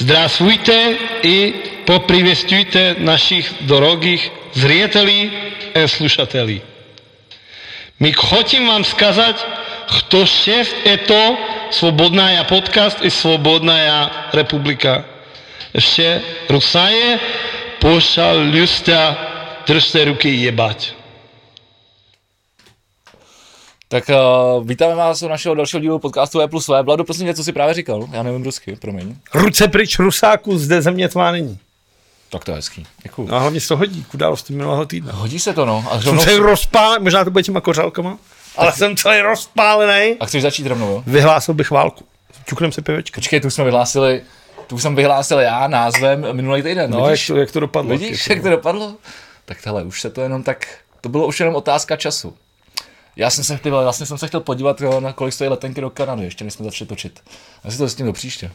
Здравствуйте и поприветствуйте наших дорогих зрителей и слушателей. Мы хотим вам сказать, кто шеф это Свободная подкаст и Свободная Republika. Ještě Rusaje, pošaluste, držte ruky jebať. Tak vítáme vás u našeho dalšího dílu podcastu E+V. Vlado, prosím tě, co jsi právě říkal? Já nevím rusky, promiň. Ruce pryč Rusáku, zde země tvá není. Tak to je hezký, děkuju. No a hlavně se to hodí k události minulého týdne. Hodí se to, no. A jsem celý rozpálený, možná to bude těma kořálkama, ale jsem celý rozpálený. A chceš začít rovnou, jo? Vyhlásil bych válku. Čuknem se pivečka. Počkej, tu jsem vyhlásil já názvem minulý týden. No, jak to dopadlo. Vidíš, jak to dopadlo? Tak hele, už se to jenom tak, to bylo už jenom otázka času. Vlastně jsem se chtěl podívat, na kolik stojí letenky do Kanady, ještě než jsme začali točit. Já si to zjistím do příště.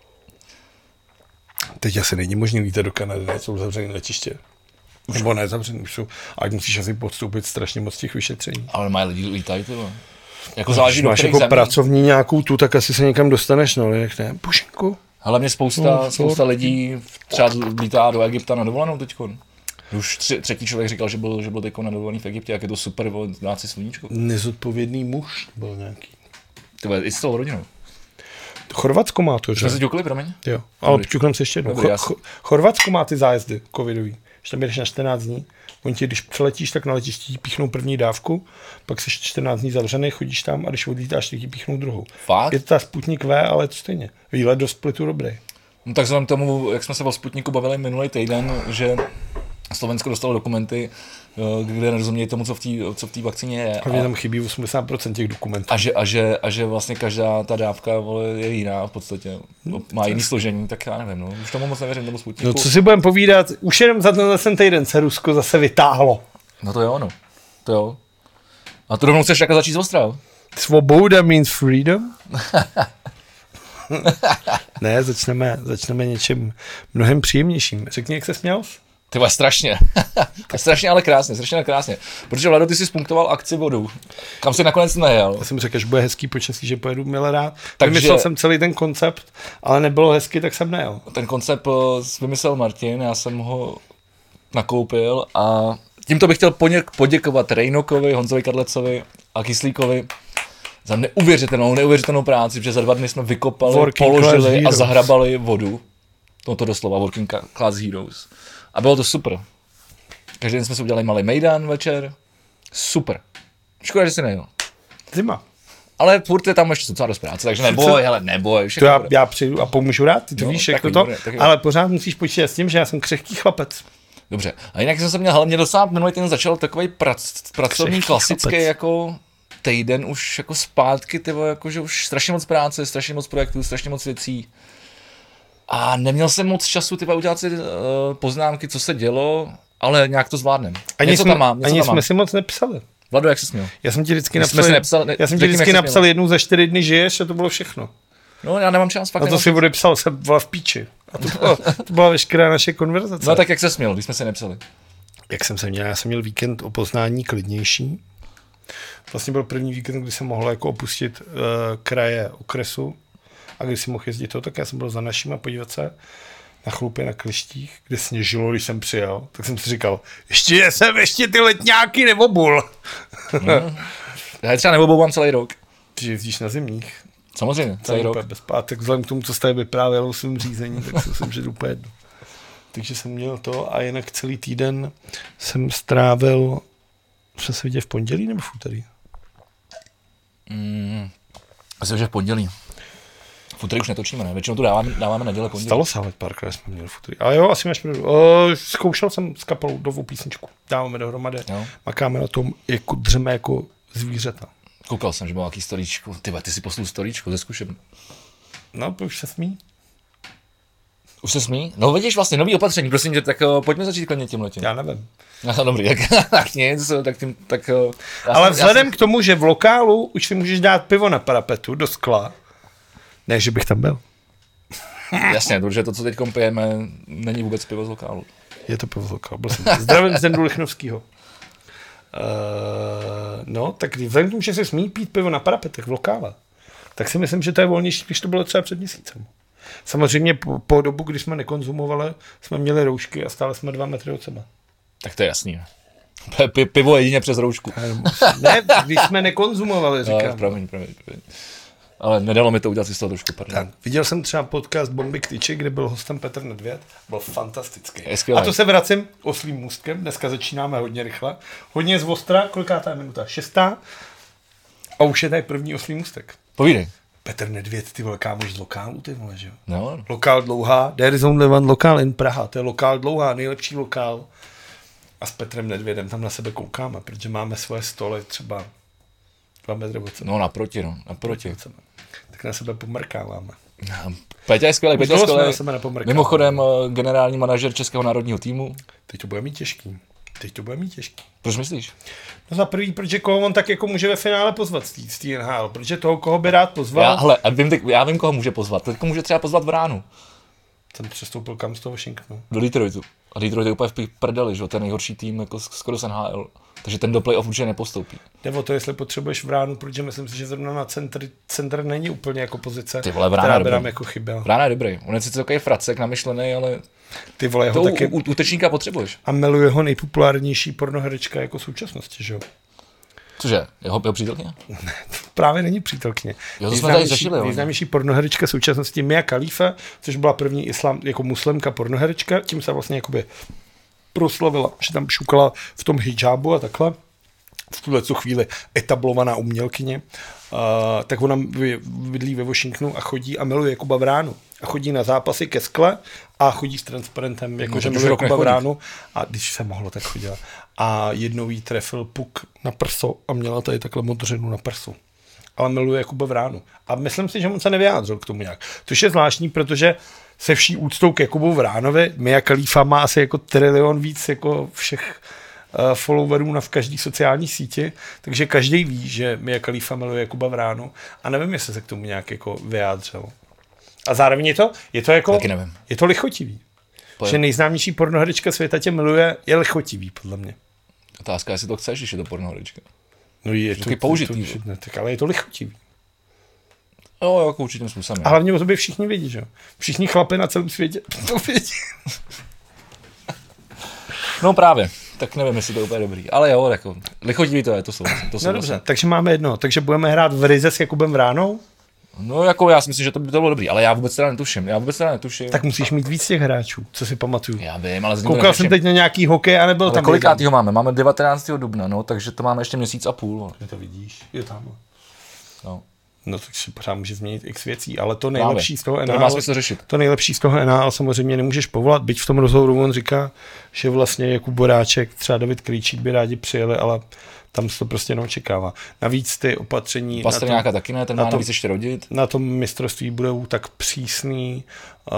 Teď asi není možné lítat do Kanady, ne? Jsou zavřené letiště. Už nebo ne zavřené, už jsou, ať musíš asi podstoupit strašně moc těch vyšetření. Ale mají lidi lítají, tyvo. Jako záleží do máš kterých jako zemí. pracovní nějakou tu, tak asi se někam dostaneš, no, jak ne? Pušinku. Hlavně spousta lidí třeba lítá do Egypta na dovolenou teďko. Už třetí člověk říkal, že byl teďko na dovolený v Egyptě, jak je to super, dát si sluníčko. Nezodpovědný muž byl nějaký. To je i s celou rodinou. Chorvatsko má to, že? Jsme se ťukli, promiň? Jo, ale počukám se ještě jednou. Chorvatsko má ty zájezdy covidový, že tam jdeš na 14 dní. Oni ti, když přeletíš, tak na letišti ti píchnou první dávku, pak jsi 14 dní zavřený, chodíš tam a když odlítáš, tak ti píchnou druhou. Fakt? Je to ta Sputnik V, ale to stejně. Výlet do Splitu dobrý. No tak vzhledem tomu, jak jsme se o Sputniku bavili minulý týden, že Slovensko dostalo dokumenty, kde nerozumějí tomu, co v té vakcíně je. A tam chybí 80% těch dokumentů. A že vlastně každá ta dávka je jiná v podstatě. Má jiný složení, tak já nevím, no. Už tomu moc nevěřím, tomu Sputniku. No co si budeme povídat, už jenom za ten týden se Rusko zase vytáhlo. No to jo, no. To jo. A to rovnou chceš jako začít z ostra, Svoboda means freedom? Ne, začneme něčím mnohem příjemnějším. Řekni, jak se směl? Ty vole, strašně. strašně, ale krásně. Protože, Vlado, ty jsi spunktoval akci vodou. Kam jsi nakonec nejel? Já jsem řekl, že bude hezký počasí, že pojedu Milerád. Vymyslel jsem celý ten koncept, ale nebylo hezky, tak jsem nejel. Ten koncept vymyslel Martin, já jsem ho nakoupil a tímto bych chtěl poděkovat Rejnokovi, Honzovi Kadlecovi a Kyslíkovi za neuvěřitelnou práci, protože za 2 dny jsme vykopali, položili a zahrabali vodu. To doslova Working Class Heroes. A bylo to super. Každý den jsme si udělali malý mejdan večer. Super. Škoda, že jsi nejel. Zima. Ale furt je tam ještě docela dost práce, takže neboj. To já přijdu a pomůžu rád, ty to víš, jak to. Ale pořád musíš počítat s tím, že já jsem křehký chlapec. Dobře. A jinak jsem se měl hlavně dosáhnout, minulý týden začal takový pracovní klasický jako týden už jako zpátky, jako že už strašně moc práce, strašně moc projektů, strašně moc věcí. A neměl jsem moc času udělat si poznámky, co se dělo, ale nějak to zvládnem. Ani jsme si moc nepsali. Vlado, jak jsi měl? Já jsem ti vždycky napsal jednou za 4 dny žiješ a to bylo všechno. No, já nemám čas. A to si odepsal, jsem byla v píči. A to byla veškerá naše konverzace. No tak jak ses měl, když jsme se nepsali? Jak jsem se měl? Já jsem měl víkend o poznání klidnější. Vlastně byl první víkend, kdy jsem mohl jako opustit kraje okresu. A když jsem mohl jezdit to, tak já jsem byl za naším a podívat se na chlupy na Klištích, kde sněžilo, když jsem přijel. Tak jsem si říkal, ještě ty letňáky neobul. Já třeba neobouvám celý rok. Ty jezdíš na zimních. Samozřejmě, celý rok. Tak vzhledem k tomu, co jste vyprávěl o svým řízení, tak si myslím, že jdu úplně jedno. Takže jsem měl to a jinak celý týden jsem strávil, jsem se viděl v pondělí nebo v úterý? Myslím, že v pondělí. V úterý už netočíme, ne? Většinou tu dáváme neděle pondělí. Stalo se ale párkrát jsme měli v úterý. Ale jo, asi máš pravdu. Zkoušel jsem s kapelou novou písničku. Dáváme dohromady. Jo. Makáme na tom, jako dřeme jako zvířata. Koukal jsem, že byl nějaký storíčko. Ty jsi poslal storíčko ze zkušen. No, už se smí. Už se smí? No vidíš vlastně, nový opatření, prosím tě, tak pojďme začít klidně tímhletím. Já nevím. No, dobrý, tak nic, tak ale vzhledem k tomu, že v lokálu už si můžeš dát pivo na parapetu do skla, ne, že bych tam byl. Jasně, protože to, co teď pijeme, není vůbec pivo z lokálu. Je to pivo z lokálu. Zdravím Zdendu Lichnovskýho. No, tak vzhledem k tomu, že se smí pít pivo na parapetech v lokále, tak si myslím, že to je volnější, když to bylo třeba před měsícem. Samozřejmě po dobu, kdy jsme nekonzumovali, jsme měli roušky a stále jsme 2 metry od sebe. Tak to je jasný. Pivo jedině přes roušku. Ne, když jsme nekonzumovali, říkám. No, promiň. Ale nedalo mi to udělat si z toho trošku, pardon. Tak, viděl jsem třeba podcast Bomby k tyči, kde byl hostem Petr Nedvěd. Byl fantastický. A to se vracím oslým můstkem. Dneska začínáme hodně rychle. Hodně z ostra. Kolikátá je minuta? 6. A už je tady první oslý můstek. Povídej. Petr Nedvěd, ty vole, kámoš z lokálu, ty vole, že jo? No. Lokál Dlouhá. There is only one lokál in Praha. To je lokál Dlouhá, nejlepší lokál. A s Petrem Nedvědem tam na sebe koukáme, protože máme svoje stoly třeba 2 metry od sebe. No, naproti. Tak na sebe pomrkáváme. Peťa je skvělý, mimochodem generální manažer Českého národního týmu. Teď to bude mít těžký. Proč myslíš? No za prvý, protože koho on tak jako může ve finále pozvat z té NHL, protože toho, koho by rád pozval. Já vím, koho může pozvat. Teď může třeba pozvat Vránu. Jsem přestoupil kam z toho Washingtonu? Do Detroitu. A Detroit je úplně v prdeli, že? To je nejhorší tým jako skoro z NHL. Takže ten do playoff určitě nepostoupí. Jde o to, jestli potřebuješ Vránu, protože myslím si, že zrovna na centr není úplně jako pozice, ty vole, která by nám jako chyběla. Vrána je dobrý. On je sice takový fracek namyšlený, ale ty vole, to taky útočníka potřebuješ. A miluje ho nejpopulárnější pornoherečka jako současnosti, že jo? Cože? Jeho přítelkyně? Ne, právě není přítelkyně. Jo, to jsme tady řešili. Nejznámější pornoherečka současnosti Mia Khalifa, což byla první jako muslimka pornoherečka, tím se vlastně jakoby proslavila, že tam šukala v tom hijabu a takhle. V tuhle chvíli etablovaná umělkyně. Tak ona bydlí ve Washingtonu a chodí a miluje Jakuba Vránu. A chodí na zápasy ke skle a chodí s transparentem, jakože miluje Jakuba Vránu. A když se mohlo, tak chodila. A jednou jí trefil puk na prso a měla tady takhle modřinu na prsu. Ale miluje Jakuba Vránu. A myslím si, že on se nevyjádřil k tomu nějak. Což je zvláštní, protože se vší úctou k Jakubu Vránovi, Mia Khalifa má asi jako trilion víc jako všech followerů na v každé sociální síti, takže každý ví, že Mia Khalifa miluje Jakuba Vránu a nevím, jestli se k tomu nějak jako vyjádřil. A zároveň je to jako, je to lichotivý. Že nejznámější pornoherečka světa tě miluje, je lichotivý, podle mě. Otázka, jestli to chceš, když je to pornoherečka. No je to použitý. Tak ale je to lichotivý. Jo, jako určitým způsobem. A hlavně o tobě všichni vědí, že jo? Všichni chlapi na celém světě to vědí. No právě. Tak nevím, jestli to je úplně dobrý. Ale jo, jako, lichotivý to je, to jsou. No dobře, takže máme jedno. Takže budeme hrát v Rize s Jakubem Vránou? No jako já si myslím, že to by to bylo dobrý, ale já vůbec teda netuším. Tak musíš mít víc těch hráčů, co si pamatuju. Já vím, ale koukal jsem teď na nějaký hokej a nebyl ale tam. Kolikátýho máme? Máme 19. dubna, no, takže to máme ještě měsíc a půl. Ty to vidíš, je tam. No. No tak si pořád může změnit x věcí, ale to nejlepší z toho NHL, má smysl řešit. To nejlepší z toho NHL samozřejmě nemůžeš povolat, byť v tom rozhovoru on říká, že vlastně Jakub Boráček, třeba David Krejčík by rádi přijeli, ale tam se to prostě neočekává. Navíc ty opatření... Pastrňáka taky ne, ten má navíc ještě rodit. Na tom mistrovství budou tak přísný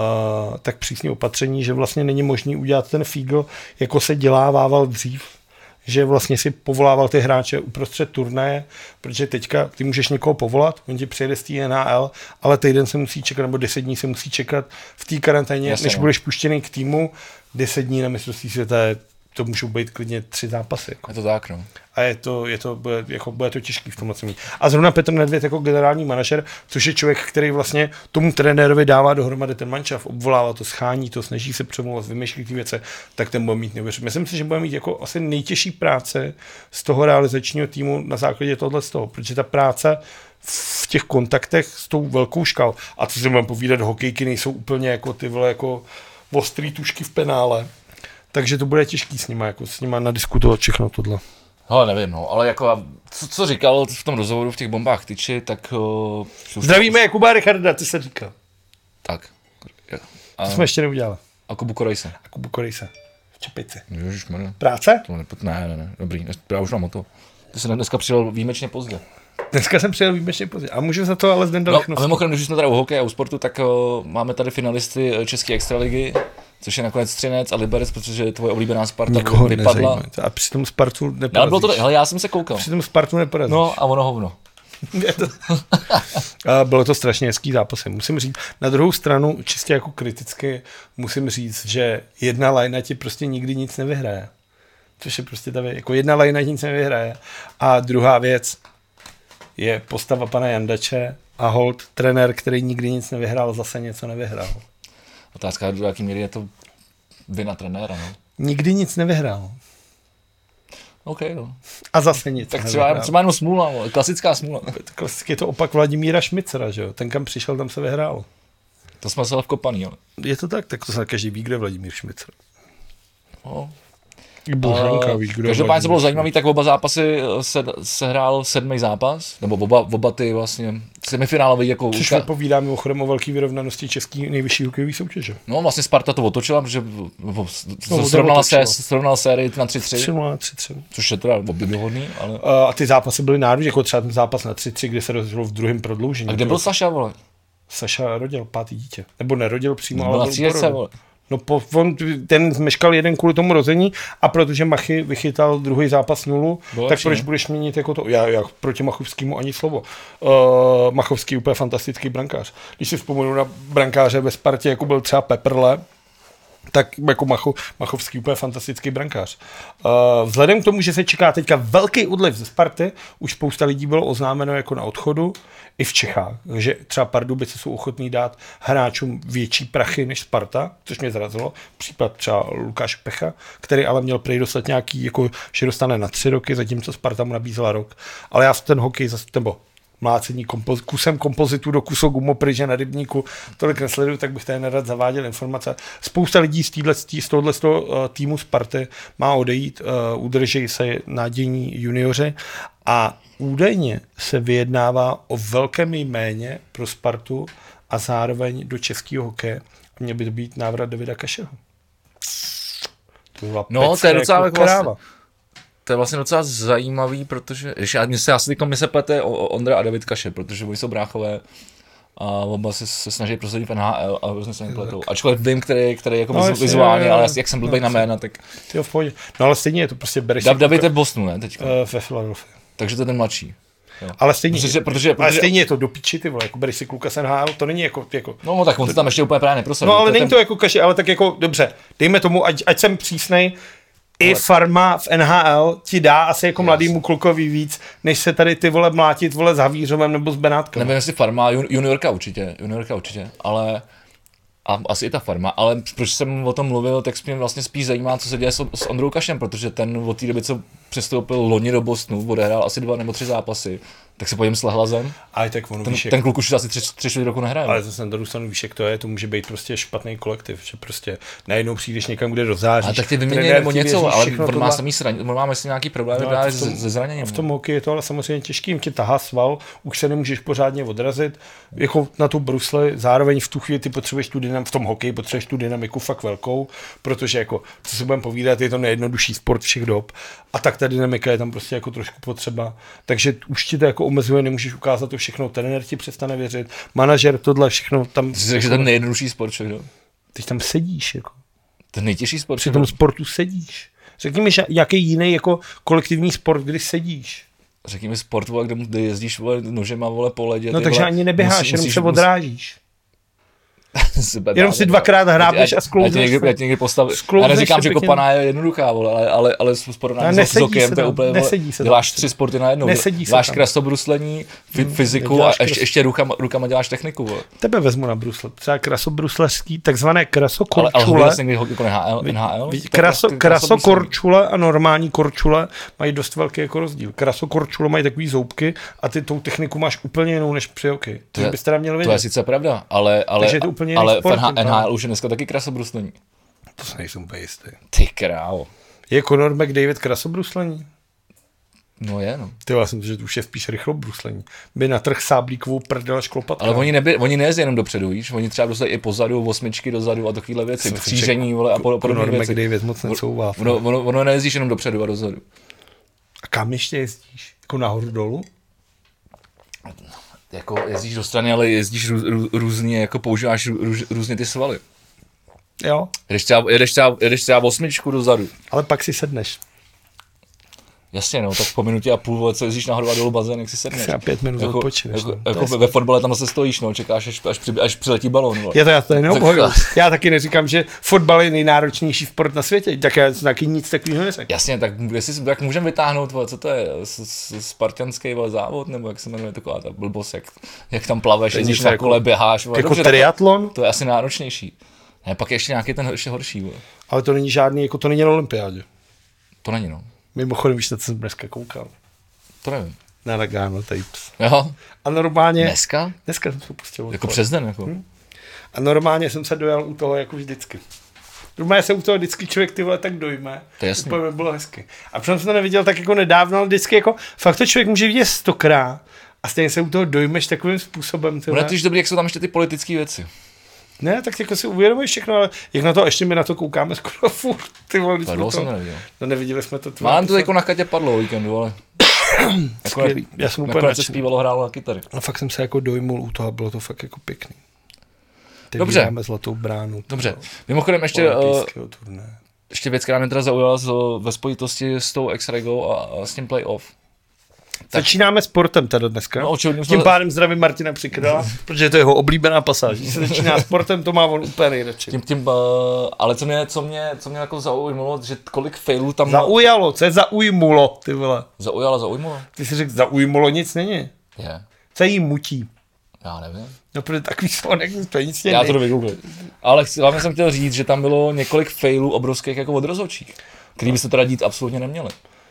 opatření, že vlastně není možný udělat ten fígl, jako se dělávával dřív, že vlastně si povolával ty hráče uprostřed turnaje, protože teďka ty můžeš někoho povolat, on ti přijede z té NHL, ale týden se musí čekat, nebo 10 dní se musí čekat v té karanténě, než budeš puštěný k týmu, 10 dní na mistrovství světa, to můžou být klidně 3 zápasy. Jako. Je to tak, no. A bude to těžký v tomhle celém. A zrovna Petr Nedvěd jako generální manažer, což je člověk, který vlastně tomu trenérovi dává dohromady ten manšaft, obvolává to, schání to, snaží se přemlouvat, vymýšlí ty věci, tak ten bude mít neuvěřitelný. Myslím si, že bude mít jako asi nejtěžší práce z toho realizačního týmu na základě tohle z toho, protože ta práce v těch kontaktech s tou velkou škálou, a co si mám povídat, hokejky nejsou úplně jako ty vole jako ostrý tušky v penále. Takže to bude těžký s nima nadiskutovat všechno tohle. Hele, nevím, no, ale jako, co říkal v tom rozhovoru v těch bombách tyči, tak... Zdravíme Jakuba Richarda, ty se říkal. Tak. To jsme ještě neudělali. A Kubu Korejse. V čepici. Ježišmarja. Práce? Ne, dobrý, já už mám o to. Ty jsi dneska přijel výjimečně pozdě. Dneska jsem přijel výjimečně pozdě. A můžu za to ale Zdenda Lechnov. A mimochodem, když jsme tady u hokeje a u sportu, tak máme tady finalisty České extraligy, což je nakonec Třinec a Liberec, protože tvoje oblíbená Sparta nikoho vypadla. Nezajímá. A přitom Spartu neporazíš. Ale já jsem se koukal. Přitom Spartu neporazíš. No a ono hovno. Bylo to strašně hezký zápas, musím říct. Na druhou stranu, čistě jako kriticky, musím říct, že jedna lajna ti prostě nikdy nic nevyhraje. Což je prostě ta věc. Jako jedna lajna nic nevyhraje. A druhá věc je postava pana Jandače A hold, trenér, který nikdy nic nevyhrál, zase něco nevyhrál. Otázka, do jaký míry je to vina trenéra, no. Nikdy nic nevyhrál. OK, no. A zase nic Tak nevyhrál. třeba jenom smůla, klasická smůla. Klasicky je to opak Vladimíra Šmicera, že jo? Ten, kam přišel, tam se vyhrál. To jsme se vkopaný, ale. Je to tak to se každý ví, kde je Vladimír Šmicer. No. Boženka, víš, kdo je Každopádně, co bylo Vladimír zajímavé, tak oba zápasy se hrál 7. zápas, nebo oba ty vlastně semifinálový jako... Což vypovídá mimochodem o velké vyrovnanosti české nejvyšší hokejové soutěže. No vlastně Sparta to otočila, protože srovnala sérii na 3-3. 3-3. Což je teda obdivuhodný, ale... A ty zápasy byly náročné, jako třeba ten zápas na 3-3, kde se rozhodlo v druhém prodloužení. A kde byl Saša, vole? Saša rodil 5. dítě. Nebo nerodil přímo, ale byl na 3, vole. No ten zmeškal jeden kvůli tomu rození a protože Machy vychytal druhý zápas 0, tak proč budeš měnit jako to? Já proti Machovskému ani slovo. Machovský je úplně fantastický brankář. Když si vzpomenu na brankáře ve Spartě, jako byl třeba Peprle, tak jako Machovský úplně fantastický brankář. Vzhledem k tomu, že se čeká teďka velký odliv ze Sparty, už spousta lidí bylo oznámeno jako na odchodu, i v Čechách, že třeba Pardubice jsou ochotní dát hráčům větší prachy než Sparta, což mě zrazilo. Případ třeba Lukáš Pecha, který ale měl prý dostat nějaký, jako, že dostane na 3 roky, zatímco Sparta mu nabízela rok. Ale já v ten hokej nebo mlácení kusem kompozitu do kusu gumopryže na rybníku tolik nesleduju, tak bych tady nerad zaváděl informace. Spousta lidí z tohohle týmu Sparty má odejít, udrží se nadějní junioři a údajně se vyjednává o velkém jméně pro Spartu a zároveň do českého hokeje. Měl by to být návrat Davida Kašeho. To je docela jako kráva. To je vlastně docela zajímavý, protože mi se plete Ondra a David Kaše, protože oni jsou bráchové a oba se snaží prosadit v NHL a různě se mi pletou. Ačkoliv vím, který jako vizuálně, ale jak jsem blbej na jména, tak... Jo, v pohodě. No ale stejně je to prostě bereš... David je v Bostonu, ne, teďka? Ve Philadelphii. Takže to je ten mladší. Jo. Ale stejně, ale stejně je to do piči, ty vole, jako bereš si kluka z NHL, to není jako... No tak on se tam ještě úplně právě neprosadil. No ale není to jako Kaše, ale tak jako, dobře, dejme tomu, ať jsem přísnej, i farma v NHL ti dá asi jako mladýmu klukovi víc, než se tady ty vole mlátit vole s Havířovem nebo s Benátkem. Nevím, jestli farma, juniorka určitě, ale a asi i ta farma, ale proč jsem o tom mluvil, tak mě vlastně spíš zajímá, co se děje s Ondrou Kašem, protože ten od té doby, co přestoupil loni do Bostonu, odehrál asi 2 nebo 3 zápasy, tak se pojím s Lehlazem. Ale tak ono, ten kluk už asi 3 roku nehraje. Ale zase na druhou stranu víš, jak to může být prostě špatný kolektiv, že prostě najednou přijdeš někam, kde rozzáříš. A tak ty vyměňujeme něco, ale on má samý on má myslím nějaký problémy právě se zraněním. V tom hokeji je to ale samozřejmě těžký, jim tě tahá sval, už se nemůžeš pořádně odrazit, jako na tu brusli, zároveň v tu chvíli ty potřebuješ v tom hokeji potřebuješ tu dynamiku fakt velkou, protože jako, co si budeme povídat, je to nejjednodušší sport všech dob a tak ta dynamika je tam prostě jako trošku potřeba, takže už ti to jako omezuje, nemůžeš ukázat to všechno, trenér ti přestane věřit, manažer, tohle všechno tam... Ty jsi řekl, že ten nejjednodušší sport všechno. Teď tam sedíš, jako. Ten nejtěžší sport. Při tom sportu sedíš. Řekni mi, jaký jiný jako kolektivní sport, když sedíš. Řekni mi sport, vole, kde jezdíš vole, nožema vole, po ledě. No takže ani neběháš, jenom se odrážíš. Jenom si 2krát hrábeš a sklouzneš. Já ti někdy postavím. Já neříkám, že kopaná je jednoduchá, vole, ale s porovnáním s hokejem to je úplně, děláš 3 sporty najednou. Děláš krasobruslení, fyziku a ještě rukama děláš techniku. Vole. Tebe vezmu na brusle. Třeba krasobrusleřský, takzvané krasokorčule. Ale vlastně někdy jako NHL. Krasokorčule a normální korčule mají dost velký jako rozdíl. Krasokorčule mají takový zoubky a ty tou techniku máš úplně jinou než při hokeji. To bys teda měl vědět. To je sice pravda, ale v NHL už je dneska taky krasobruslení. To se nejsem úplně jistý. Ty krávo. Je Conor McDavid krasobruslení? No je, no. Ty jsem že to už je spíš rychlobruslení. By na trh sáblíkovou prdel až klopatka. Ale oni nejezdí jenom dopředu, víš? Oni třeba dostali i pozadu, 8 dozadu a takovéhle věci. Křížení, vole, a podobné věci. McDavid moc necouvá. Ono nejezdíš jenom dopředu a dozadu. A kam ještě jezdíš? Jako nahoru dolů? Jako jezdíš do strany, ale jezdíš různě, jako používáš různě ty svaly. Jo. Jedeš třeba 8 dozadu. Ale pak si sedneš. Jasně, no, tak po minutě a půl, co jezdíš nahoru a dolů bazén, jak si sedneš. Třeba 5 minut odpočineš. Jako ve fotbale tam zase stojíš, no, čekáš, až přiletí balón. No. Já to neobhojuju. Já taky neříkám, že fotbal je nejnáročnější sport na světě, tak já taky nic takového neřekl. Jasně, tak můžeme vytáhnout, co to je, spartanský závod, nebo jak se jmenuje taková ta blbost, jak tam plaveš, jezdíš na kole, běháš. Jako triatlon? To je asi náročnější. Ne, pak ještě nějaký ten ještě horší. Ale to není žádný, jako to není na olympiádě. To není, no. Mimochodem, víš, co jsem dneska koukal. To nevím. Na Nagano Tapes. Jo. A normálně... Dneska? Dneska jsem se pustil. Jako přes den, jako. A normálně jsem se dojel u toho jako vždycky. Normálně se u toho vždycky člověk ty vole tak dojme. To je jasný. Úplně bylo hezky. A protože jsem to neviděl tak jako nedávno, ale vždycky jako fakt to člověk může vidět 100krát a stejně se u toho dojmeš takovým způsobem. Bude to dobrý, jak jsou tam ještě ty politické věci. Ne, tak jako si uvědomuješ všechno, ale jak na to, ještě my na to koukáme skoro furt, ty vole, to jsem to neviděl. No neviděli jsme to. Mám to jako na Katě padlo o víkendu, ale... Skvělý, já jsem úplně nakonec se zpívalo, hrálo na kytary. A fakt jsem se jako dojmul u toho, bylo to fakt jako pěkný. Teď dobře. Máme zlatou bránu. Dobře, mimochodem ještě věc, která mě teda zaujala ve spojitosti s tou X-Regou a s tím playoff. Tak. Začínáme sportem tady dneska. No, tím pádem zdravím Martina Přikrala, protože to je jeho oblíbená pasáž. Když se začíná sportem, to má on úplně nejradši. Ale co mě jako zaujmulo, že kolik failů tam... Zaujalo, co je zaujmulo, ty vole. Zaujmulo? Ty jsi řekl, zaujmulo, nic není. Je. Co jí mutí? Já nevím. No, protože takový slonek, to nic není. Já to vygooglím. Ale hlavně jsem chtěl říct, že tam bylo několik failů obrovských jako od rozhodčích, který by se teda dít absolutně neměli.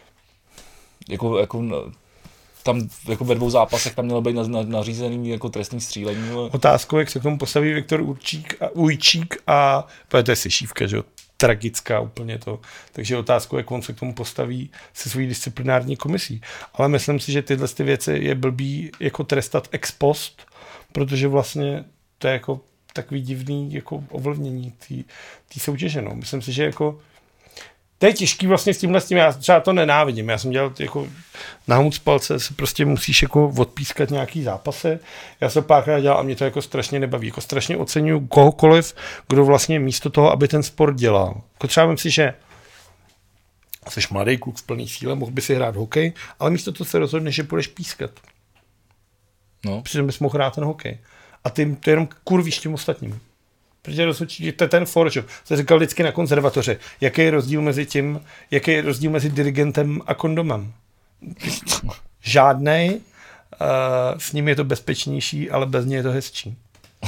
Tam jako ve 2 zápasech tam mělo být nařízený jako trestní střílení. Otázkou, jak se k tomu postaví Viktor Ujčík a to je sešívka, že jo, tragická úplně to. Takže otázkou, jak on se k tomu postaví se svojí disciplinární komisí. Ale myslím si, že tyhle ty věci je blbý jako trestat ex post, protože vlastně to je jako takový divný jako ovlivnění té soutěže. No. Myslím si, že jako to je těžký vlastně s tím, já třeba to nenávidím. Já jsem dělal jako na humc palce, se prostě musíš jako odpískat nějaký zápasy. Já jsem párkrát dělal a mě to jako strašně nebaví. Jako strašně oceňuju kohokoliv, kdo vlastně místo toho, aby ten sport dělal. Jako třeba myslím si, že jsi mladý kluk v plný síle, mohl by si hrát hokej, ale místo toho se rozhodneš, že půjdeš pískat. No. Přitom bys mohl hrát ten hokej. A ty to jenom kurvíš tím ostatním. Protože rozhodčí, to je ten forčov. To říkal vždycky na konzervatoře. Jaký je rozdíl mezi dirigentem a kondomem? Žádnej. S ním je to bezpečnější, ale bez něj je to hezčí.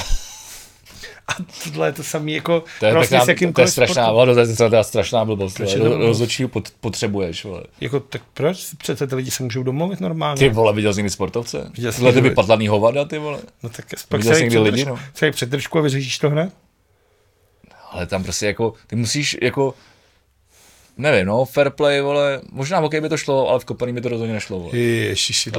A tohle je to samý jako vlastně s jakýmkoliv to je strašná blbost. Rozhodčího potřebuješ. Vole. Jako, tak proč? Přece ty lidi se můžou domluvit normálně. Ty vole, viděl jsi někdy sportovce? Tyhle ty vypadlaný hovada, ty vole. No tak pak se někdy lidi, no. Se před držku a vyřešíš to hned? Ale tam prostě jako, ty musíš jako, nevím, no, fair play, vole, možná v hokeji by to šlo, ale v kopaní by to rozhodně nešlo, vole. Ježiši,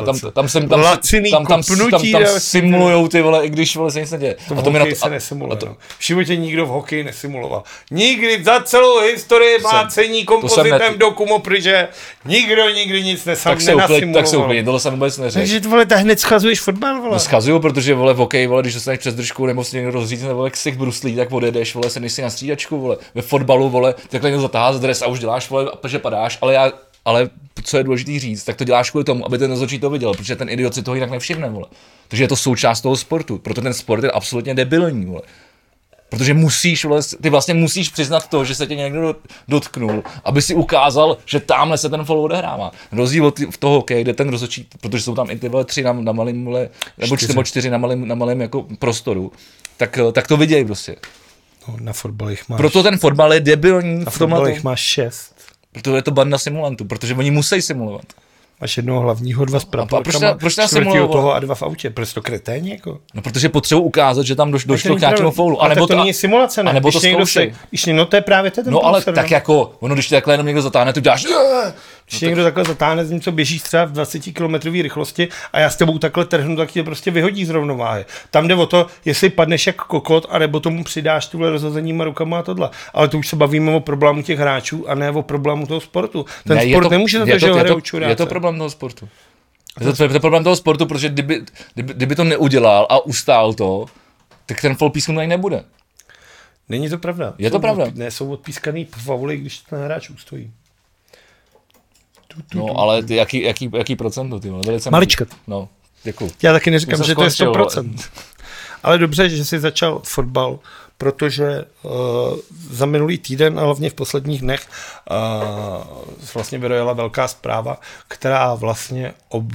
tam simulujou ty, vole, i když, vole, se nic neděje. To v hokeji se nesimuluje, no. V životě nikdo v hokeji nesimuloval. Nikdy za celou historii mlácení kompozitem do kumopryže nikdo nikdy nic nenasimuloval. Tak se uklidně, tohle jsem vůbec neřekl. Takže vole, tak hned schazuješ fotbal, vole. No schazuju, protože, vole, v hokeji, vole, když dostaneš přes držku nebo si někdo rozřízne, vole, ksich bruslí, tak odjedeš, vole, se nejsi na střídačku, vole. Ve fotbalu, vole, takhle někdo zatáhá za dres a už děláš, vole, že padáš, ale co je důležité říct, tak to děláš kvůli tomu, aby ten rozhodčí to viděl, protože ten idiot si toho jinak nevšimne, vole. Takže je to součást toho sportu, proto ten sport je absolutně debilní, vole. Protože musíš, vole, ty vlastně musíš přiznat to, že se tě někdo dotknul, aby si ukázal, že tamhle se ten foul odehrává. Rozdíl od toho hokej, kde ten rozhodčí, protože jsou tam i ty, vole, 3 na malým, vole, nebo 4 na malém jako prostoru, tak to vidějí prostě. No, na fotbalech máš. Proto ten fotbal je debilní. Na fotbalech máš 6. Proto je to banda simulantů, protože oni musí simulovat. Máš jednoho hlavního, 2 s praporkama, čtvrtýho toho a 2 v autě. Proč to kreténi jako? No, protože potřebuji ukázat, že tam došlo k nějakému foulu. A nebo to není simulace, ne? Nebo to zkoušej. No to je právě ten. No ale tak jako, ono když ti takhle jenom někdo zatáhne, tu děláš. Když někdo takhle zatáhne z něco, běžíš třeba v 20 km rychlosti a já s tebou takhle trhnu, tak tě prostě vyhodí z rovnováhy. Tam jde o to, jestli padneš jak kokot, anebo tomu přidáš tuhle rozhozeníma rukama a tohle. Ale to už se bavíme o problému těch hráčů a ne o problému toho sportu. Ten sport nemůže za to, že hrajou čuráce. Je to problém toho sportu. Je to problém toho sportu, protože kdyby to neudělal a ustál to, tak ten foul písknutý nebude. Není to pravda. Je to pravda. Jsou odpískaný fauly, když ten hráč ustojí. No, ale ty, jaký procento, ty vole, velice Maličkat. No, děkuju. Já taky neříkám, Už že jsem to je skončil, 100%. Ale dobře, že jsi začal fotbal, protože za minulý týden a hlavně v posledních dnech vlastně vyrojila velká zpráva, která vlastně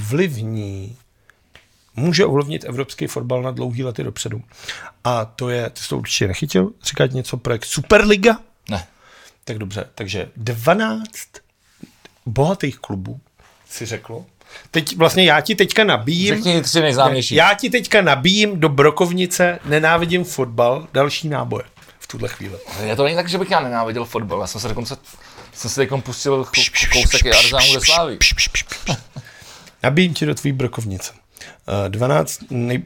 může ovlivnit evropský fotbal na dlouhý lety dopředu. A to je, ty jsi to určitě nechytil, říkat něco projekt Superliga? Ne. Tak dobře, takže 12 bohatých klubů si řeklo. Teď vlastně já ti teďka nabíjím. Řekni 3 nejznámější. Já ti teďka nabíjím do brokovnice nenávidím fotbal další náboje v tuhle chvíli. Já to není tak, že bych já nenáviděl fotbal. Já jsem se teď pustil kousek Arzánu ze Slávy. Nabíjím ti do tvý brokovnice. 12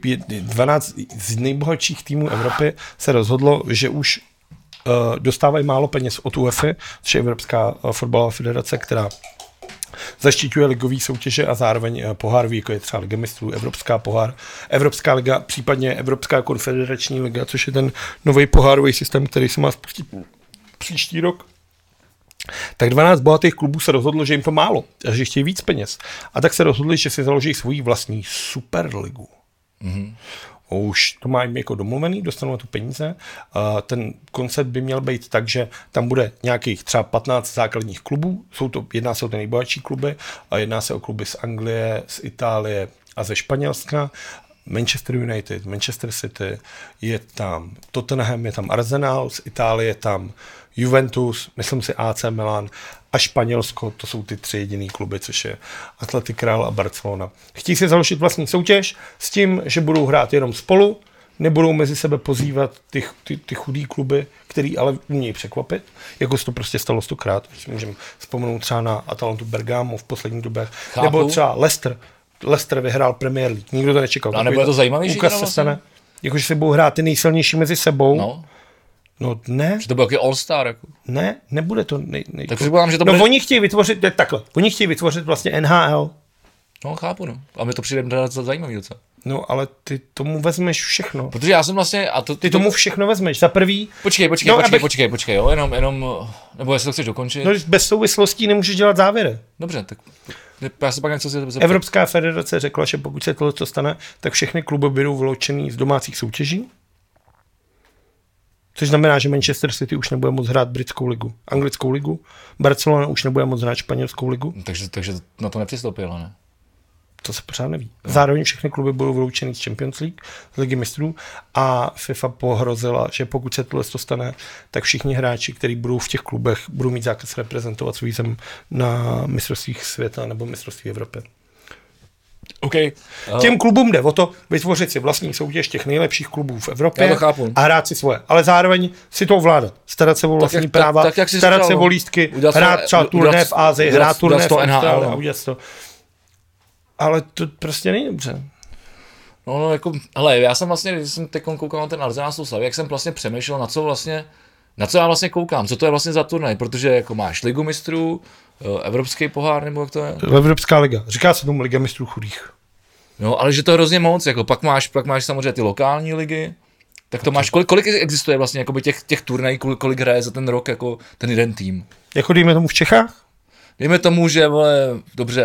z nejbohatších týmů Evropy se rozhodlo, že už dostávají málo peněz od UEFA, což je Evropská fotbalová federace, která zaštiťuje ligové soutěže a zároveň pohárový, jako je třeba Liga mistrů, Evropská liga, případně Evropská konfederační liga, což je ten nový pohárový systém, který se má spustit příští rok. Tak 12 bohatých klubů se rozhodlo, že jim to málo a že chtějí víc peněz. A tak se rozhodli, že si založí svou vlastní superligu. Mm-hmm. Už to mají jako domluvený, dostanou na tu peníze. Ten koncept by měl být tak, že tam bude nějakých třeba 15 základních klubů. Jedná se o ty nejbohatší kluby a jedná se o kluby z Anglie, z Itálie a ze Španělska. Manchester United, Manchester City, je tam Tottenham, je tam Arsenal, z Itálie je tam Juventus, myslím si AC Milan a Španělsko, to jsou ty 3 jediný kluby, což je Athletic Real a Barcelona. Chtějí si založit vlastní soutěž s tím, že budou hrát jenom spolu, nebudou mezi sebe pozývat ty chudý kluby, který ale umějí překvapit, jako se to prostě stalo 100krát. Můžeme vzpomenout třeba na Atalantu Bergamo v posledních dobách, nebo třeba Leicester vyhrál Premier League, nikdo to nečekal. A nebude to zajímavější? Úkaz se stane, jakože se budou hrát ty nejsilnější mezi sebou. No ne. Že to byl jako All-Star, jako. Ne, nebude to. Tak předpokládám, že to bude... No oni chtějí vytvořit, takhle, oni chtějí vytvořit vlastně NHL. No chápu, no. A mi to přijde docela zajímavý docela. No ale ty tomu vezmeš všechno. Protože já jsem vlastně... Ty tomu všechno vezmeš. Za prvý... Počkej, jo, jenom, nebo jestli to chceš dokončit. No bez souvislostí nemůžeš dělat závěry. Dobře, tak já se pak něco zeptat. Evropská federace řekla, že pokud se tohle stane, tak všechny kluby budou vyloučený z domácích soutěží. Což znamená, že Manchester City už nebude moct hrát britskou ligu, anglickou ligu, Barcelona už nebude moct hrát španělskou ligu. Takže na to nepřistoupila, ne? To se pořád neví. No. Zároveň všechny kluby budou vyloučeny z Champions League, z Ligy mistrů a FIFA pohrozila, že pokud se tohle stane, tak všichni hráči, kteří budou v těch klubech, budou mít zákaz reprezentovat svůj zem na mistrovstvích světa nebo mistrovství Evropy. Okay. Těm klubům jde o to vytvořit si vlastní soutěž těch nejlepších klubů v Evropě a hrát si svoje. Ale zároveň si to ovládat. Starat se o vlastní práva, starat se o lístky, hrát třeba turné v Ázii, hrát turné v Austrálii a udělat to. Ale to prostě není dobře. No, jako, hele, já jsem vlastně, když jsem teď koukal na ten Arsenal Slavy, jak jsem vlastně přemýšlel, na co já vlastně koukám, co to je vlastně za turnaj, protože jako máš Ligu mistrů, Evropský pohár, nebo jak to je? Evropská liga. Říká se tomu Liga mistrů chudých. No, ale že to je hrozně moc, jako pak máš samozřejmě ty lokální ligy, tak to máš, kolik existuje vlastně jakoby těch turnají, kolik hraje za ten rok jako ten jeden tým? Jako dejme tomu v Čechách? Dejme tomu, že vole, dobře,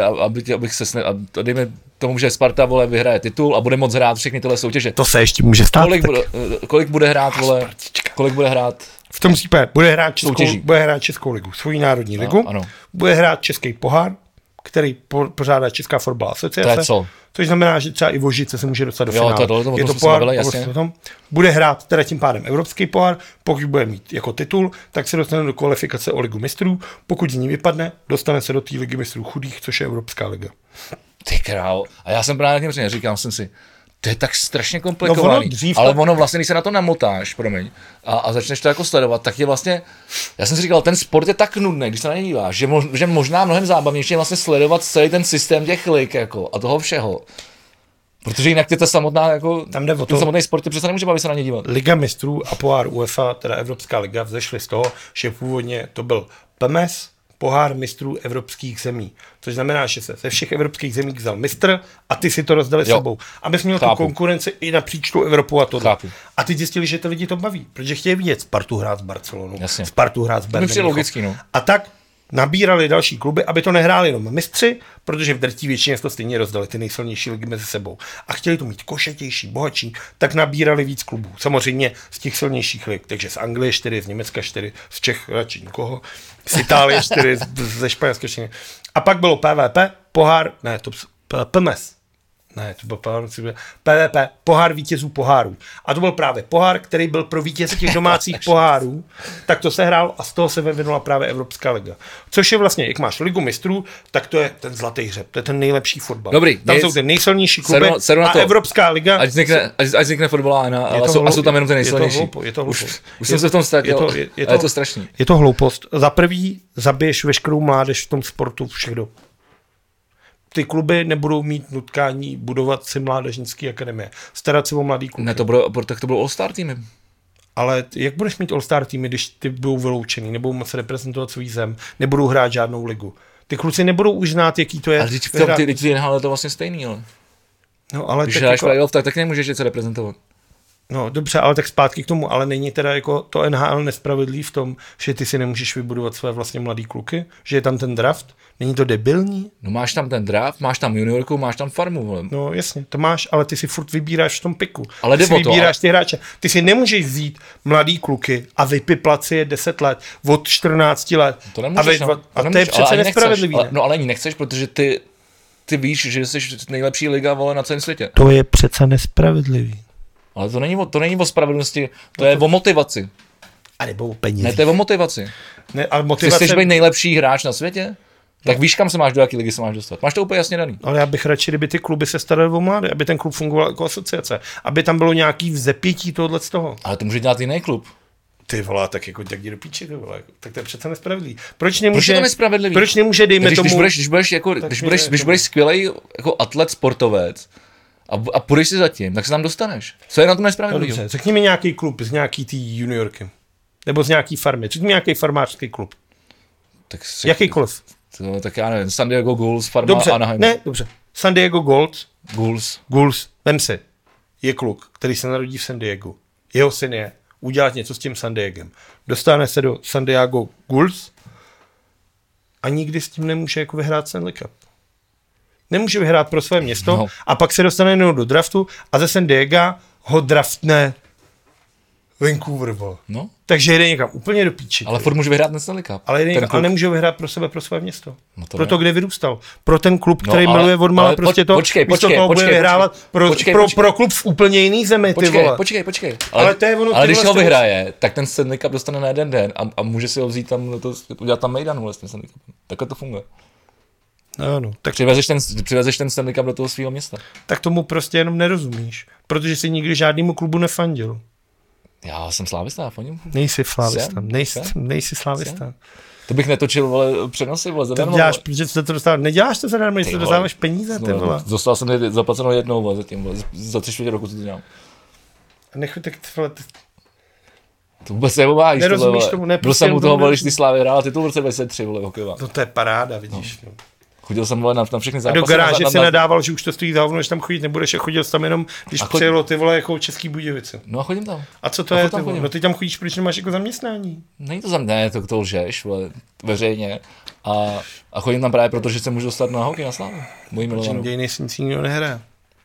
dejme tomu, že Sparta vole vyhraje titul a bude moct hrát všechny tyhle soutěže. To se ještě může stát. Kolik bude hrát, vole, kolik bude hrát? V tom případě bude hrát Českou ligu, svou národní ligu, ano. Bude hrát Český pohár, který pořádá Česká fotbalová asociace. To je co? Což znamená, že třeba i Vožice se může dostat do finále. Je to pohár, bude hrát teda tím pádem Evropský pohár, pokud bude mít jako titul, tak se dostane do kvalifikace o Ligu mistrů, pokud z ní vypadne, dostane se do té Ligy mistrů chudých, což je Evropská liga. Ty král. A já jsem právě taky říkal jsem si, to je tak strašně komplikovaný, ale ono vlastně, když se na to namotáš, a začneš to jako sledovat, tak je vlastně, já jsem si říkal, ten sport je tak nudný, když se na něj díváš, že možná mnohem zábavnější je vlastně sledovat celý ten systém těch lig, jako, a toho všeho. Protože jinak ty ta samotná, jako, tam jde o ten samotný sport, ty přece nemůže bavit se na ně dívat. Liga mistrů a pohár UEFA, teda Evropská liga, vzešly z toho, že původně to byl PMS, pohár mistrů evropských zemí. Což znamená, že se ze všech evropských zemí vzal mistr a ty si to rozdali sebou. Abys měl tu konkurenci i napříč tu Evropu a tohle. A ty zjistili, že ty lidi to baví, protože chtějí vidět Spartu hrát s Barcelonou, Spartu hrát s Birminghamem. Logický, no. A tak nabírali další kluby, aby to nehráli jenom mistři, protože v drtí většině to stejně rozdali ty nejsilnější ligy mezi sebou. A chtěli to mít košatější, bohatší, tak nabírali víc klubů. Samozřejmě z těch silnějších lig, takže z Anglie 4, z Německa 4, z Čech radši nikoho, z Itálie 4, ze Španělska 4. A pak bylo PVP, pohár, ne, to PMS. Ne, to byl PVP, pohár vítězů pohárů. A to byl právě pohár, který byl pro vítěze těch domácích pohárů, tak to se hrál a z toho se vyvinula právě Evropská liga. Což je vlastně, jak máš ligu mistrů, tak to je ten zlatý hřeb, to je ten nejlepší fotbal. Dobrý, tam jsou ty nejsilnější kluby a Evropská liga. Ať vznikne fotbalová arena, a jsou tam jenom ty nejsilnější. Je to hloupo. Už jsem se v tom ztratil, je to strašný. Je to hloupost. Za prvý zabiješ veškerou mládež v tom sportu všechno. Ty kluby nebudou mít nutkání budovat si mládežnické akademie, starat se o mladý kluky. Ne, tak to bylo All-Star týmy. Ale jak budeš mít All-Star týmy, když ty budou vyloučený, nebudou moc reprezentovat svůj zem, nebudou hrát žádnou ligu. Ty kluci nebudou už znát, jaký to je. Ale ty NHL je to vlastně stejný, ale. No, ale když hráš playoff, tak nemůžeš něco reprezentovat. No dobře, ale tak zpátky k tomu, ale není teda jako to NHL nespravedlivý v tom, že ty si nemůžeš vybudovat své vlastně mladý kluky, že je tam ten draft, není to debilní? No máš tam ten draft, máš tam juniorku, máš tam farmu. Vole. No jasně, to máš, ale ty si furt vybíráš v tom piku. Ale ty si vybíráš ty hráče. Ty si nemůžeš vzít mladý kluky a vypiplat si je 10 let, od 14 let. To nemůžeš, a to je přece nespravedlivý. Ale ani nechceš, protože ty víš, že jsi nejlepší liga, vole, na celém světě. To je přece nespravedlivý. Ale to není o spravedlnosti, to je o motivaci. A nebo o penězích. Ne, to je o motivaci. Ne, ale motivace... Ty chceš být nejlepší hráč na světě? Tak víš, kam se máš, do jaký ligy se máš dostat. Máš to úplně jasně daný. Ale já bych radši, kdyby ty kluby se staraly o mladé, aby ten klub fungoval jako asociace, aby tam bylo nějaký vzepětí tohle z toho. Ale to může dělat jiný klub. Ty vole, tak jako tak jdi do píči, ty vole. Tak to je přece nespravedlivý. Proč nemůže? Proč je to nespravedlivý? Proč nemůže, dejme tomu... Když budeš skvělej jako atlet, sportovec, a půjdeš si za tím, tak se tam dostaneš. Co je na tom nespravedlivý? No, řekni mi nějaký klub z nějaký tý juniorky. Nebo z nějaký farmy. Řekni mi nějaký farmářský klub. Jakýkoliv. Tak já nevím, San Diego Gulls, farma Anaheim. Ne, dobře. San Diego Gulls. Vem si. Je kluk, který se narodí v San Diego. Jeho syn je udělat něco s tím San Diegem. Dostane se do San Diego Gulls a nikdy s tím nemůže jako vyhrát Stanley Cup. Nemůže vyhrát pro své město a pak se dostane jenom do draftu a ze San Diego ho draftne Vancouver, vole. No. Takže jde někam úplně do píči. Ale furt může vyhrát na Stanley Cup. Ale nemůže vyhrát pro sebe, pro své město. No pro to, kde vyrůstal. Pro ten klub, který miluje odmala prostě to, místo toho bude vyhrávat pro klub v úplně jiný zemi, ty vole. Počkej. Ale to je ono, ale když ho vyhraje, tak ten Stanley Cup dostane na jeden den a může si ho vzít tam, udělat tam mejdan, vole, s tím Stanley Cupem. Takhle to funguje. No, tak přivezeš ten Stanley Cup do toho svého města. Tak tomu prostě jenom nerozumíš, protože jsi nikdy žádnému klubu nefandil. Já jsem slávista, fandím. Nejsi slávista, nejsi slávista. To bych netočil, vole, přenosy, vole, zadarmo. To děláš, protože se to dostáváš, neděláš to zadarmo, jestli dostáváš peníze, ty vole. Dostal jsem je zaplaceno jednou, vole, zatím, vole, za 3/4 roku to dělám. Tak vole, to vůbec neobájíš, nerozumíš tomu, ne, byl jsem u toho, vole, když ty Slávy hrála titul v roce 2023, vole, hokejová. No to je paráda, vidíš. No. Chodil jsem, vole, na všechny zápasy. A do garáže si nadával, že už to stojí za hovno, že tam chodit nebudeš a chodil jsi tam jenom, když přijelo ty vole jako Český Budějovice. No a chodím tam. A co to je? No ty tam chodíš, protože máš jako zaměstnání. Není to ne, to lžeš, vole, veřejně. A chodím tam právě proto, že se můžu dostat na hokej na Slávu. Mojí milovanou. Protože dějiny si nic nikdo nehraje.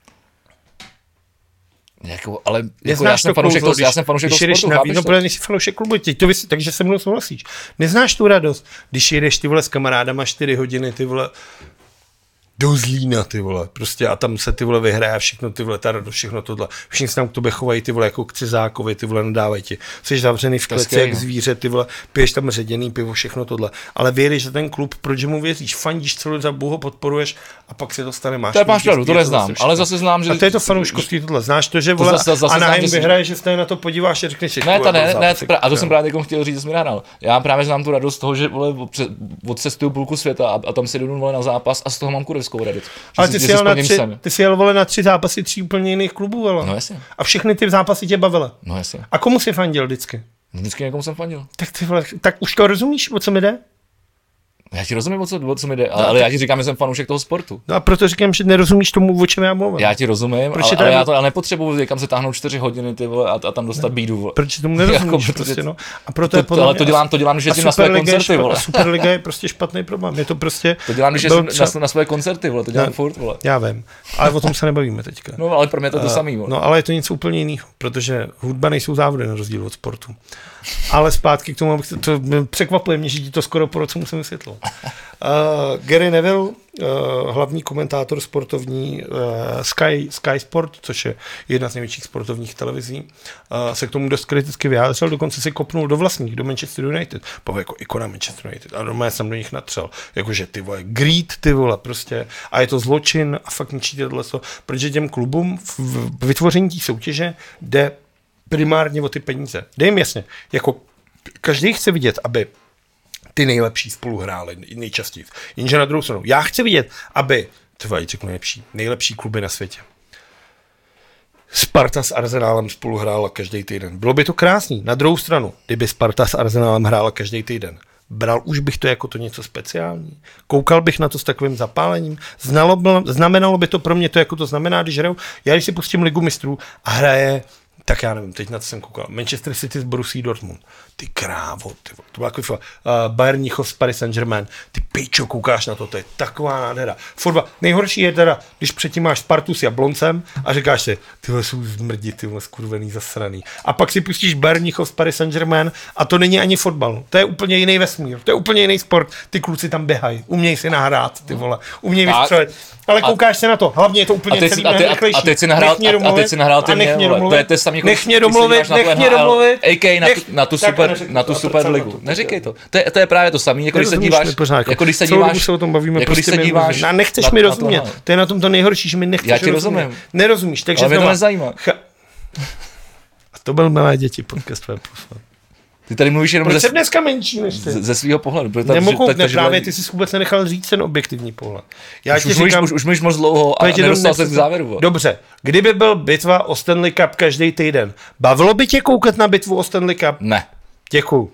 Jako, ale jako já jsem fanoušek toho sportu, chápeš to? No, nejsi fanoušek klubu, takže se mnou souhlasíš. Neznáš tu radost, když jedeš ty vole s kamarádama 4 hodiny, ty vole do Zlína, ty vole, prostě a tam se ty vole vyhraje všechno, ty vole, ta radost, všechno tohle. Všichni se tam k tobě chovají, ty vole, jako k cizákovi, ty vole, nadávají ti. Jsi zavřený v kleci jak zvíře, ty vole, piješ tam ředěný pivo, všechno tohle. Ale věříš za ten klub, proč mu věříš, fandíš celou dobu, ho podporuješ a pak se to stane máš. To máš pravdu, to neznám, ale zase znám, že... A to je to fanouškovství tohle, znáš to, že vole, Anaheim vyhraje, že se na to podíváš a řekneš si. Ne, a to jsem právě chtěl říct, že jsem nehrál. Já právě znám tu radost toho, že vole odcestuju půlku světa a tam si jdu na zápas a z toho mám kurevskou radost. Ty jsi jel vole na 3 zápasy 3 úplně jiných klubů, vole. No jasně. A všechny ty zápasy tě bavily. No jasně. A komu jsi fandil vždycky? Vždycky někomu jsem fandil. Tak ty vole, tak už to rozumíš, o co mi jde? Já ti rozumím, o co mi jde, ale já ti říkám, že jsem fanoušek toho sportu. No a proto říkám, že nerozumíš tomu, o čem já mluvím. Já ti rozumím, ale já to nepotřebuji někam se táhnout 4 hodiny ty vole, a tam dostat bídu. Vole. Proč tomu nerozumíš? Jako, prostě, no. A proto je podle ale mě, to dělám, když jezdím na své koncerty. Vole. A Superliga je prostě špatný problém. Je to prostě... To dělám, když jezdím na své koncerty, vole. To dělám furt. Vole. Já vím, ale o tom se nebavíme teďka. No ale pro mě to samý. Vole. No ale je to něco úplně jiného, protože hudba nejsou závody na rozdíl od sportu. Ale zpátky k tomu, abych to překvapuje mě, že ti to skoro po roce musím vysvětlit. Gary Neville, hlavní komentátor sportovní Sky Sport, což je jedna z největších sportovních televizí, se k tomu dost kriticky vyjádřil, dokonce si kopnul do Manchester United. Pověděl jako ikona Manchester United. A doma jsem do nich natřel. Jakože ty vole, greed, ty vole, prostě. A je to zločin a fakt ničíte tohleto, protože těm klubům v vytvoření té soutěže jde primárně o ty peníze. Dej jim jasně, jako každý chce vidět, aby ty nejlepší spolu hráli nejčastěji. Jenže na druhou stranu, já chci vidět, aby nejlepší kluby na světě. Sparta s Arsenálem spolu hrála každý týden. Bylo by to krásný. Na druhou stranu, kdyby Sparta s Arsenálem hrála každý týden, bral už bych to jako to něco speciální. Koukal bych na to s takovým zapálením. Znamenalo by to pro mě to, jako to znamená, když hraju. Já když si pustím Ligu mistrů a hraje, tak já nevím, teď na to jsem koukal. Manchester City s Borussií Dortmund. Ty krávo, ty vole. To byla jako Bayern Mnichov s Paris Saint-Germain. Ty pičo, koukáš na to je taková nádhera. Fotbal. Nejhorší je teda, když předtím máš Spartu s Jabloncem a říkáš si, tyhle jsou zmrdi, tyhle skurvený, zasraný. A pak si pustíš Bayern Mnichov s Paris Saint-Germain a to není ani fotbal. To je úplně jiný vesmír. To je úplně jiný sport. Ty kluci tam běhají. Umějí si nahrát, ty vole. Umějí vystřelit. Ale koukáš se na to. Hlavně je to úplně celý mnohem rychlejší. A teď si nahrál ty mě, nech mě domluvit. Na tu Superligu. Neříkej to. To je právě to samé, jako když se díváš, se o tom bavíme, jako když se díváš. Nechceš mi rozumět. To je na tom to nejhorší, že mi nechceš rozumět. Já ti rozumím. Nerozumíš, takže ale mě to nezajímá. A to byl Milé děti podcast tvé plus. Ty tady mluvíš jenom proč jsem dneska menší než ty? Ze svého pohledu. Právě ty jsi vůbec nenechal říct ten objektivní pohled. Už mluvíš moc dlouho a nedostal se k závěru. Dobře, kdyby byl bitva o Stanley Cup každý týden, bavilo by tě koukat na bitvu o Stanley Cup? Ne. Děkuju.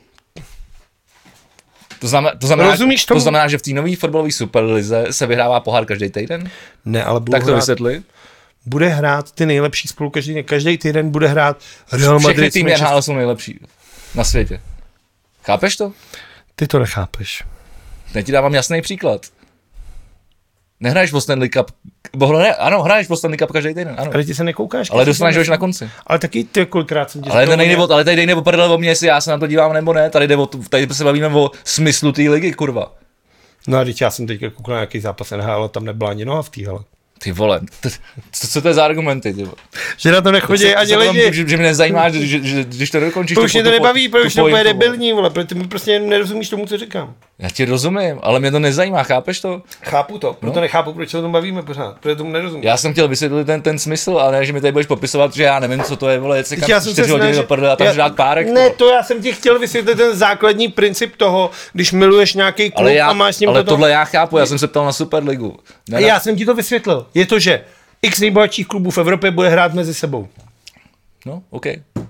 To znamená, že v té nové fotbalové superlize se vyhrává pohár každý týden? Ne, ale tak to vysvětli. Bude hrát ty nejlepší spolu každý týden bude hrát Real Madrid. Všechny týmy NHL jsou nejlepší na světě. Chápeš to? Ty to nechápeš. Teď ti dávám jasný příklad. Nehraješ v Stanley Cup. Ano, hraješ v Stanley Cup každý týden. Ano. Ale ty se nekoukáš. Ale dostaneš ho už na konci. Ale taky ty kolikrát jsem tě ale tady nejde o prdele o mě, jestli já se na to dívám nebo ne. Tady se bavíme o smyslu té ligy, kurva. No a teď já jsem teďka koukal na nějaký zápas NHL, ale tam nebyla ani noha v té hele. Ty vole, co to je za argumenty, ty vole? Že na to nechodí ani lidi. Že mě nezajímá, že když to dokončíš. To už mě to nebaví, protože už to je debilní, vole, protože mi prostě nerozumíš tomu, co říkám. Já ti rozumím, ale mě to nezajímá, chápeš to? Chápu to, proto nechápu, proč se o tom bavíme pořád, protože tomu nerozumím. Já jsem chtěl vysvětlit ten smysl, ale ne, že mi tady budeš popisovat, že já nevím, co to je, vole, jet se kam 4 hodiny do prdele a tam žrát párek. Ne, to já jsem ti chtěl vysvětlit ten základní princip toho, když miluješ nějaký klub a máš s ním ale tohle já chápu, já jsem se ptal na Superligu. Já jsem ti to vysvětlil. Je to, že X nejbohatších klubů v Evropě bude hrát mezi sebou. No, OK.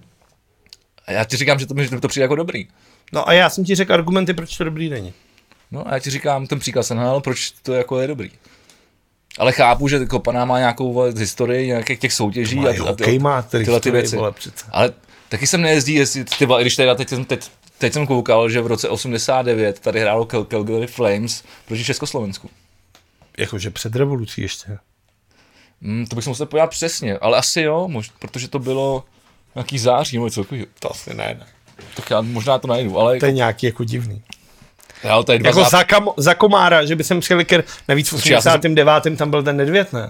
A já ti říkám, že to přijde jako dobrý. No a já jsem ti řekl argumenty, proč to dobrý není. No a já ti říkám ten příklad jsem hnal, proč to jako je dobrý. Ale chápu, že Kopaná má nějakou historii nějakých těch soutěží má tyhle ty věci. Ale taky jsem nejezdí, jestli když teď jsem koukal, že v roce 89 tady hrálo Calgary Flames proti Československu. Jakože před revolucí ještě. To bych se musel podívat přesně, ale asi jo, protože to bylo nějaký září nebo něco. To asi ne. Tak já možná to najdu, ale... To je nějaký jako divný. Já, tady jako za Komára, že by jsem přijel navíc v 89. tam byl ten Nedvěd, ne?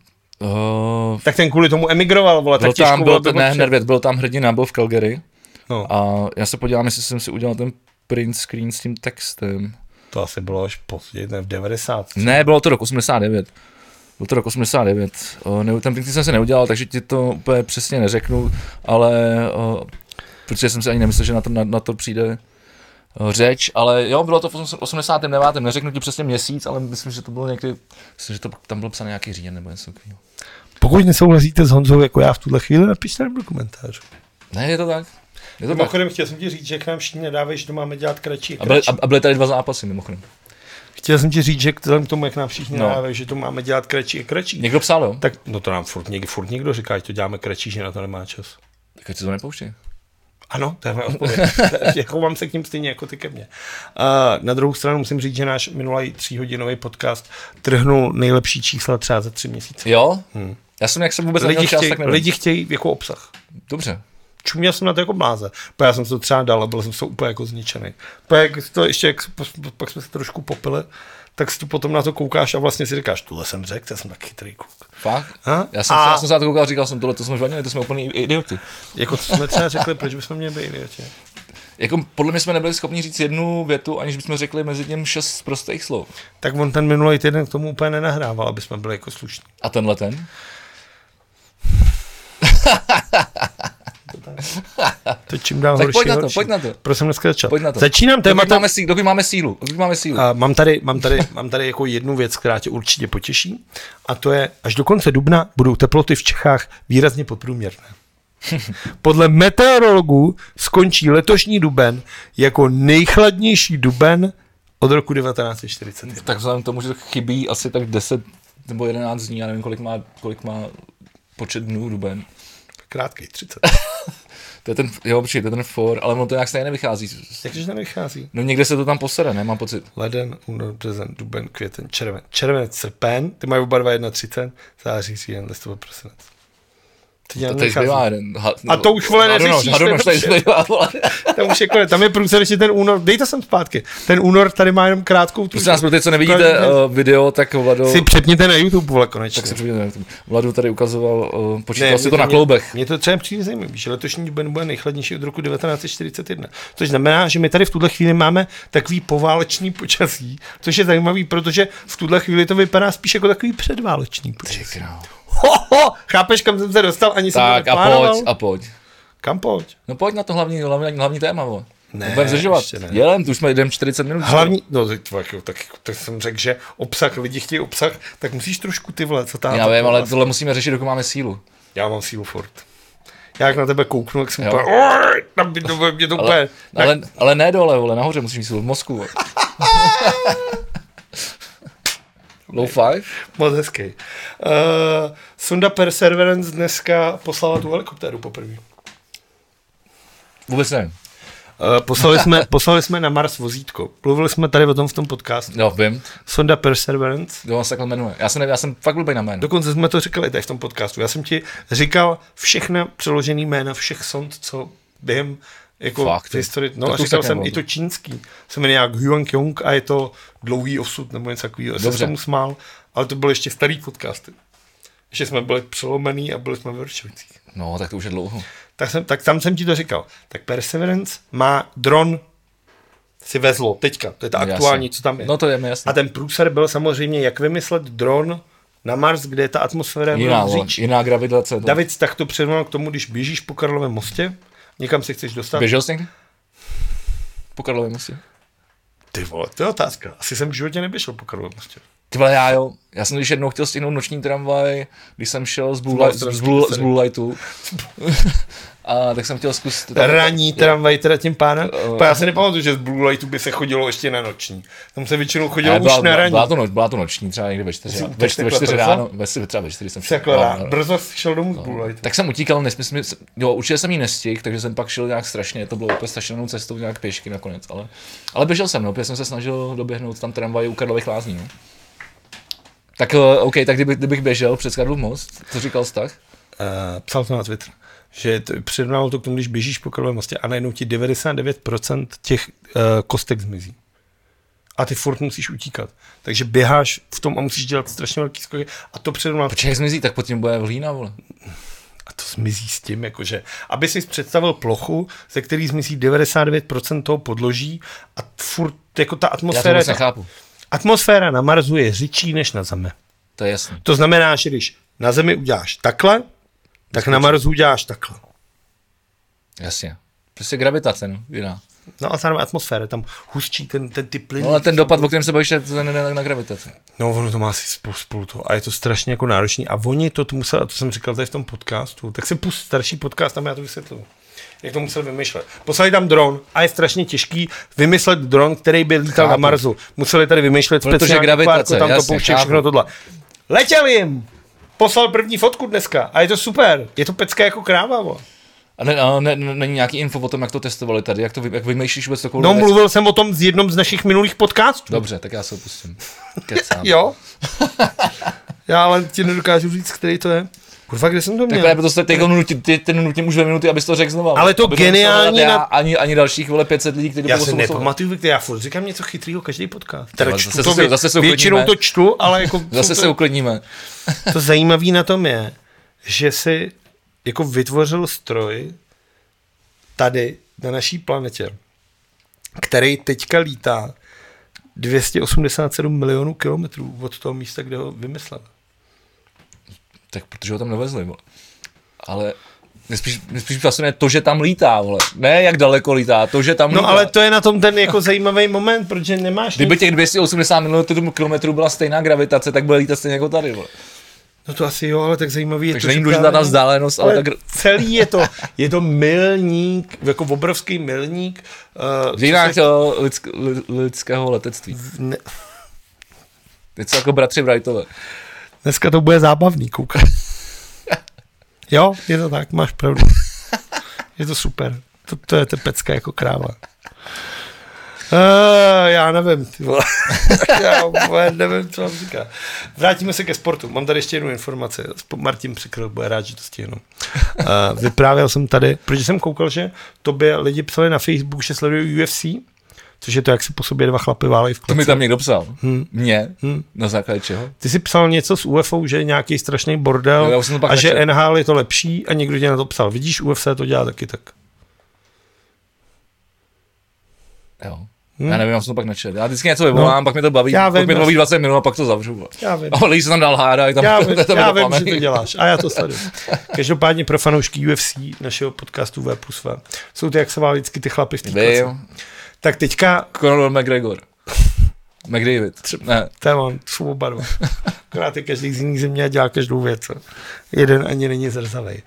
Tak ten kvůli tomu emigroval, vole, tak těžko Nedvěd, byl tam hrdina, byl v Calgary. No. A já se podívám, jestli jsem si udělal ten print screen s tím textem. To asi bylo až později, v 90. Ne, bylo to rok 89. Byl to rok 89. Ten print jsem se neudělal, takže ti to úplně přesně neřeknu, ale protože jsem si ani nemyslel, že na to přijde řeč, ale jo, bylo to v 89. Neřeknu ti přesně měsíc, ale myslím, že to bylo někdy, myslím, že to tam bylo psané nějaký říjen nebo něco takového. Pokud nesouhlasíte s Honzou jako já v tuhle chvíli, napište nám do komentářů. Ne, je to tak. Mimochodem chtěl jsem ti říct, že k nám všichni nedávají, že to máme dělat kratší. A byly tady 2 zápasy, mimochodem. Chtěl jsem ti říct, že k tomu, jak nám všichni nadávají, že to máme dělat kratší a kratší. Někdo psal, jo? Tak, no to nám furt někdo říká, že to děláme kratší, že na to nemá čas. Tak ať se to nepouští. Ano, to je moje odpověď. Chovám se k ním stejně jako ty ke mně. Na druhou stranu musím říct, že náš minulý 3hodinový podcast trhnul nejlepší čísla třeba za 3 měsíce. Jo? Já jsem, jak jsem vůbec neměl čas, tak nevím. Lidi chtějí jako obsah. Dobře. Čuměl jsem na to jako bláze. Já jsem to třeba dal a byl jsem to úplně jako zničený. Pak jsme se trošku popili, tak si tu potom na to koukáš a vlastně si říkáš, tohle jsem řekl, já jsem tak chytrý kluk. Fakt? Já jsem se na to koukal a říkal jsem, tohle to jsme žvanili, to jsme úplný idioti. Jako to jsme třeba řekli, proč bychom měli být idioti? Jako podle mě jsme nebyli schopni říct jednu větu, aniž bychom řekli mezi tím 6 prostých slov. Tak on ten minulý týden k tomu úplně nenahrával, aby jsme byli jako slušní. A tenhle ten? To čím dál tak horší, pojď na to. Proč jsem dneska začal? Pojď na to. Začínám tématem. Dokud máme sílu. Mám tady jako jednu věc, která tě určitě potěší, a to je, až do konce dubna budou teploty v Čechách výrazně podprůměrné. Podle meteorologů skončí letošní duben jako nejchladnější duben od roku 1941. Tak vzhledem k tomu, že chybí asi tak 10 nebo 11 dní, já nevím, kolik má počet dnů duben. Krátkej, 30. To je ten, jo, to je ten for, ale ono to nějak stejně nevychází. Jakže to nevychází? No někde se to tam posere, ne, mám pocit. Leden, únor, březen, duben, květen, červenec, srpen, ty mají oba dva 31, září, říjen, listopad, prosinec. Teď zbývá jeden. A to už, vole, neřešíš. Tam už je konec, tam je průser ještě ten únor, dejte sem zpátky. Ten únor tady má jenom krátkou tu. Prostě nás pro ty, co nevidíte video, tak Vlado... Si přepněte na YouTube, vole, konečně. Tak si přepněte na YouTube. Vlado tady ukazoval, počítal si to na kloubech. Mně to třeba přijde zajímavé, že letošní duben bude nejchladnější od roku 1941. Což znamená, že my tady v tuhle chvíli máme takový poválečný počasí, což je zajímavý, protože v tuhle chvíli to vypadá spíš jako takový předválečný počasí. Chápeš, kam jsem se dostal, ani jsem to neplánoval? A pojď. Kam pojď? No pojď na to hlavní téma, vole. Ne, budeme zdržovat. Jelem, tu už jsme jdem 40 minut. Hlavní, no tak jsem řekl, že obsah, lidi chtějí obsah, tak musíš trošku ty vole, co tam. Já vím, ale tohle musíme řešit, dokud máme sílu. Já mám sílu furt. Já jak na tebe kouknu, jak jsem úplně, tam by to mě to úplně. Ale ne dole, vole, nahoře musíš mít sílu, v mozku. Low five? Moc hezký. Sonda Perseverance dneska poslala tu helikoptéru poprvé. Vůbec nevím. Poslali jsme na Mars vozítko. Mluvili jsme tady o tom v tom podcastu. Jo, vím. Sonda Perseverance. Jo, on se takhle jmenuje. Já jsem fakt blbej na jméno. Dokonce jsme to říkali tady v tom podcastu. Já jsem ti říkal všechna přeložený jména všech sond, co během jako fakt, historii. No a říkal jsem i to čínský. Se jmenuje jak Huankyong a je to dlouhý osud nebo něco takového. Já jsem mu smál, ale to byl ještě starý podcasty. Ještě jsme byli přelomený a byli jsme v Vršovicích. No, tak to už je dlouho. Tak tam jsem ti to říkal. Tak Perseverance má dron, si vezlo teďka, to je ta aktuální, co tam je. No to je mi jasný. A ten průser byl samozřejmě, jak vymyslet dron na Mars, kde je ta atmosféra jiná gravitace. David tak to předval k tomu, když běžíš po Karlovém mostě, někam se chceš dostat. Běžel jsi někdy? Po Karlovém mostě? Ty vole, to je otázka. Asi jsem v životě neběžel po Karlovém mostě. Ty vole, já jo. Já jsem když jednou chtěl stihnout noční tramvaj, když jsem šel z Blue Lightu. A tak jsem chtěl zkusit. Ranní tramvaj teda tím pánem. Já se nepamatuju, že z Blue Lightu by se chodilo ještě na noční. Tam se většinou chodilo už na ranní. Byla to noční, třeba někdy ve 4 ráno. Třeba ve 4 jsem šel. Brzo šel domů z Blue Lightu. Tak jsem utíkal nesmysl. Jo, určitě jsem jí nestihl, takže jsem pak šel nějak strašně. To bylo úplně strašnou cestou nějak pěšky nakonec. Ale běžel jsem, protože jsem se snažil doběhnout tam tramvaj u Karlových Lázní. No. Tak OK, tak kdybych běžel přes Karlův most, co říkal Stach? Psal to na Twitter, že přirovnalo to k tomu, když běžíš po Karlovém mostě a najednou ti 99% těch kostek zmizí. A ty furt musíš utíkat. Takže běháš v tom a musíš dělat strašně velký skoky a to přirovnalo... Proč jak zmizí, tak pod tím bude hlína, vole. A to zmizí s tím, jakože, aby si představil plochu, ze který zmizí 99% toho podloží a furt jako ta atmosféra... Já to nechápu. Atmosféra na Marsu je řidší než na Zemi. To je jasné. To znamená, že když na Zemi uděláš takhle, tak na Marsu uděláš takhle. Jasně. Prostě gravitace, no, jiná. No a zároveň atmosféra, tam hustší ten typ plynu. No ale ten dopad, o kterém se bavíš, je na gravitaci. No ono to má asi spolu to a je to strašně jako náročný. A oni to museli, a to jsem říkal tady v tom podcastu, tak si pust starší podcast, tam já to vysvětluju. Jak to museli vymýšlet. Poslali tam dron a je strašně těžký vymyslet dron, který by lítal na Marsu. Museli tady vymýšlet speciální kvárku, tam to pouštět všechno tohle. Letěl jim! Poslal první fotku dneska a je to super. Je to pecka jako kráva, bo. A není nějaký info o tom, jak to testovali tady, jak vymýšlíš vůbec takovou No, mluvil jsem o tom z jednom z našich minulých podcastů. Dobře, tak já se opustím. Kecám. Jo. Já ale ti nedokážu říct, který to je. Kurva, kde jsem to měl? Takhle, protože ten nutím už 2 minuty, abys to řekl znova. Ale to geniální ani dalších 500 lidí, kteří já si nepamatuju, já furt říkám něco chytrýho každý podcast. Teda zase se většinou to čtu, ale jako... Zase se uklidníme. To zajímavé na tom je, že si jako vytvořil stroj tady na naší planetě, který teďka lítá 287 milionů kilometrů od toho místa, kde ho vymyslel. Tak protože ho tam nevezli, vole. Ale nespíš fascinuje to, že tam lítá, vole. Ne jak daleko lítá, to, že tam lítá. No ale to je na tom ten jako zajímavý moment, protože nemáš... Kdyby těch 280 milionů kilometrů byla stejná gravitace, tak bude lítat stejně jako tady, vole. No to asi jo, ale tak zajímavý je takže to, není důležitá ta vzdálenost, ale tak... Celý je to milník, jako obrovský milník. V dějinách lidského letectví. Něco jako bratři Wrightové. Dneska to bude zábavný, koukaj. Jo, je to tak, máš pravdu. Je to super. To je pecka jako kráva. Já nevím, ty vole. Já nevím, co vám říká. Vrátíme se ke sportu. Mám tady ještě jednu informaci. Martin Přikryl bude rád, že to stihnu. Vyprávěl jsem tady, protože jsem koukal, že tobě lidi psali na Facebook, že sledují UFC, což je to, jak si po sobě 2 chlapy válejí v kleci. To mi tam někdo psal. Mně? Na základě čeho? Ty jsi psal něco s UFO, že je nějaký strašný bordel a že NHL je to lepší a někdo tě na to psal. Vidíš, UFC to dělá taky tak. Jo. Já nevím, já jsem to pak nečet. Já vždycky něco vyvolám, pak mi to baví, pak mi to baví 20 minut a pak to zavřu. Já vím. Ale když se tam dál hádá, tam já vím, že to děláš a já to sleduju. Každopádně pro fanoušky UFC našeho podcastu V+V jsou ty, jak se válí vždycky ty chlapy v té kleci. Tak teďka... Conor McGregor. McDavid. Ne. To je on, jsou oba dva. Akorát je každý z jiných země a dělá každou věc. Jeden ani není zrzavej.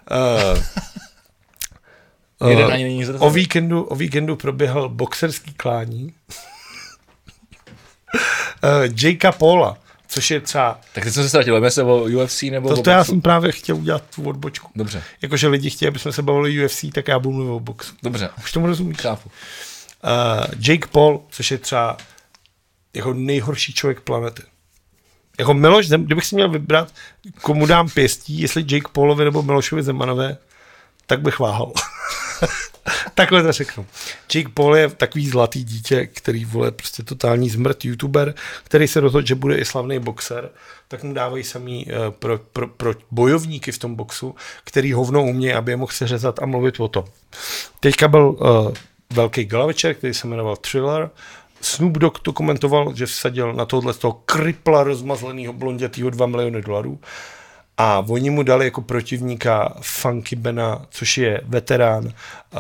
Jeden ani není zrzavej. O víkendu proběhl boxerský klání Jakea Paula, což je třeba... Tak teď jsem se ztratil, bavíme se o UFC nebo to já jsem právě chtěl udělat tu odbočku. Dobře. Jakože lidi chtějí, aby jsme se bavili UFC, tak já budu mluvit o boxu. Dobře. Už tomu rozumíš? Chápu. Jake Paul, což je třeba jako nejhorší člověk planety. Jako Miloš Zeman, kdybych si měl vybrat, komu dám pěstí, jestli Jake Paulovi nebo Milošovi Zemanové, tak bych váhal. Takhle to řeknu. Jake Paul je takový zlatý dítě, který vole prostě totální zmrt youtuber, který se rozhodl, že bude i slavný boxer, tak mu dávají samý pro bojovníky v tom boxu, který hovno umějí, aby je mohl seřezat a mluvit o tom. Teďka byl velký gala večer, který se jmenoval Thriller. Snoop Dogg to komentoval, že vsadil na tohle z toho kripla rozmazleného blondětýho $2 miliony a oni mu dali jako protivníka Funky Bena, což je veterán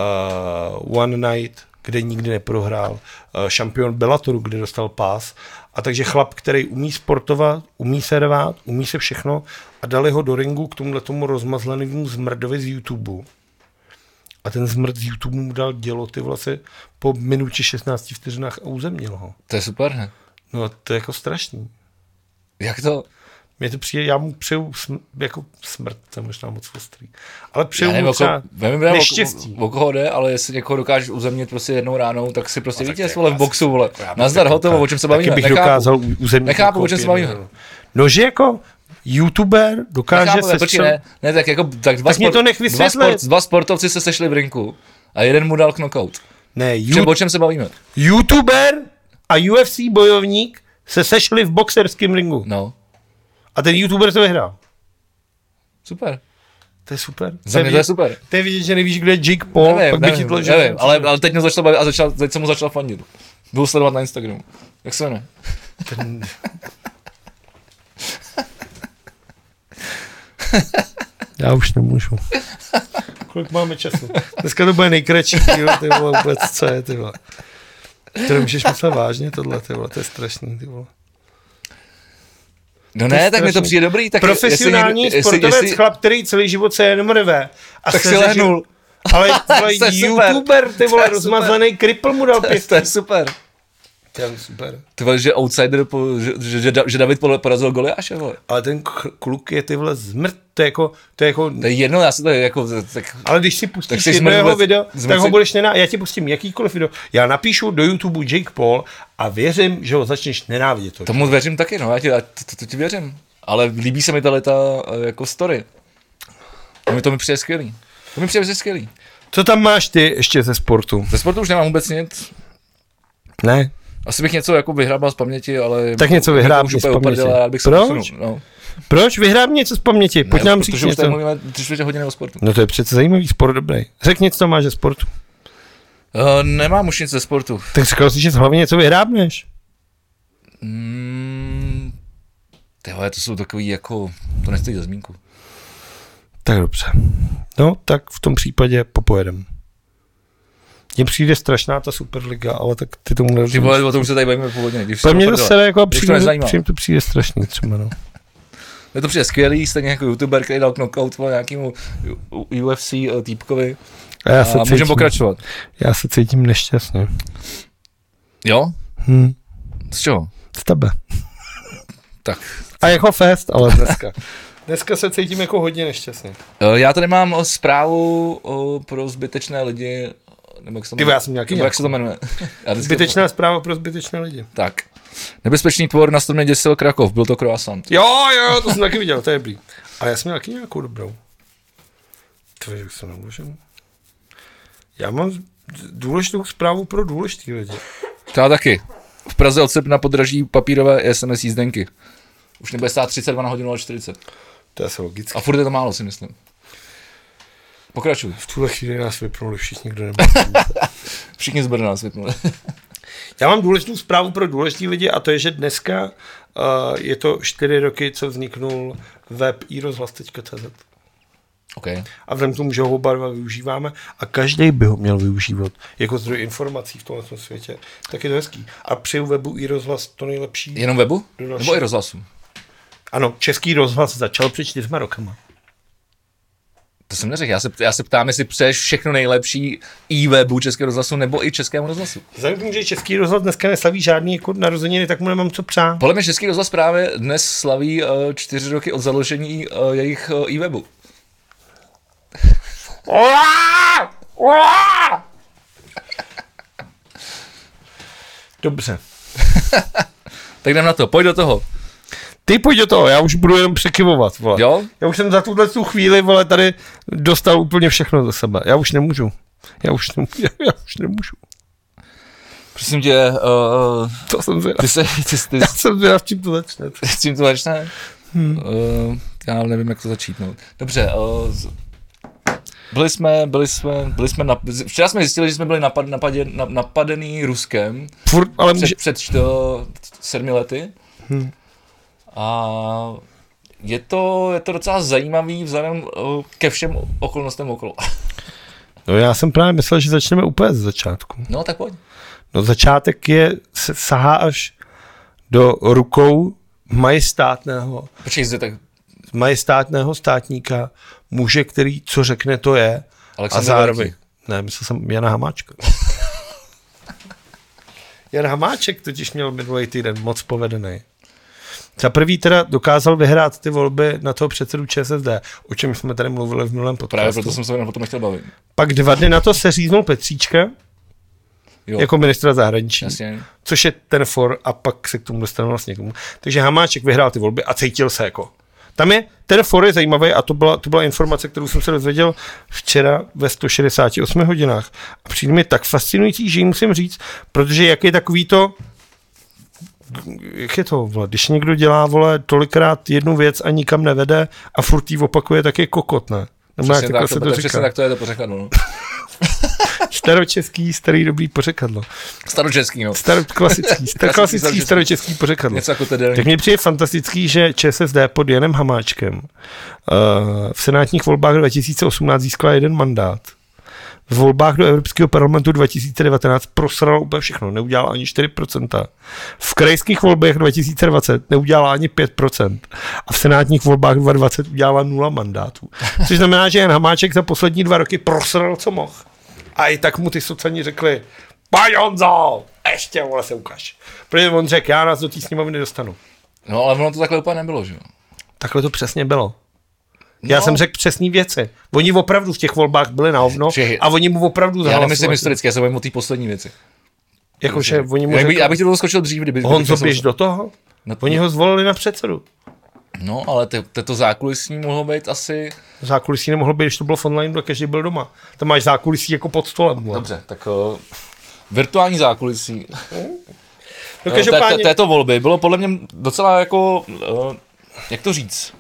One Night, kde nikdy neprohrál, šampion Bellatoru, kde dostal pás. A takže chlap, který umí sportovat, umí se rvát, umí se všechno a dali ho do ringu k tomu rozmazlenému zmrdovi z YouTube. A ten zmrt z YouTube mu dal dělo ty vlastně po minutě 16 vteřinách a uzemnil ho. To je super, ne? No to je jako strašný. Jak to? Mně to přijde, já mu přeju jako smrt, to je možná moc ostrý. Ale přeju mu třeba neštěstí. O koho jde, ale jestli někoho dokážeš uzemnit prostě jednou ránou, tak si prostě vítěz, vole, v boxu, vole. Nazdar, hotovo, o čem se bavíme. Taky bych dokázal uzemnit. Nechápu, o čem se bavíme. No, že jako YouTuber dokáže se Ne, tak jako dva sportovci se sešli v rinku a jeden mu dal knockout. Ne, o čem se bavíme? YouTuber a UFC bojovník se sešli v boxerském ringu. No. A ten YouTuber to vyhrál. Super. To je super. Za mě to je super. To je vidět, že nevíš, kde je Jake Paul, nevím, pak by ti to, že... Nevím, ale teď mě začal bavit a teď jsem mu začal fandit. Budu sledovat na Instagramu. Jak se jmenuje? Já už nemůžu. Kolik máme času? Dneska to bude nejkratší díl, ty vole, vůbec, co je, ty vole. To nemůžeš myslet vážně, tohle, ty vole, to je strašný, ty vole. No ne, tak mi to přijde dobrý. Tak profesionální sportovec, chlap, který celý život se jenom rve. Tak si lehnul. Ale vole, To je youtuber, ty vole, rozmazaný kripl mu dal pěstí. To je super. To je super. Ty vole, že outsider, že David porazil Goliáše, vole. Ale ten kluk je ty vole zmrt, to je jako... To je jedno, já si to jako... Tak, ale když si pustíš tak jedno jeho video, tak ho budeš já ti pustím jakýkoliv video. Já napíšu do YouTube Jake Paul a věřím, že ho začneš nenávidět. Tomu věřím taky, no, já ti věřím. Ale líbí se mi ta jako story. To mi přijde skvělý. To mi přijde skvělý. Co tam máš ty ještě ze sportu? Ze sportu už nemám vůbec nic. Ne. Asi bych něco jako vyhrábal z paměti, ale... Tak něco vyhrábni z paměti. Proč? No. Proč? Vyhrám něco z paměti. Pojď nám říct něco. Protože už tady mluvíme 3 hodiny o sportu. No to je přece zajímavý sport, dobrý. Řekni, co máš ze sportu. Nemám už nic ze sportu. Tak říkal jsi, že z hlavy něco vyhrábneš. Tyhle, to jsou takový jako... To nestojí za zmínku. Tak dobře. No, tak v tom případě popojedem. Mně přijde strašná ta Superliga, ale tak ty tomu nerozumíš. Ty vole, o tom se tady bavíme původně. Pro mě to se jako přijím to přijde strašný třeba, no. Je to přijde skvělý, stejně jako youtuber, který dal knockout nějakému UFC týpkovi. A můžeme pokračovat. Já se cítím nešťastně. Jo? Z čeho? Z tebe. Tak. A jako fest, ale dneska. Dneska se cítím jako hodně nešťastně. Já tady mám zprávu pro zbytečné lidi, nebo jak se to jmenuje. Zbytečná zpráva pro zbytečné lidi. Tak. Nebezpečný tvor na stromě děsil Krakov, byl to croissant. Jo, to jsem taky viděl, to je dobrý. Ale já jsem měl taky nějakou dobrou. To je, jak se nemůžu. Já mám důležitou zprávu pro důležitý lidi. Já taky. V Praze od srpna podraží papírové SMS jízdenky. Už nebude stát 32 na hodinu, ale 40. To je asi logické. A furt je to málo, si myslím. Pokračuj. V tuhle chvíli nás vypnuli všichni, kdo nebyl. Všichni z Brna nás vypnuli. Já mám důležitou zprávu pro důležitý lidi a to je, že dneska je to 4 roky, co vzniknul web iRozhlas.cz. Okay. A vzhledem k tomu, že ho oba dva využíváme a každý by ho měl využívat jako zdroj informací v tomhle světě, tak je to hezký. A při webu iRozhlas to nejlepší. Jenom webu? Nebo i rozhlasu? Ano, Český rozhlas začal před 4 rokama. To jsem neřekl, já se ptám, jestli přeješ všechno nejlepší i webu Českého rozhlasu nebo i Českému rozhlasu. Vzhledem k tomu, že Český rozhlas dneska neslaví žádný jako narozeniny, tak mu nemám co přát. Podle mě Český rozhlas právě dnes slaví 4 roky od založení jejich i webu. Dobře. Tak jdem na to, pojď do toho. Ty pojď do toho, já už budu jenom překyvovat, vole. Jo? Já už jsem za tu chvíli, vole, tady dostal úplně všechno do sebe. Já už nemůžu. Já už nemůžu. Prosím tě, to jsem zvědav. Já jsem zvědav, čím to začne. S čím to začne? Já nevím, jak to začít. No. Dobře, včera jsme zjistili, že jsme byli napadený Ruskem. Ale před 7 lety. A je to docela zajímavý vzhledem ke všem okolnostem okolo. No já jsem právě myslel, že začneme úplně ze začátku. No tak pojď. No začátek sahá až do rukou majestátného státníka, muže, který co řekne, to je. Alexandr a zároveň. Ne, myslel jsem Jana Hamáčka. Jan Hamáček totiž měl minulý týden moc povedený. Za prvý teda dokázal vyhrát ty volby na toho předsedu ČSSD, o čem jsme tady mluvili v minulém podcastu. Právě proto jsem se o tom nechtěl bavit. Pak 2 dny na to se říznul Petříčka, jako ministra zahraničí, jasně. Což je ten for a pak se k tomu dostanu vlastně k tomu. Takže Hamáček vyhrál ty volby a cítil se jako. Tam je, ten for je zajímavý a to byla informace, kterou jsem se dozvěděl včera ve 168 hodinách. A přijde mi tak fascinující, že ji musím říct, protože jak je takový to, jak je to, vole, když někdo dělá, vole, tolikrát jednu věc a nikam nevede a furt jí opakuje, tak je kokot, ne? Nebo přesně tak, se to říká. Přesně tak to je to pořekadlo, no. Staročeský, starý dobrý pořekadlo. Staročeský, no. Klasický staročeský pořekadlo. Něco jako tedy. Tak mně přijde fantastický, že ČSSD pod Janem Hamáčkem v senátních volbách 2018 získala 1 mandát. v volbách do Evropského parlamentu 2019 prosrala úplně všechno, neudělala ani 4%. V krajských volbách 2020 neudělala ani 5%. A v senátních volbách 2020 udělala 0 mandátů. Což znamená, že Jan Hamáček za poslední 2 roky prosral, co mohl. A i tak mu ty socani řekli, pojď Honzo, ještě vole se ukaž. Protože on řekl, já nás do té sněmovny dostanu. No ale ono to takhle úplně nebylo, že jo? Takhle to přesně bylo. Já jsem řekl přesný věci. Oni opravdu v těch volbách byli na hovno a oni mu opravdu zahlasovali. Já nemyslím historicky, já se bavím o té poslední věci. Jakože oni mu řekli, já bych ti to skočil dřív, kdyby... Honzo, běž do toho? Oni ho zvolili na předsedu. No, ale to zákulisní mohlo být asi... Zákulisí nemohlo být, když to bylo v online, kde každý byl doma. Tam máš zákulisí jako pod stolem. Dobře, tak virtuální zákulisí. No, každopádně... Této volby bylo podle mě docela jako, jak to říct,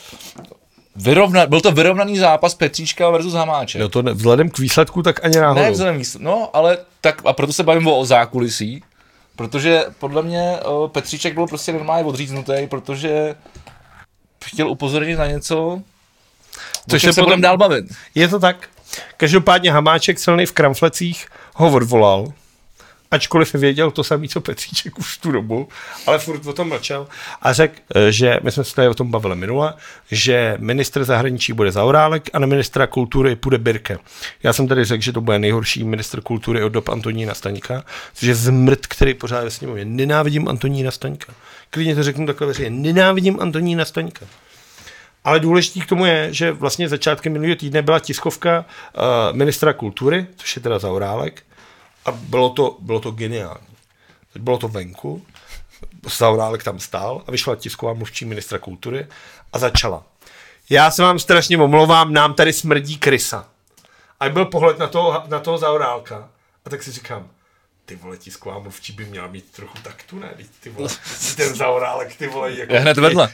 byl to vyrovnaný zápas Petříčka versus Hamáček. No to vzhledem k výsledku tak ani náhodou. Ne vzhledem k výsledku, no ale tak a proto se bavím o zákulisí, protože podle mě Petříček byl prostě normálně odříznutý, protože chtěl upozornit na něco, což se potom dál bavit. Je to tak. Každopádně Hamáček silný v kramflecích ho odvolal, ačkoliv věděl to samý, co Petříček už tu dobu, ale furt o tom mlčel a řekl, že my jsme se tady o tom bavili minule, že ministr zahraničí bude Zaorálek a na ministra kultury půjde Birke. Já jsem tady řekl, že to bude nejhorší ministr kultury od dob Antonína Staňka, což je zmrt, který pořád ve sněmovně. Nenávidím Antonína Staňka. Klidně to řeknu takhle veřejně. Nenávidím Antonína Staňka. Ale důležitý k tomu je, že vlastně začátkem minulého týdne byla tiskovka ministra kultury, což je teda Zaorálek, a bylo to geniální. Bylo to venku, Zaorálek tam stál a vyšla tisková mluvčí ministra kultury a začala. Já se vám strašně omlouvám, nám tady smrdí krysa. A byl pohled na toho Zaorálka a tak si říkám, ty vole, tisková mluvčí by měla mít trochu taktu, ne? Ty vole, ten Zaorálek, ty vole. Jako, je hned vedle.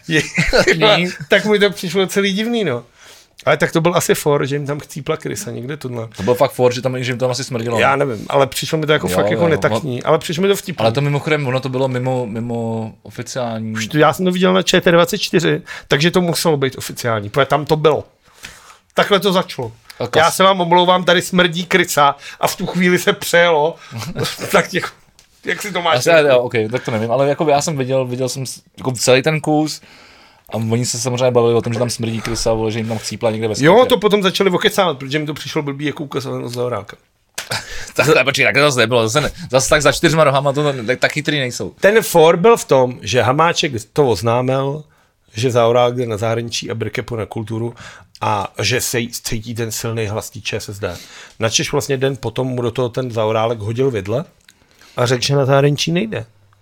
Tak mi to přišlo celý divný, no. Ale tak to byl asi for, že jim tam chcípla krysa někde tohle. To byl fakt for, že jim tam asi smrdilo. Já nevím, ale přišlo mi to jako fakt jako netaktní, ale přišlo mi to vtipný. Ale to mimochodem, ono to bylo mimo oficiální. Já jsem to viděl na ČT24, takže to muselo být oficiální, protože tam to bylo. Takhle to začalo. Já se vám omlouvám, tady smrdí krysa a v tu chvíli se přejelo. Tak jak si to máš? Okay, tak to nevím, ale jako já jsem viděl jsem jako celý ten kus. A oni se samozřejmě bavili o tom, že tam smrdí krysa, že jim tam chcípla někde ve sklepě. Jo, to potom začali okecávat, protože mi to přišlo blbý jako ukazovat z Zaorálka. Tak to zase nebylo, zase tak za 4 rohama to tak chytrý nejsou. Ten for byl v tom, že Hamáček to oznámil, že Zaorálek jde na zahraničí a Birke na kulturu a že se cítí ten silný hlas té ČSSD. Načež vlastně den potom mu do toho ten Zaorálek hodil vidle a řekl, že na zahraničí nejde.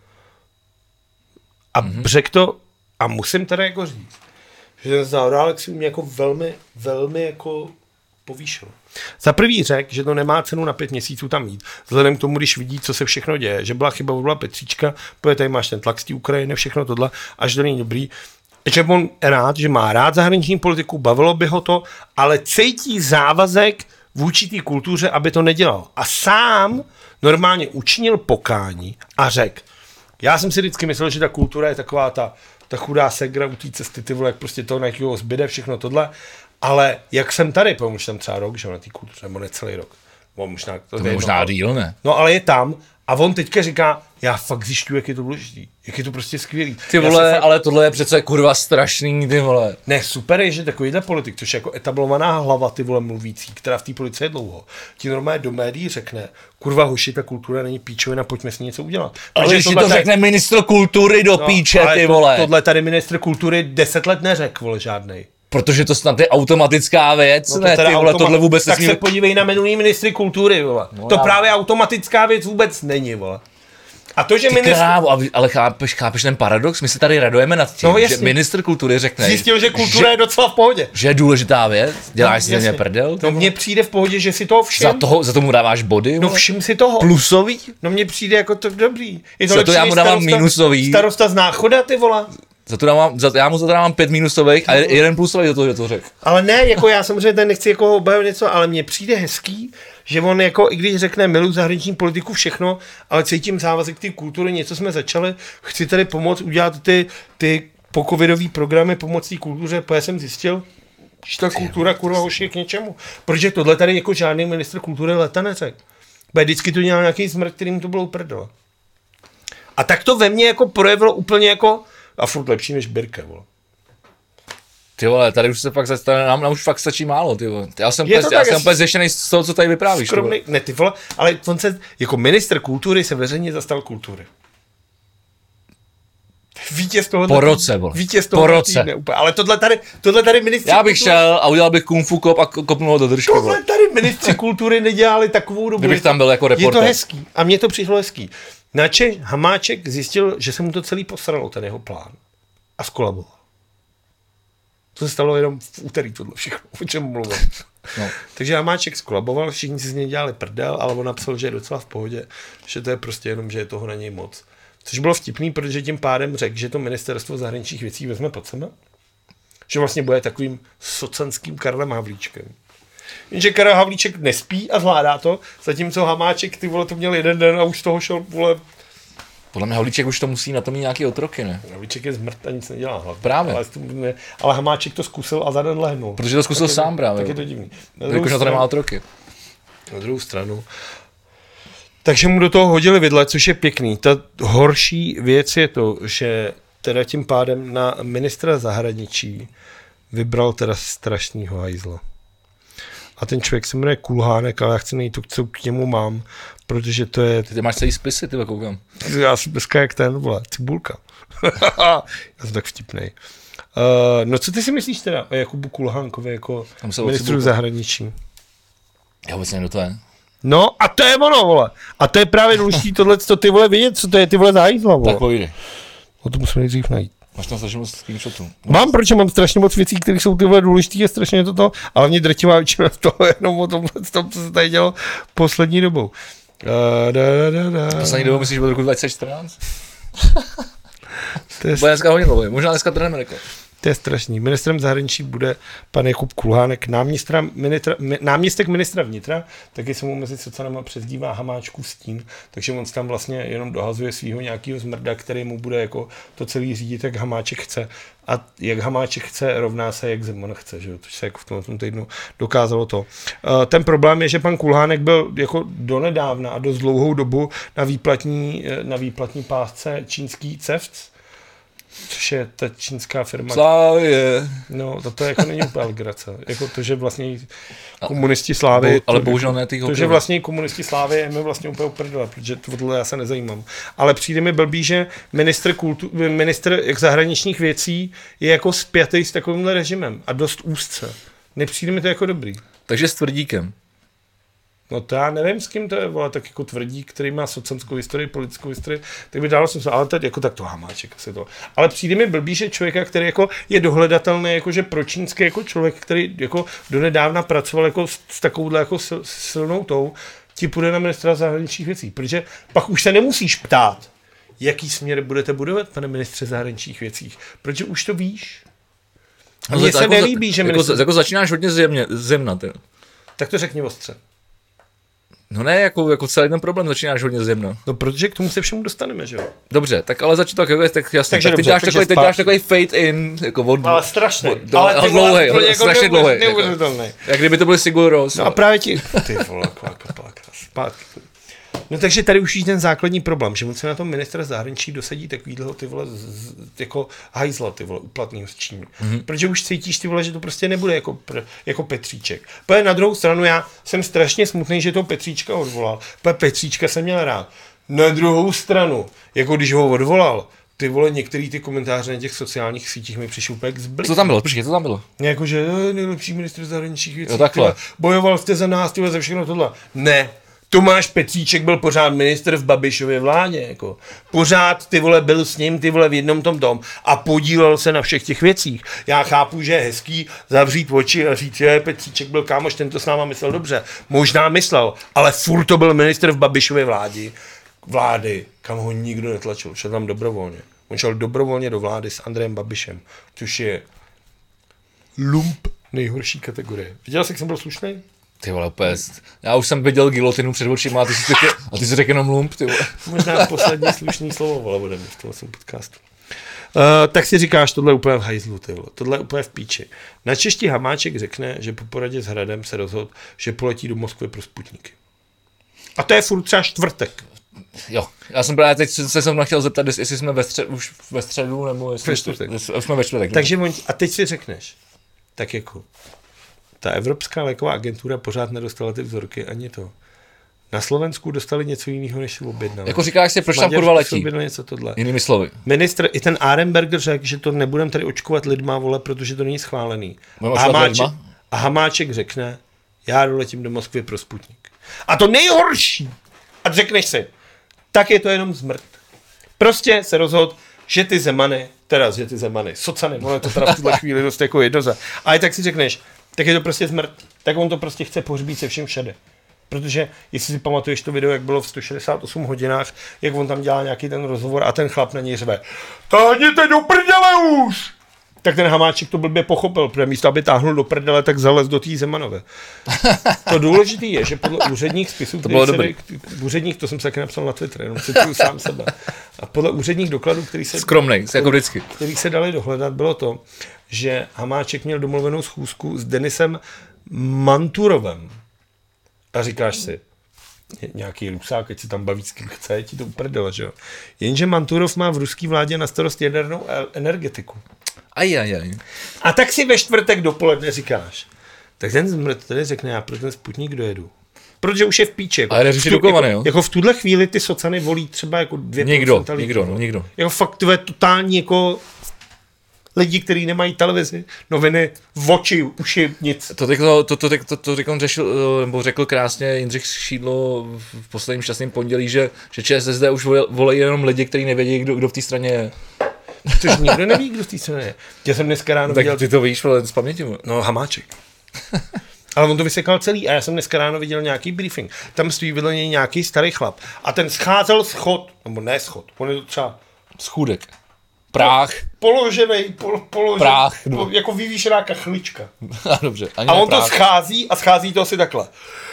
A řekl to. A musím teda jako říct, že ten Zaorálek si mě jako velmi, velmi jako povýšil. Za prvý řekl, že to nemá cenu na 5 měsíců tam jít. Vzhledem k tomu, když vidí, co se všechno děje, že byla chyba, byla Petříčka, protože tady máš ten tlak z té Ukrajiny, všechno tohle, až to není dobrý. Že on rád, že má rád zahraniční politiku, bavilo by ho to, ale cítí závazek vůči té kultuře, aby to nedělal. A sám normálně učinil pokání a řekl, já jsem si vždycky myslel, že ta kultura je taková ta chudá segra u té cesty, ty vole, jak prostě toho nějakého zbyde, všechno tohle, ale jak jsem tady, protože už tam třeba rok, že na té kultuře, nebo ne celý rok. Možná díl, ne? No ale je tam a on teďka říká, já fakt zjišťuji, jak je to důležitý, jak je to prostě skvělý. Ty vole, ale tohle je přece kurva strašný, ty vole. Ne, super je, že takovýhle politik, což je jako etablovaná hlava, ty vole mluvící, která v té politice je dlouho, ti normálně do médií řekne, kurva hoši, ta kultura není píčovina, pojďme s ní něco udělat. Ale když to řekne ministr kultury do píče, ty vole. Tohle tady ministr kultury 10 let neřekl, vole, žádnej. Protože to snad je automatická věc, no ne, ty vole, tohle vůbec tak se podívej na minulý ministry kultury, vole. No, to právě automatická věc vůbec není, vole. A to, že ale chápeš ten paradox? My se tady radujeme nad tím, že ministr kultury řekne, zjistil, že kultura je docela v pohodě. Že je důležitá věc, děláš si mě prdel. No mně přijde v pohodě, že si toho všim. Za tomu dáváš body? No všim si toho. Plusový? No mně přijde jako to dobrý. Za to já mu dávám minusový. Starosta z Náchoda, ty vole. Já mu za to dávám 5 minusových a 1 plusový do toho, že to řekl. Ale ne, jako já samozřejmě tady nechci jako obhajovat něco, ale mně přijde hezký, že on jako, i když řekne miluji zahraniční politiku všechno, ale cítím závazek té kultury, něco jsme začali, chci tady pomoct udělat ty pocovidový programy pomocí kultuře, protože jsem zjistil, Ta kultura kurva hoši je k něčemu. Protože tohle tady jako žádný ministr kultury leta neřekl. Bo vždycky tu dělal nějaký smrt, kterým to bylo uprdele. A tak to ve mně jako projevilo úplně jako a furt lepší než Birke, vole. Ty vole, tady už se fakt nám už fakt stačí málo, ty vole. Já jsem úplně zještěnej z toho, co tady vyprávíš. Skromný, ne ty vole, ale on se, jako ministr kultury se veřejně zastal kultury. Vítěz toho po roce, vole. Vítěz toho po roce. Týdne, úplně. Ale tohle tady ministři já bych šel a udělal bych kung fu kop a kopnul ho do držky. Tohle tady ministři kultury nedělali takovou dobu. Kdybych tam byl jako reportér. Je to hezký. A mně to přišlo hezký. Načež Hamáček zjistil, že se mu to celý posralo, ten jeho plán. A skolaboval. To se stalo jenom v úterý tohle všechno, o čem mluvím. No. Takže Hamáček skolaboval, všichni si z něj dělali prdel, ale on napsal, že je docela v pohodě, že to je prostě jenom, že je toho na něj moc. Což bylo vtipný, protože tím pádem řekl, že to ministerstvo zahraničních věcí vezme pod sebe. Že vlastně bude takovým socanským Karlem Havlíčkem. Jenže Karel Havlíček nespí a zvládá to, zatímco Hamáček, ty vole, to měl jeden den a už z toho šel, vole. Podle mě Havlíček už to musí na to mít nějaký otroky, ne? Havlíček je zmrt a nic nedělá hlavně. Právě. Ale Hamáček to zkusil a za den lehnul. Protože to zkusil sám právě. Tak je to divný. Jakože na to nemá otroky. Na druhou stranu. Takže mu do toho hodili vidle, což je pěkný. Ta horší věc je to, že teda tím pádem na ministra zahraničí vybral teda strašnýho hajzla. A ten člověk se jmenuje Kulhánek, ale já chci nejít to, co k němu mám, protože to je... Ty máš celý spisy, ty koukám. Já jsem dneska jak ten, vole, Cibulka. Já jsem tak vtipnej. No co ty si myslíš teda o Jakubu Kulhánkovi jako ministru zahraničí? Já vůbec nevím, kdo to je. No a to je ono, vole. A to je právě důležitý tohle, co ty vole vidět, co to je ty vole zájízla, vole. Tak pojde. O to musím nejdřív najít. Máš tam strašně moc screenshotů. Mám, protože mám strašně moc věcí, které jsou ty vole důležitý a strašně toto, ale mě drtivá většina z toho jenom o tom, co se tady dělo poslední dobou. Poslední dobou myslíš od roku 2014? Bude dneska hodně dlouhý, možná dneska to jdeme rekord. To je strašný. Ministrem zahraničí bude pan Jakub Kulhánek, náměstek ministra vnitra, taky se mu mezi socanama přezdívá Hamáčkův stín, takže on tam vlastně jenom dohazuje svého nějakého zmrda, který mu bude jako to celý řídit, jak Hamáček chce. A jak Hamáček chce, rovná se, jak Zeman chce, že jo? To se jako v tom týdnu dokázalo to. Ten problém je, že pan Kulhánek byl jako donedávna a dost dlouhou dobu na výplatní pásce čínský CEFC, což je ta čínská firma. Slávě. No, to jako není úplně legrace. Jako to, že vlastně komunisti Slávy... Ale bohužel ne ty to, že vlastně komunisti Slávy je mi vlastně úplně uprdele, protože tohle já se nezajímám. Ale přijde mi blbý, že ministr zahraničních věcí je jako spjatý s takovýmhle režimem a dost úzce. Nepřijde mi to jako dobrý. Takže s Tvrdíkem. No to já nevím, s kým to je, vole, tak jako Tvrdík, který má socanskou historii, politickou historii, tak by dalo smysl, ale teď jako tak to Hamáček asi to. Ale přijde mi blbý, že člověka, který jako je dohledatelný, jakože pročínský jako člověk, který jako donedávna pracoval jako s takovouhle jako silnou tou, ti půjde na ministra zahraničních věcí, protože pak už se nemusíš ptát, jaký směr budete budovat, pane ministře zahraničních věcí, protože už to víš. A mně se jako nelíbí, že jako začínáš hodně zemna, ty. Tak to řekni ostře. No ne, jako celý ten problém začínáš hodně zemno. No protože k tomu se všemu dostaneme, že jo? Dobře, tak ale začnu tak jasně. Tak ty dáš takový fade in, jako od... Ale strašný. Ale dlouhej, strašně dlouhej. Neuvěřitelný. Jak kdyby to byl Sigur Rós. No a právě ti... Ty vole, zpátky. No takže tady už je ten základní problém, že on se na tom ministra zahraničí dosadí takovýhleho ty vole jako hajzla, ty vole uplatnýho z Číny. Mm-hmm. Protože už cítíš ty vole, že to prostě nebude jako Petříček. Protože na druhou stranu já jsem strašně smutný, že toho Petříčka odvolal. Protože Petříčka jsem měl rád. Na druhou stranu, jako když ho odvolal, ty vole, některý ty komentáře na těch sociálních sítích mi přišel úplně k zbliku. Co tam bylo? Počkej, co tam bylo? Jakože nejlepší ministr zahraničních věcí. Jo, takhle. Bojoval jste za nás, tyhle, za všechno tohle. Ne. Tomáš Petříček byl pořád ministr v Babišově vládě, jako. Pořád, ty vole, byl s ním, ty vole, v jednom tom a podílel se na všech těch věcích. Já chápu, že je hezký zavřít oči a říct, že Petříček byl kámoš, ten to s náma myslel dobře. Možná myslel, ale furt to byl ministr v Babišově vlády, kam ho nikdo netlačil, šel tam dobrovolně. On šel dobrovolně do vlády s Andrejem Babišem, což je lump nejhorší kategorie. Viděl jsi, jak jsem byl slušný? Ty vole, pest. Já už jsem viděl gilotinu před očima a ty si řekl jenom lump, ty vole. Možná poslední slušný slovo, vole, bude v tomhle podcastu. Tak si říkáš, tohle je úplně v hajzlu, tohle je úplně v píči. Načež ti Hamáček řekne, že po poradě s Hradem se rozhodl, že poletí do Moskvy pro Sputniky. A to je furt třeba čtvrtek. Jo, já jsem právě teď se jsem chtěl zeptat, jestli jsme už ve středu, nebo jestli jsme ve čtvrtek. Takže a teď si řekneš, tak jako, ta Evropská léková agentura pořád nedostala ty vzorky, ani to. Na Slovensku dostali něco jiného, než si objednali. Jako říkáš si, proč tam kurva letí? Něco tohle. Jinými slovy. Ministr, i ten Arenberger řekl, že to nebudeme tady očkovat lidma, vole, protože to není schválený. A Hamáček řekne, já doletím do Moskvy pro Sputnik. A to nejhorší, a řekneš si, tak je to jenom zmrt. Prostě se rozhodl, že ty Zemany, socany, ono je to teda v tuhle chvíli dost jako jednoza. Ale tak si řekneš, tak je to prostě zmrt. Tak on to prostě chce pohřbít se všem všade. Protože, jestli si pamatuješ to video, jak bylo v 168 hodinách, jak on tam dělá nějaký ten rozhovor a ten chlap na něj řve, táhněte do prdele už! Tak ten Hamáček to blbě pochopil, protože místo, aby táhnul do prdele, tak zalez do té Zemanové. To důležité je, že podle úředních spisů, to jsem se taky napsal na Twitter, jenom cituju sám sebe. A podle úředních dokladů, který se dali dohledat, bylo to, že Hamáček měl domluvenou schůzku s Denisem Manturovem. A říkáš si, nějaký rusák, ať se tam baví s kým chce, ti to uprdele, že jo. Jenže Manturov má v ruský vládě na starost jadernou energetiku. A tak si ve čtvrtek dopoledne říkáš, tak ten zmrt tady řekne, já pro ten Sputnik dojedu. Protože už je v píči. Jako v tuhle chvíli ty socany volí třeba jako 2%. Nikdo. Jako fakt to je totální jako lidi, kteří nemají televizi, noviny, oči, uši, nic. To řekl krásně Jindřich Šídlo v posledním šťastném pondělí, že ČSSD už volají jenom lidi, kteří nevědí, kdo v té straně je. Což nikdo neví, kdo v té straně je. Já jsem dneska ráno viděl... Tak ty to víš, ale z paměti. No, Hamáček. Ale on to vysekal celý a já jsem dneska ráno viděl nějaký briefing. Tam stojí vedle něj nějaký starý chlap. A ten scházel schod, nebo ne schod, on je to třeba... Schůdek. Práh. Položený. Práh. Jako vyvýšená kachlička. Dobře. A on práh. To schází to asi takhle.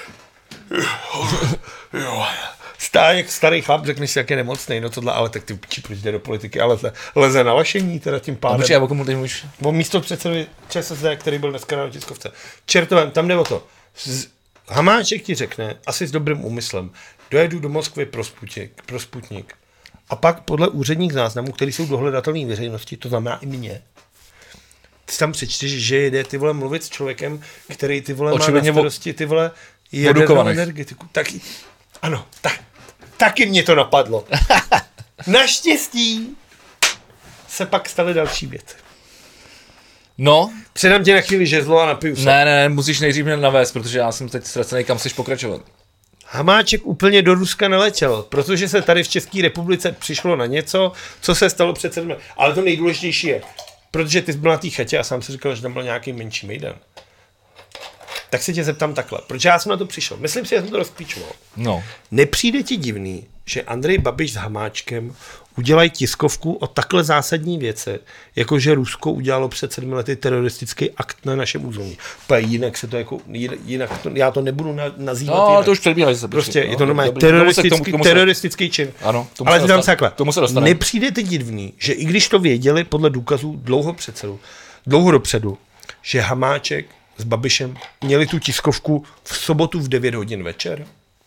Jo. Jak starý chlap, řekneš si, jak je nemocnej, no tohle, ale tak ty piči, proč jde do politiky, ale leze na lašení teda tím pádem. Počkej, o komu teď mluvíš? O místo předsedy ČSSD, který byl dneska na tiskovce. Čertovém, tam jde o to. Hamáček ti řekne, asi s dobrým úmyslem, dojedu do Moskvy pro Sputnik. A pak podle úředních záznamů, které jsou dohledatelné veřejnosti, to znamená i mě, ty tam přečteš, že jde ty vole mluvit s člověkem, který ty vole má na starosti ty vole jadernou energetiku. Tak, ano, taky mě to napadlo. Naštěstí se pak staly další věci. No. Předám tě na chvíli žezlo a napiju se. Ne, musíš nejdřív mě navést, protože já jsem teď ztracený, kam chceš pokračovat. Hamáček úplně do Ruska neletěl, protože se tady v České republice přišlo na něco, co se stalo před 7 lety. Ale to nejdůležitější je, protože ty jsi byl na té chatě a sám si říkal, že tam byl nějaký menší mejdan. Tak se tě zeptám takhle, proč já jsem na to přišel? Myslím si, že jsem to rozpíčoval. No. Nepřijde ti divný, že Andrej Babiš s Hamáčkem udělají tiskovku o takhle zásadní věci, jako že Rusko udělalo před 7 lety teroristický akt na našem území. Jinak se to jako, já to nebudu nazývat jinak. No, to už předbíhají se. Prostě je to normálně teroristický čin. Ano, ale ty tam se takhle. Tomu se dostane. Nepřijde ti divný, že i když to věděli podle důkazů dlouho dopředu, že Hamáček s Babišem měli tu tiskovku v sobotu v 9 hodin večer?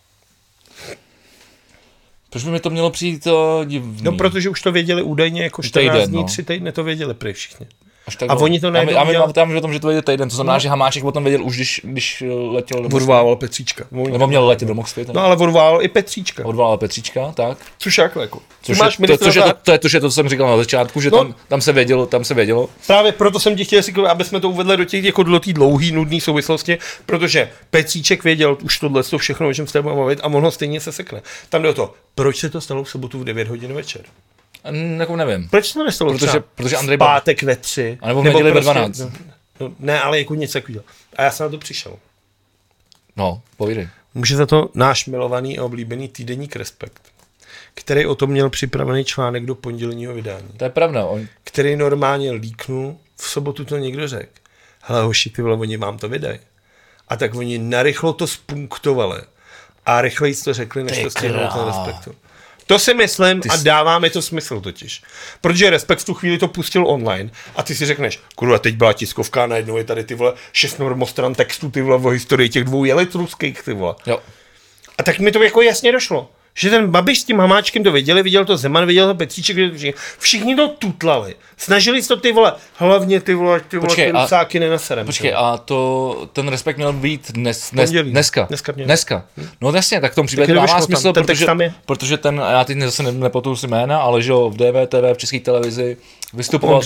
Proč by mi to mělo přijít to divný? No, protože už to věděli údajně jako 14 dní, 3 týdny to věděli prý všichni. A oni to najednou dělali. A my tam o tom, že to věděl týden, to znamená, že Hamáček o tom věděl už, když letěl do Moskvy. Odvolával Petříčka. Nebo měl letět do Moskvy. No, ale odvolával i Petříčka. Odvolával Petříčka, tak. Což jako. To je to, co jsem říkal na začátku, že tam se vědělo. Právě proto jsem ti chtěl říct, aby jsme to uvedli do těch jako do té dlouhé, nudné souvislosti, protože Petříček věděl už tohle všechno, o čem se budeme mluvit, a on ho stejně se sekne. Tam jde o to, proč se to stalo v sobotu v 9 hodin večer. Jako nevím. Proč to nestalo protože Andrej pátek ve 3? A nebo v neděli ve 12. No, ne, ale jako něco takového. A já jsem na to přišel. No, povídej. Může za to náš milovaný a oblíbený týdeník Respekt, který o tom měl připravený článek do pondělního vydání. To je pravda. Který normálně líknul, v sobotu to někdo řekl. Hele hoši, ty vole, oni vám to vydají. A tak oni narychlo to spunktovali. A rychleji to řekli, než to stihlo ten Respektu. To si myslím a dává mi to smysl totiž. Protože Respekt v tu chvíli to pustil online a ty si řekneš, kurva, teď byla tiskovka a najednou je tady ty vole 6 normostran textů ty vole o historii těch 2 jelit ruských ty vole. Jo. A tak mi to jako jasně došlo. Že ten Babiš s tím Hamáčkem to viděli, viděl to Zeman, viděl to Petříček, všichni to tutlali. Snažili se to ty vole, hlavně ty vole, ty rusáky nenaserem. Počkej, a to, ten Respekt měl být dneska. No jasně, tak v tom případě dává smysl, protože ten, já teď zase nepamatuju si jména, ale že v DVTV v České televizi vystupoval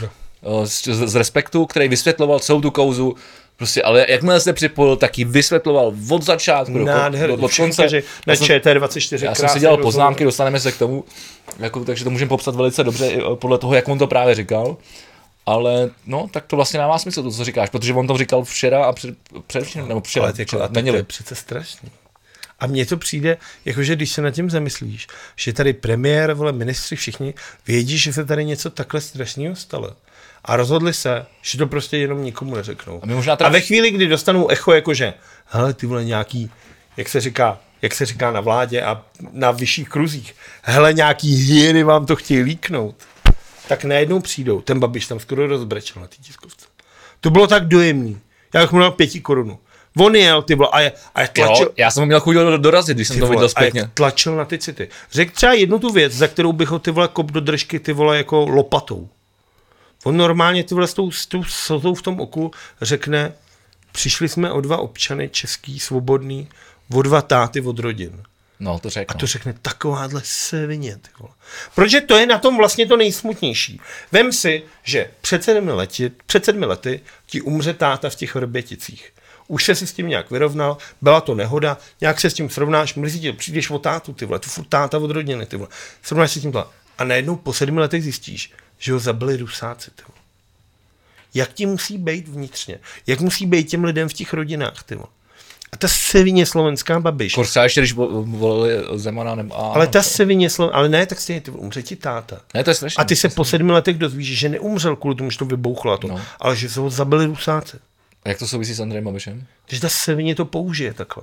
z Respektu, který vysvětloval celou tu kauzu. Prostě, ale jakmile se připojil, tak ji vysvětloval od začátku do konce. Na ČT24. Já jsem si dělal poznámky, dostaneme se k tomu, jako, takže to můžeme popsat velice dobře podle toho, jak on to právě říkal. Ale no, tak to vlastně dává smysl, to, co říkáš, protože on to říkal včera a především, nebo včera. Ale to je přece strašný. A mně to přijde, jakože když se nad tím zamyslíš, že tady premiér, vole, ministři, všichni vědí, že se tady něco takhle strašného stalo. A rozhodli se, že to prostě jenom nikomu neřeknou. A ve chvíli, kdy dostanou echo, jakože, hele, ty vole nějaký, jak se říká na vládě a na vyšších kruzích, hele, nějaký hyeny vám to chtějí líknout, tak najednou přijdou. Ten Babiš tam skoro rozbrečel na té tiskovce. To bylo tak dojemný. Já bych mu dal 5 korun. On jel, ty vole, a tlačil. Jo, já jsem ho měl chuť dorazit, když jsem to viděl zpětně. A tlačil na ty city. Řekl třeba jednu tu věc, za kterou bych ho ty vole kop do držky, ty vole, jako lopatou. On normálně ty vole s tou slzou v tom oku řekne, přišli jsme o 2 občany český, svobodný, o 2 táty od rodin. No, to řekne. A to řekne takováhle svině, ty vole. Protože to je na tom vlastně to nejsmutnější. Vem si, že před 7 lety ti umře táta v těch Vrběticích. Už se si s tím nějak vyrovnal, byla to nehoda, nějak se s tím srovnáš, mrzí tě, přijdeš o tátu, ty vole, tu furt táta od rodiny, ty vole. Srovnáš se s tím tohle. A najednou po 7 letech zjistíš, že ho zabili Rusáci. Tyvo. Jak ti musí být vnitřně? Jak musí být těm lidem v těch rodinách? Tyvo? A ta sevině slovenská Babiš. Korsa ještě, když volili Zemana. Ale ta sevině slovenská, ale ne, tak stejně, ty umře ti táta. Ne, to je strašný. A ty se po 7 letech dozvíš, že neumřel kvůli tomu, že to vybouchlo to, ale že se ho zabili Rusáci. A jak to souvisí s Andrejem Babišem? Takže ta sevině to použije takhle.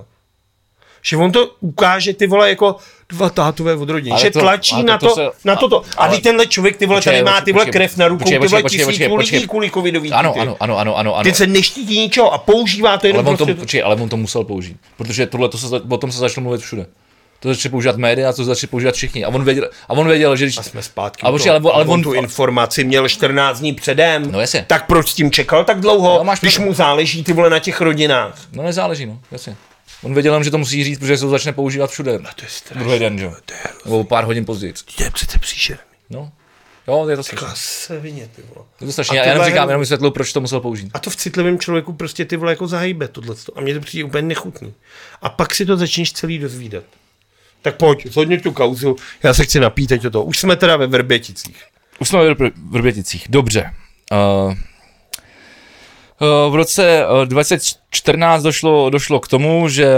Že on to ukáže, ty vole, jako 2 tátové od rodiny. Že tlačí na toto. A když tenhle člověk, ty vole, tady má ty vole krev na rukou, ty vole 1000 lidí kvůli covidový. Ano. Ty se neštítí ničeho a používá to jenom ale on to musel použít. Protože tohle o tom se začalo mluvit všude. To začali používat média, to začali používat všichni. A on věděl, že když... A jsme zpátky. Ale on tu informaci měl 14 dní předem. No jasně. Tak proč s tím čekal tak dlouho, když mu záleží ty vole na těch rodinách? No nezáleží, no, jasně. On věděl, že to musí říct, protože se to začne používat všude. No to je strašný. Druhý den, že jo? Nebo pár hodin později. To je přece příšerný. No. Jo, je to strašný. Sevině, ty vole. Je to strašný. Já jenom říkám, jenom vysvětluji, proč to musel použít. A to v citlivém člověku prostě ty vole jako zahýbe tohleto. A mně to přijde úplně nechutný. A pak si to začneš celý dozvídat. Tak pojď, zhodni tu kauzu, já se chci napít teď to. Už jsme teda ve Vrběticích. Už jsme ve Vrběticích, dobře. V roce 2014 došlo k tomu, že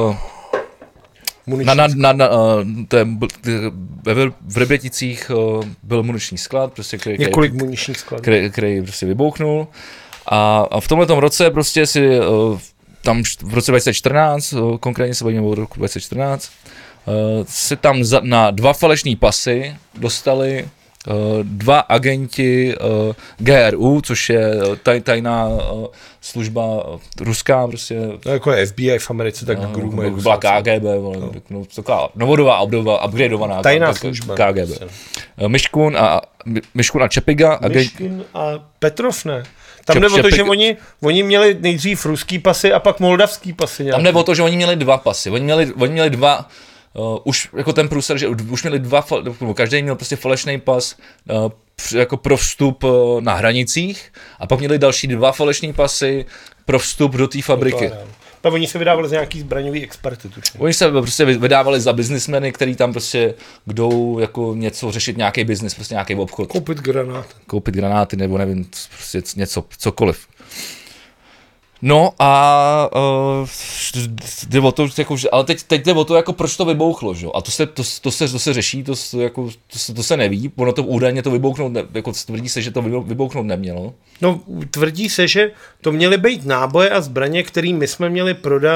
ve Vrběticích byl muniční sklad, prostě, několik muničních skladů, který prostě vybouchnul. A v tomhletom roce prostě si tam v roce 2014, konkrétně se bavíme o roku 2014, se tam na 2 falešné pasy dostali 2 agenti GRU, což je tajná služba ruská, prostě. No jako je FBI v Americe, tak GRU byla KGB, taková novodobá, upgradeovaná tajná služba. KGB. Miškun a Čepiga. Miškin a Petrov, ne? Tam jde o to, že oni měli nejdřív ruský pasy a pak moldavský pasy. Tam jde o to, že oni měli 2 pasy. Oni měli 2, už jako ten průser, že už měli 2, každý měl prostě falešný pas jako pro vstup na hranicích a pak měli další 2 falešný pasy pro vstup do té fabriky. A oni se vydávali za nějaký zbraňový experty, tučně. Oni se prostě vydávali za biznismeny, který tam prostě jdou jako něco řešit, nějaký biznis, prostě nějaký obchod. Koupit granáty nebo nevím, prostě něco, cokoliv. No a jde o to, jako, ale teď jde o to, jako proč to vybouchlo, že? A to se řeší, to se neví, ono to údajně to vybouchnout, jako tvrdí se, že to vybouchnout nemělo. No tvrdí se, že to měly být náboje a zbraně, které my jsme měli prodat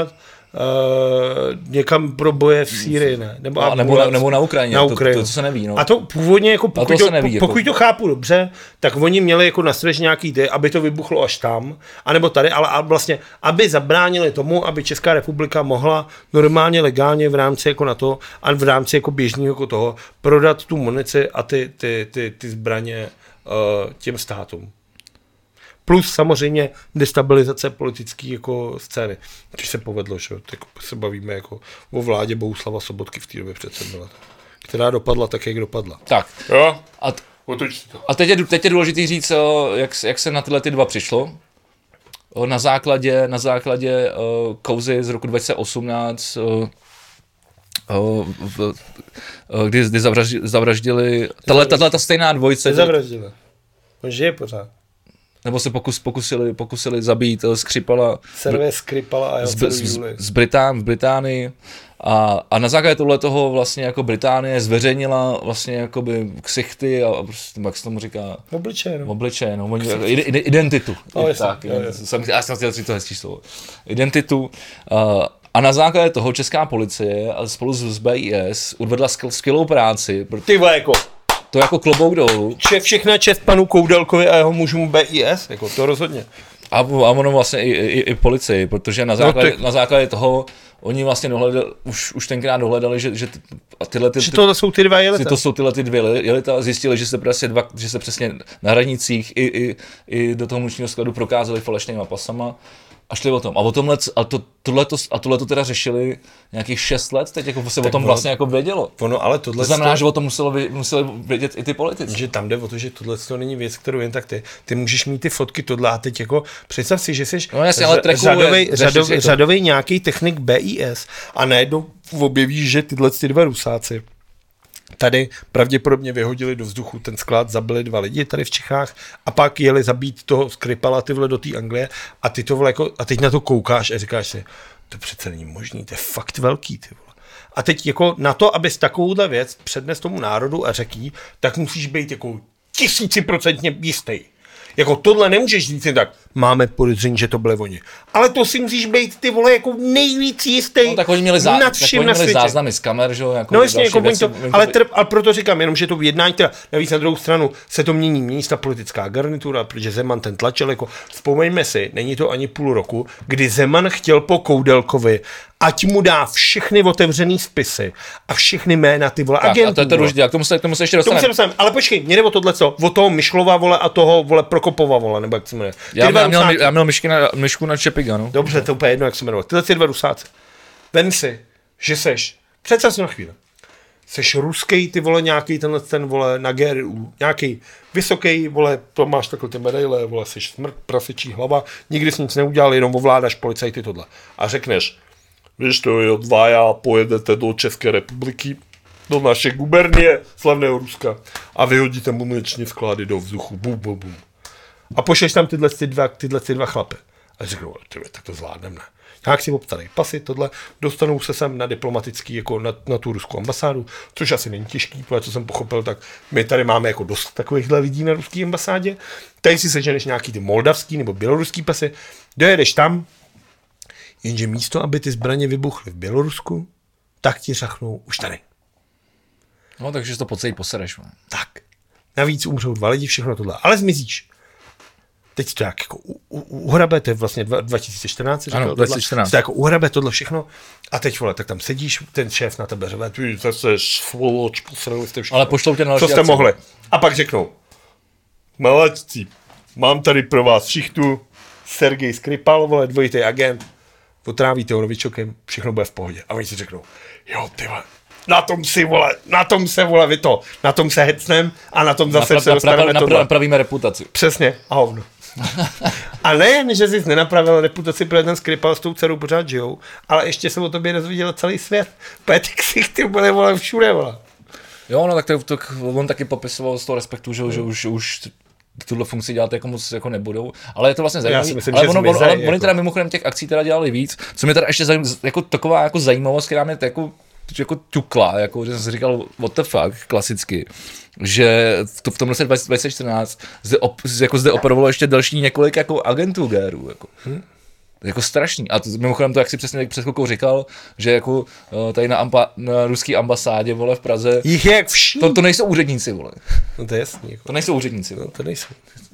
někam pro boje v Sýrii, ne? Nebo na Ukrajině, to se neví. No. A to původně, jako pokud to to chápu dobře, tak oni měli jako na světě nějaký ty, aby to vybuchlo až tam, anebo tady, ale vlastně, aby zabránili tomu, aby Česká republika mohla normálně, legálně v rámci jako NATO a v rámci jako běžného jako toho prodat tu munici a ty zbraně těm státům. Plus samozřejmě destabilizace politické jako scény. Když se povedlo, že tak se bavíme jako o vládě Bohuslava Sobotky v té době přece byla, která dopadla tak, jak dopadla. Tak. Jo? A teď je důležitý říct, jak se na tyhle ty dva přišlo. Na základě kauzy z roku 2018, kdy zavraždili ta stejná dvojice. Nezavraždili. On žije pořád. Nebo se pokusili zabít Skripala. Servé Skripala a v Británii. A na základě tohle toho vlastně jako Británie zveřejnila vlastně jakoby ksichty a prostě, jak se tomu říká? Obličeje, no. Identitu. Já jsem chtěl říct to hezký slovo. Identitu. A na základě toho česká policie a spolu s BIS odvedla skvělou práci. Ty vole, jako. To jako klobouk dolů. Všechna čest panu Koudelkovi a jeho mužům BIS, jako to rozhodně. A ono vlastně i policii, protože na základě toho oni vlastně už tenkrát dohledali, že to jsou ty dva jelita. To jsou tyhle ty dvě jelita, zjistili, že se přesně na hranicích i do toho muničního skladu prokázali falešnýma pasama. A šli o tom. A tohleto teda řešili nějakých 6 let, teď jako se o tom vlastně jako vědělo. Ale to znamená, že o tom museli vědět i ty politici. Že tam jde o to, že tohle to není věc, kterou jen tak ty můžeš mít ty fotky tohle a teď jako představ si, že jsi řadový nějaký technik BIS a najednou objevíš, že tyhle dva Rusáci tady pravděpodobně vyhodili do vzduchu ten sklad, zabili 2 lidi tady v Čechách a pak jeli zabít toho Skripala ty vole do té Anglie a ty to vole jako, a teď na to koukáš a říkáš si, to přece není možný, to je fakt velký, ty vole. A teď jako na to, abys takovouhle věc přednes tomu národu a řekl, tak musíš být jako 1000% jistý. Jako tohle nemůžeš říct jen tak, máme podezření, že to byly oni. Ale to si musíš být ty vole jako nejvíc jistý. No, tak oni měli záznamy z kamer, že jo? Jako no jasně, jako věci, ale proto říkám, jenom, že to v jednání, teda navíc na druhou stranu se to mění ta politická garnitura, protože Zeman ten tlačil, jako vzpomeňme si, není to ani půl roku, kdy Zeman chtěl po Koudelkovi, ať mu dá všechny otevřený spisy a všechny jména ty vole agentů. A to je důležité, k tomu se ještě dostaneme. Ale počkej, mě jde o tohleco, o toho Myšlova vole a toho vole Prokopova vole, nebo jak se jmenuje. Já měl myšku na Čepiga, no. Dobře, to úplně jedno, jak se jmenuje. Tyhle dva Rusáci. Vem si, že seš, představ si na chvíli, seš ruský, ty vole, nějaký ten vole na GRU, nějaký vysoký, vole, to máš takhle ty medaile, vole, seš smrt, prasečí hlava, nikdy jsi nic neudělal, jenom ovládáš policajty tohle. A řekneš, víš to, jo, 2 pojedete do České republiky, do naše gubernie slavného Ruska a vyhodíte muniční sklady do vzduchu, bum. A pošleš tam tyhle dva chlapy. A řeknou, tak to zvládneme, ne. Jak si obstarej pasy, tohle, dostanou se sem na diplomatický, jako na tu ruskou ambasádu, což asi není těžký, protože co jsem pochopil, tak my tady máme jako dost takovýchhle lidí na ruské ambasádě. Tady si seženeš nějaký ty moldavský nebo běloruský pasy, dojedeš tam, jenže místo, aby ty zbraně vybuchly v Bělorusku, tak ti řachnou už tady. No, takže to po celý posereš. Tak. Navíc umřou 2 lidi, všechno tohle. Ale zmizíš. Teď to jako uhrabe, to je vlastně 2014. Ano, 2014. To jako uhrabe tohle všechno. A teď, vole, tak tam sedíš, ten šéf na tebe řve, ty zase svoloč, posrali jste všechno. Ale pošlou tě na další co jste mohli. A pak řeknou, mladci, mám tady pro vás šichtu, Sergej Skripal, vole, dvojitý agent, otrávíte ho novičokem, všechno bude v pohodě. A oni si řeknou, jo, ty vole, na tom se hecnem a na tom zase se dostaneme tohle. Napravíme reputaci. Přesně, a hovno. A nejen, že jsi nenapravil reputaci, protože ten Skripal s tou dcerou pořád žijou, ale ještě se o tobě dozvěděl celý svět. Protože ty ksichty byly, vole, všude, vole. Jo, no tak on taky popisoval z toho respektu, že už tuhle funkci dělat jako moc jako nebudou, ale je to vlastně zajímavé. Ale oni teda mimochodem těch akcí teda dělali víc, co mě teda ještě jako taková jako zajímavost, která mě jako tukla, jako že jsem si říkal what the fuck, klasicky, že v tom roce 2014 zde operovalo ještě další několik jako agentů GRU. Jako. Jako strašný. A to, mimochodem to, jak si přesně před chvilkou říkal, že jako tady na ruský ambasádě, vole, v Praze. Jich je jak vší. To nejsou úředníci, vole. No to je jasný. Jako. To nejsou úředníci, vole. No, to nejsou.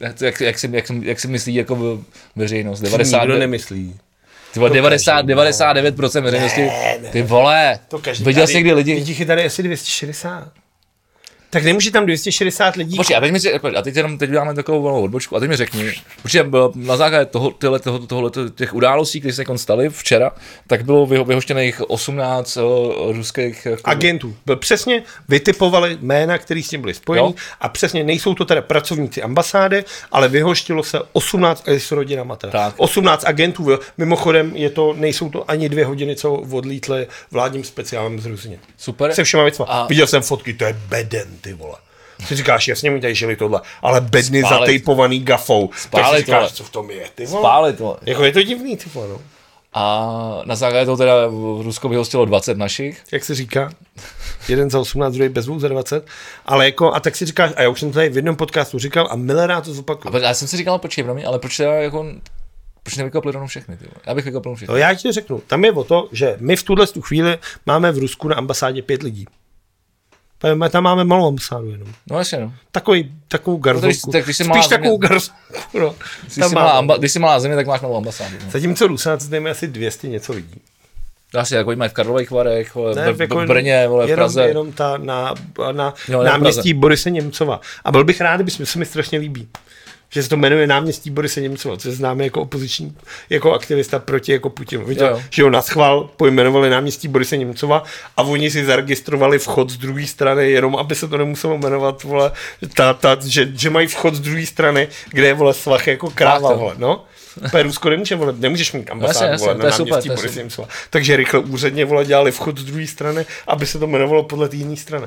Jak si myslí jako veřejnost? Nikdo nemyslí. Ty vole, 99% veřejnosti. Ty vole, viděl jsi někdy lidi? Těch je tady asi 260. Tak nemůže tam 260 lidí. Počkej, a teď děláme takovou malou odbočku a teď mi řekni, protože na základě těch událostí, které se staly včera, tak bylo vyhoštěných 18 ruských agentů. Přesně vytipovali jména, který s tím byli spojení a přesně nejsou to teda pracovníci ambasády, ale vyhoštilo se 18 s rodinama teda. 18 agentů, mimochodem nejsou to ani 2 hodiny, co odlítli vládním speciálem z Rusině. Super. Se všema věcma. Viděl jsem fotky, to je beden. Ty vole. Ty říkáš, jasně mi tady žili tohle, ale bedny zatejpovaný gafou. Tak si říkáš, co v tom je, ty vole. Spálit, vole. Jako je to divný, ty vole, no. A na základě toho teda Rusko vyhostilo 20 našich. Jak se říká, jeden za 18, druhý bez 2 za 20. Ale jako, a tak si říkáš, a já už jsem to tady v jednom podcastu říkal a milerád to zopakuju. Já jsem si říkal, počkej, ale proč teda jako... Proč nevykopli rovnou všechny, ty vole? Já bych vykopl všechny. No já ti řeknu, tam je o to, že my v tuhle chvíli máme v Rusku na ambasádě 5 lidí. Tam máme malou ambasádu jenom. No jasně, no. Takovou garzonku. Spíš takovou garzonku, no. Když jsi malá země, tak máš malou ambasádu. No. Zatímco Rusáci tady mají asi 200 něco lidí. Asi jako mají v Karlových Varech, v Brně, v Praze. Jenom ta na náměstí Borise Němcova. A byl bych rád, kdyby se mi strašně líbí. Že se to jmenuje náměstí Borise Němcova, což známe jako opoziční, jako aktivista proti jako Putinu. Víte, že ho naschvál pojmenovali náměstí Borise Němcova a oni si zaregistrovali vchod z druhé strany, jenom aby se to nemuselo jmenovat, vole, že mají vchod z druhé strany, kde je, vole, svach jako kráva, vole, no. Rusko nemůže, vole, nemůžeš mít ambasádu, vole, na náměstí Borise Němcova. Takže rychle úředně, vole, dělali vchod z druhé strany, aby se to jmenovalo podle té jiné strany.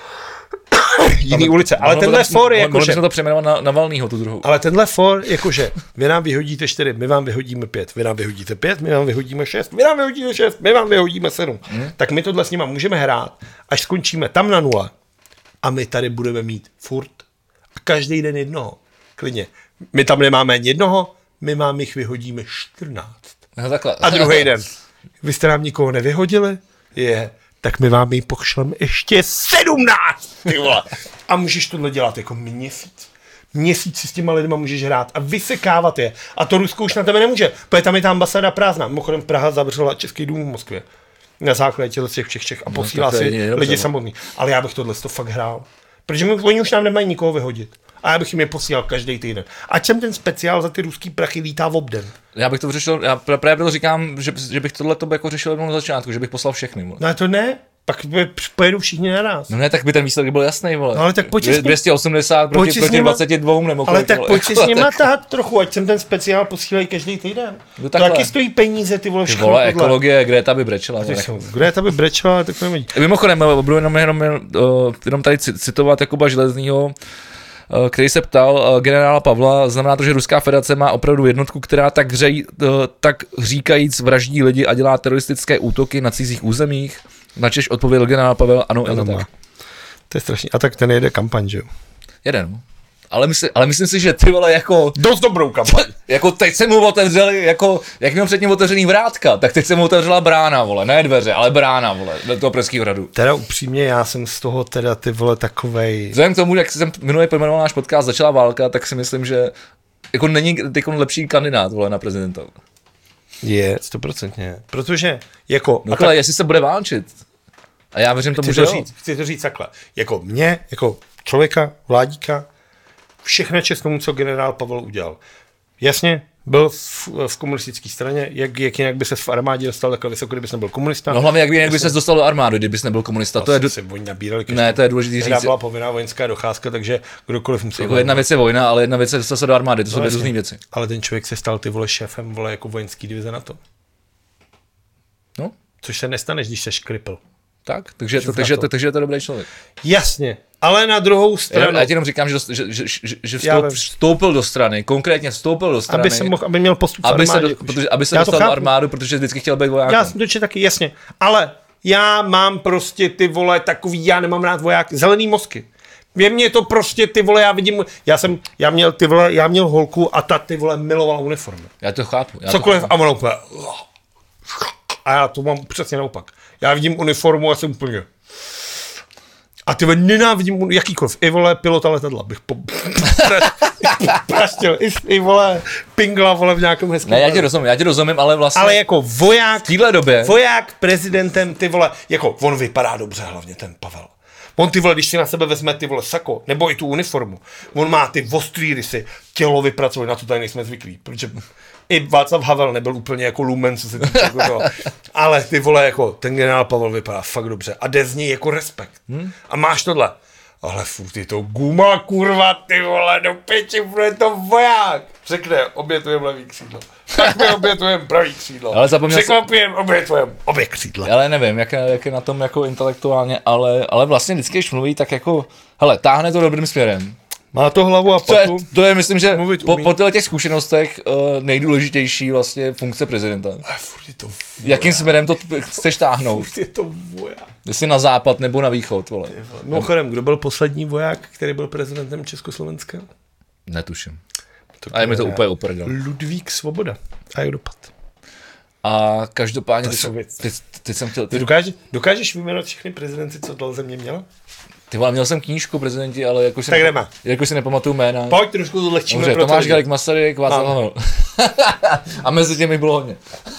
Jiný ulice, ale tenhle for je jakože... Můžeme to přejmenovat na Valnýho, tu druhou. Ale tenhle for jakože, vy nám vyhodíte 4, my vám vyhodíme 5, vy nám vyhodíte 5, my vám vyhodíme 6, vy nám vyhodíme 6, my vám vyhodíme 7. Tak my tohle s nima můžeme hrát, až skončíme tam na 0 a my tady budeme mít furt a každý den jednoho. Klidně. My tam nemáme jednoho, my vám jich vyhodíme 14. No, takhle. A druhý den. Vy jste nám nikoho nevyhodili? Tak my vám ji pošleme ještě 17, ty vole. A můžeš tohle dělat jako měsíc. Měsíc si s těma lidma můžeš hrát a vysekávat je. A to Rusko už na tebe nemůže, protože tam je ta ambasáda prázdná. Mimochodem Praha zavřela Český dům v Moskvě. Na základě těch a posílá si lidi samotný. Ale já bych tohle fakt hrál. Protože oni už nám nemají nikoho vyhodit. A já bych jim je posílal každý týden. A čem ten speciál za ty ruský prachy lítá v obden? Já bych to řešil, já právě proto říkám, že bych tohle jako řešil jednou na začátku, že bych poslal všechny. Vole. No to ne, pak pojedu všichni naraz. No ne, tak by ten výsledek byl jasný, vole. No ale tak pojď 280 proti 22 nebo ale tak pojď si s nima tahat trochu, ať sem ten speciál posílají každý týden. No to taky stojí peníze, ty vole, všechno. Ty vole, ekologie, Greta by brečela. Greta by brečela, tak nevím. Mimochodem, budu jenom tady citovat Jakuba Železnýho, který se ptal generála Pavla, znamená to, že Ruská federace má opravdu jednotku, která tak říkajíc vraždí lidi a dělá teroristické útoky na cizích územích? Načež odpověděl generál Pavel, ano, je to tak. To je strašný. A tak ten jede kampaň, že jo? Jeden. Ale myslím si, že ty vole jako... Dost dobrou kampaň. Jako teď se mu otevřeli, jako, jak měl předtím otevřený vrátka, tak teď se mu otevřela brána, vole, ne dveře, ale brána, vole, do toho Pražského hradu. Teda upřímně, já jsem z toho teda, ty vole, takovej... Vzhledem k tomu, jak jsem minulý pojmenoval náš podcast, začala válka, tak si myslím, že jako není jako lepší kandidát, vole, na prezidenta. Je, 100%. Protože, jako... No ale jestli se bude válčit, a já věřím tomu, že chci to říct takhle, jako mě, jako člověka, vládíka, všechno čest tomu, co generál Pavel udělal. Jasně, byl v komunistické straně, jak jinak by se v armádě dostal takhle vysoko, kdybys nebyl komunista. No hlavně, jak by se dostal do armády, kdybys nebyl komunista. To je oni nabírali ne, to je důležitý říct. Byla povinná vojenská docházka, takže kdokoliv musel. Jako jedna věc je vojna, ale jedna věc je dostat se do armády, to jsou dvě různé věci. Ale ten člověk se stal, ty vole, šéfem, vole, jako vojenský divize NATO. No, což se nestane, když seš kripl. Tak, takže je to dobrý člověk. Jasně, ale na druhou stranu... Já ti jenom říkám, že vstoupil do strany, konkrétně vstoupil do strany. Aby měl postup v armádě. Aby se dostal do armádu, protože vždycky chtěl být vojákem. Já jsem to četl taky, jasně. Ale já mám prostě ty vole takový, já nemám rád vojáky, zelený mozky. Ve mně to prostě, ty vole, já vidím, já měl holku a ta, ty vole, milovala uniformy. Já to chápu. Cokoliv a ono úplně. A já to mám přesně naopak. Já vidím uniformu a jsem úplně. A ty vole, nenávidím jakýkoliv. I vole, pilota letadla bych praštil. I vole, pingla, vole, v nějakém hezkém. Ne, já tě rozumím, ale vlastně. Ale jako voják, v téhle době. Voják prezidentem, ty vole, jako on vypadá dobře, hlavně ten Pavel. On ty vole, když si na sebe vezme ty vole sako, nebo i tu uniformu, on má ty ostrý rysy, tělo vypracuje, na to tady nejsme zvyklí, protože i Václav Havel nebyl úplně jako lumen, co se týče jako toho. Ale ty vole, jako ten generál Pavel vypadá fakt dobře a jde z něj jako respekt. A máš tohle. Ale furt je to guma, kurva, ty vole, do peči, bude to voják. Řekne, obětujeme levý křídlo. Tak my obětujeme pravý křídlo. Ale překvapujeme, obětujeme obě křídla. Ale nevím, jak je na tom jako intelektuálně, ale vlastně vždycky, když mluví, tak jako, hele, táhne to dobrým směrem. Má to hlavu a patu. To je myslím, že po těch zkušenostech nejdůležitější vlastně funkce prezidenta. Ale furt je to voják. Jakým směrem to chceš táhnout? Furt je to voják. Jestli na západ nebo na východ, vole. Mimochodem, kdo byl poslední voják, který byl prezidentem Československa? Netuším. A je mi to úplně uprdel. Ludvík Svoboda. A jak dopad? A každopádně, ty jsem chtěl... Dokážeš vyjmenovat všechny prezidenty, co tohle země měla? Ty vole, měl jsem knížku prezidenti, ale jako si nepamatuju jména. Pojď, trošku to lehčíme. Dobře, Tomáš Garrigue Masaryk, Václav Havel. A mezi těmi bylo hodně.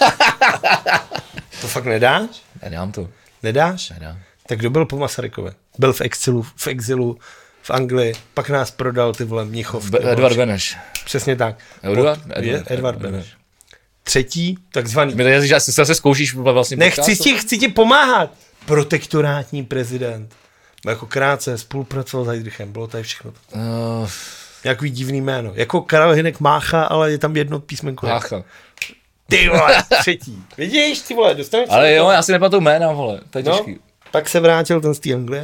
To fakt nedáš? Nedám to. Nedáš? Nedám. Tak kdo byl po Masarykovi? Byl v exilu v Anglii, pak nás prodal ty vole Mnichov. Edvard Beneš. Přesně tak. Edvard Beneš. Třetí, takzvaný. My tady se zkoušíš vlastně. Chci ti pomáhat. Protektorátní prezident. Jako krátce spolupracoval s Heydrichem, bylo tady všechno. Nějaký divný jméno. Jako Karel Hynek Mácha, ale je tam jedno písmenko. Mácha. Ty vole, třetí. Vidíš, ty vole, dostaneš. Ale jo, já si nepamatuju jména, vole, to je těžký. Pak se vrátil ten z té Anglie.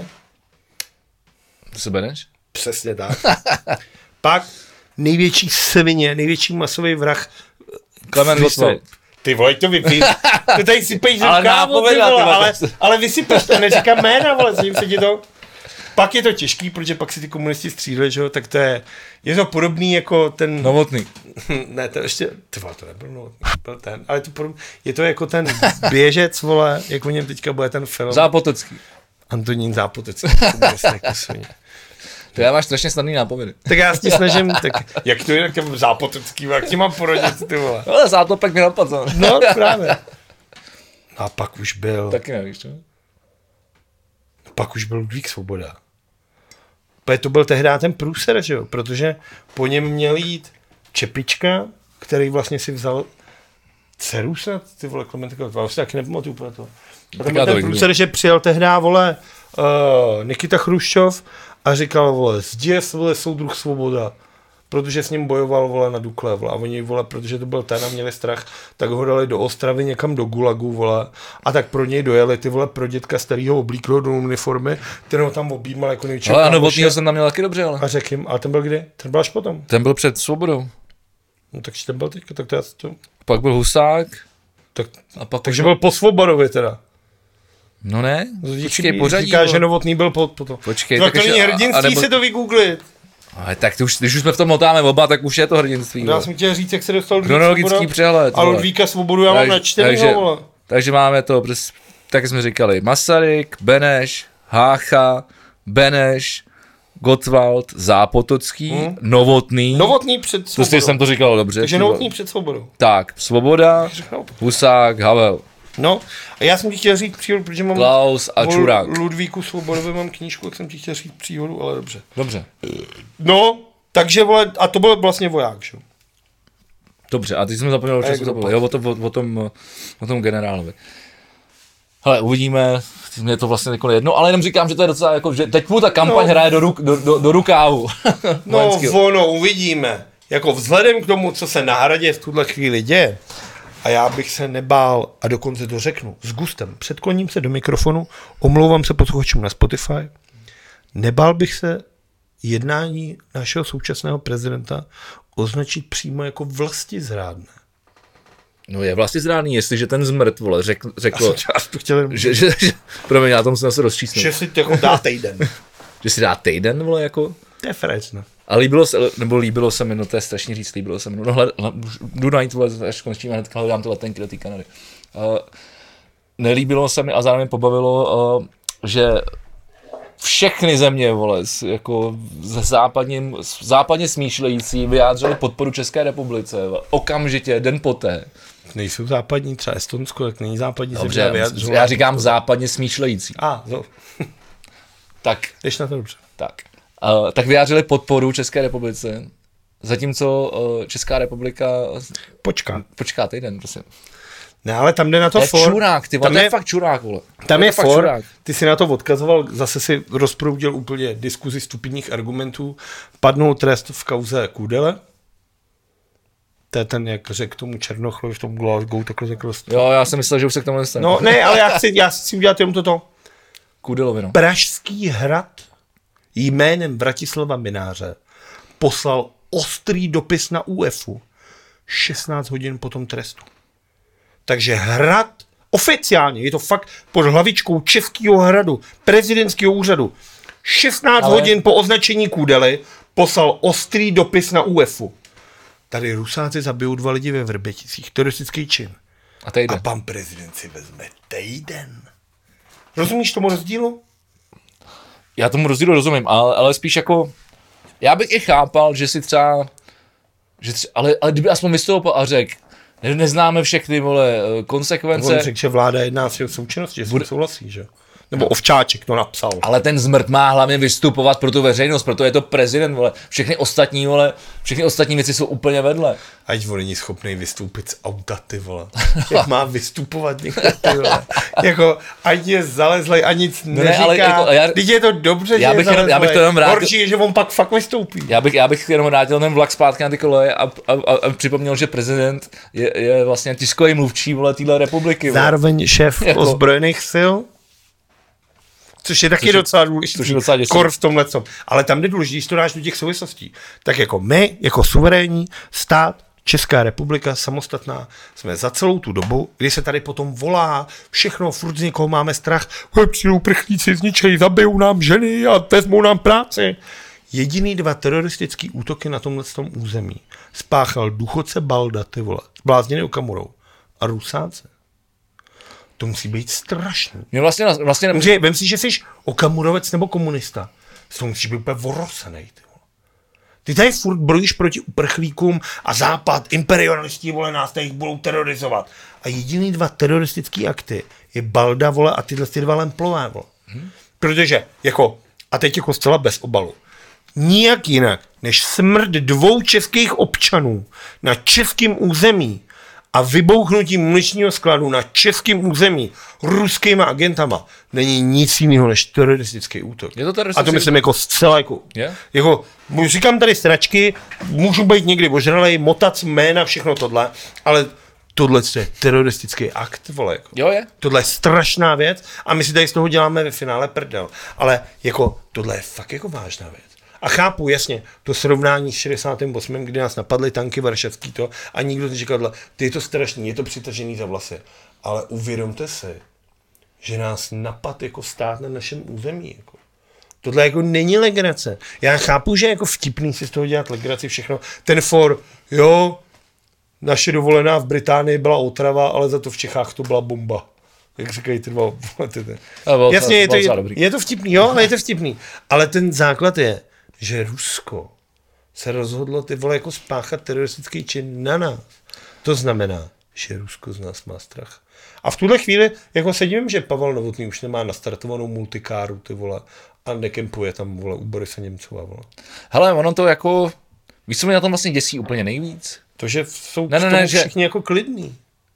To se Beneš? Přesně tak. Pak největší svině, největší masový vrah. Klement Gottwald. Ty vole, to vypij. Ty tady sypejš do kávu, ty vole, ale vysypeš to, neříkám jména, vole, s ním se ti to... Pak je to těžký, protože pak si ty komunisti střídali, že jo, tak to je to podobný jako ten... Novotný. Ne, to ještě, ty vole, to nebyl Novotný, byl ten, ale je to jako ten běžec, vole, jak o něm teďka bude ten film. Zápotecký. Antonín Zápotecký, To já máš strašně snadný nápovědy. Tak já si ti snažím, tak jak to jinak těm Zápotecký, jak ti mám poradit, ty vole. Ale Zátopek mi napadl. No, právě. A pak už byl... Taky nevíš, čo? Pak už byl Ludvík Svoboda. To byl tehdy ten průser, že jo? Protože po něm měl jít Čepička, který vlastně si vzal dceru snad, ty vole, Klementika, vlastně taky nepamatuju úplně to. A tam byl ten průser, že přijel tehdy, vole, Nikita Chruščov a říkal, vole, zdi vole, soudruh Svoboda, protože s ním bojoval, vole, na Dukle, vole, a oni, vole, protože to byl ten a měli strach, tak ho dali do Ostravy někam do Gulagu, vole, a tak pro něj dojeli, ty vole, pro dětka starýho oblíklo do uniformy, ten ho tam objímal jako největší. Ale Novotnýho jsem tam měl taky dobře, ale. A řekl jim, a ten byl kdy? Ten byl až potom. Ten byl před Svobodou. No takže ten byl teďka, tak to já to... Pak byl Husák. Tak, a pak takže byl po Svobodovi teda. No ne, počkej, pořadí. Říká, že Novotný byl po to. Počkej, tak to není hrdinství, se to vygooglit. Ale tak když už jsme v tom motáme oba, tak už je to hrdinství. Já jsem chtěl říct, jak se dostal chronologický přehled. A Ludvíka Svobodu já mám načtenýho. Takže máme to, tak jsme říkali, Masaryk, Beneš, Hácha, Beneš, Gottwald, Zápotocký, Novotný. Novotný před Svobodou. To jsem to říkal dobře. Takže Novotný před Svobodou. Tak, Svoboda, Husák, Havel. No, a já jsem ti chtěl říct příhodu, protože mám... Klaus a Čurák. Ludvíku Svobodovi mám knížku, jak jsem ti chtěl říct příhodu, ale dobře. Dobře. No, takže vole, a to byl vlastně voják, že? Dobře, a teď jsem zapomněl, o tom generálovi. Hele, uvidíme, mě to vlastně jako jedno, ale jenom říkám, že to je docela jako, že teď mu ta kampaň hraje do rukávu. No, ono, uvidíme. Jako vzhledem k tomu, co se na Hradě v tuhle chvíli děje, a já bych se nebál, a dokonce to řeknu, s gustem, předkloním se do mikrofonu, omlouvám se posluchačům na Spotify, nebál bych se jednání našeho současného prezidenta označit přímo jako vlastizrádné. No je vlastizrádný, jestliže ten zmrt, vole, řekl já to chtěl... že promiň, já tomu se zase rozčísnu. Že si jako dá týden. že si dá týden, vole, jako. To je freč, no. A líbilo se mi, no to je strašně říct, líbilo se mi, no jdu najít, vole, až končím a hnedka hledám ty letenky do té Kanady. Nelíbilo se mi a zároveň pobavilo, že všechny země, vole, jako západně smýšlející vyjádřili podporu České republice, okamžitě, den poté. Nejsou západní, třeba Estonsko, jak není západní dobře, já říkám západně smýšlející. Tak. Jdeš na to dobře. Tak vyjádřili podporu České republice, zatímco Česká republika... Počká týden, prosím. Ne, ale tam jde na to for. Čurák, ty vole, to je fakt čurák, vole. Tam je for, čurák. Ty si na to odkazoval, zase si rozproudil úplně diskuzi stupidních argumentů. Padnul trest v kauze Kůdele. To je ten, jak řekl tomu Černochlovi v tom Glasgow, takhle řekl. Jo, já jsem myslel, že už se k tomu nestane. No ne, ale já chci udělat jenom toto. Kůdelovi, no. Pražský hrad jménem Vratislava Mynáře poslal ostrý dopis na UEFu 16 hodin po tom trestu. Takže hrad, oficiálně, je to fakt pod hlavičkou Českého hradu, prezidentského úřadu, 16 hodin po označení Kůdely poslal ostrý dopis na UEFu. Tady Rusáci zabijou 2 lidi ve Vrběticích, teroristický čin. A pan prezident si vezme týden. Rozumíš tomu rozdílu? Já tomu rozdílu rozumím, ale spíš jako, já bych i chápal, že si třeba, ale kdyby aspoň vystoupil a řekl, neznáme všechny, vole, konsekvence. On řekl, že vláda jedná v součinnosti, že s tím souhlasí, že? Nebo Ovčáček to napsal. Ale ten zmrt má hlavně vystupovat pro tu veřejnost, proto je to prezident, vole. Všechny ostatní věci jsou úplně vedle. Ať on není schopný vystoupit z auta, ty vole. Jak má vystupovat někdo, ty vole. Jako, ať je zalezlej a nic neříká. Ale jako, teď je to dobře, že je zalezlej. Já bych to jenom vrátil. Horší je, že on pak fakt vystoupí. Já bych jenom vrátil ten vlak zpátky na ty koleje a připomněl, že prezident je vlastně tiskový mluvčí, vole, téhle republiky. Vole. Zároveň šéf ozbrojených sil. Což je taky docela důležitý, kor v tomhle co. Ale tam jde důležitý, když to dáš do těch souvislostí. Tak jako my, jako suverénní stát, Česká republika, samostatná, jsme za celou tu dobu, kdy se tady potom volá, všechno, furt z někoho máme strach, přijdou prchlíci, zničejí, zabijou nám ženy a vezmou nám práci. Jediný 2 teroristický útoky na tomhle území spáchal důchodce Balda, ty vole, blázněný Okamurou a Rusáce. To musí být strašný. Vem si, že jsi okamurovec nebo komunista. To musíš být úplně vorosenej. Ty tady furt brojíš proti uprchlíkům a západ, imperialisti, vole, nás tady budou terorizovat. A jediný 2 teroristický akty je Balda, vole, a tyhle 2 Lemplové, vole. Protože, jako, a teď jako zcela bez obalu, nijak jinak, než smrt 2 českých občanů na českém území a vybouchnutí muničního skladu na českém území ruskýma agentama není nic jiného než teroristický útok. A to myslím jako zcela jako říkám tady sračky, můžu být někdy ožralej, motat jména, všechno tohle, ale tohle je teroristický akt, vole. Jako. Jo, je. Tohle je strašná věc a my si tady z toho děláme ve finále prdel. Ale jako tohle je fakt jako vážná věc. A chápu, jasně, to srovnání s 68., kdy nás napadly tanky varšavský to a nikdo neříkal, ty je to strašný, je to přitažený za vlasy. Ale uvědomte si, že nás napad jako stát na našem území. Jako. Tohle jako není legrace. Já chápu, že je jako vtipný si z toho dělat legraci všechno. Ten for, jo, naše dovolená v Británii byla otrava, ale za to v Čechách to byla bomba. Jak říkají ty 2. Jasně, je to vtipný, jo, ale je to vtipný. Ale ten základ je, že Rusko se rozhodlo ty vole jako spáchat teroristický čin na nás. To znamená, že Rusko z nás má strach. A v tuhle chvíli jako se divím, že Pavel Novotný už nemá nastartovanou multikáru, ty vole, a nekempuje tam, vole, u Borise Němcova, vole. Hele, ono to jako, víš, co mě na tom vlastně děsí úplně nejvíc? To, že jsou všichni jako klidní.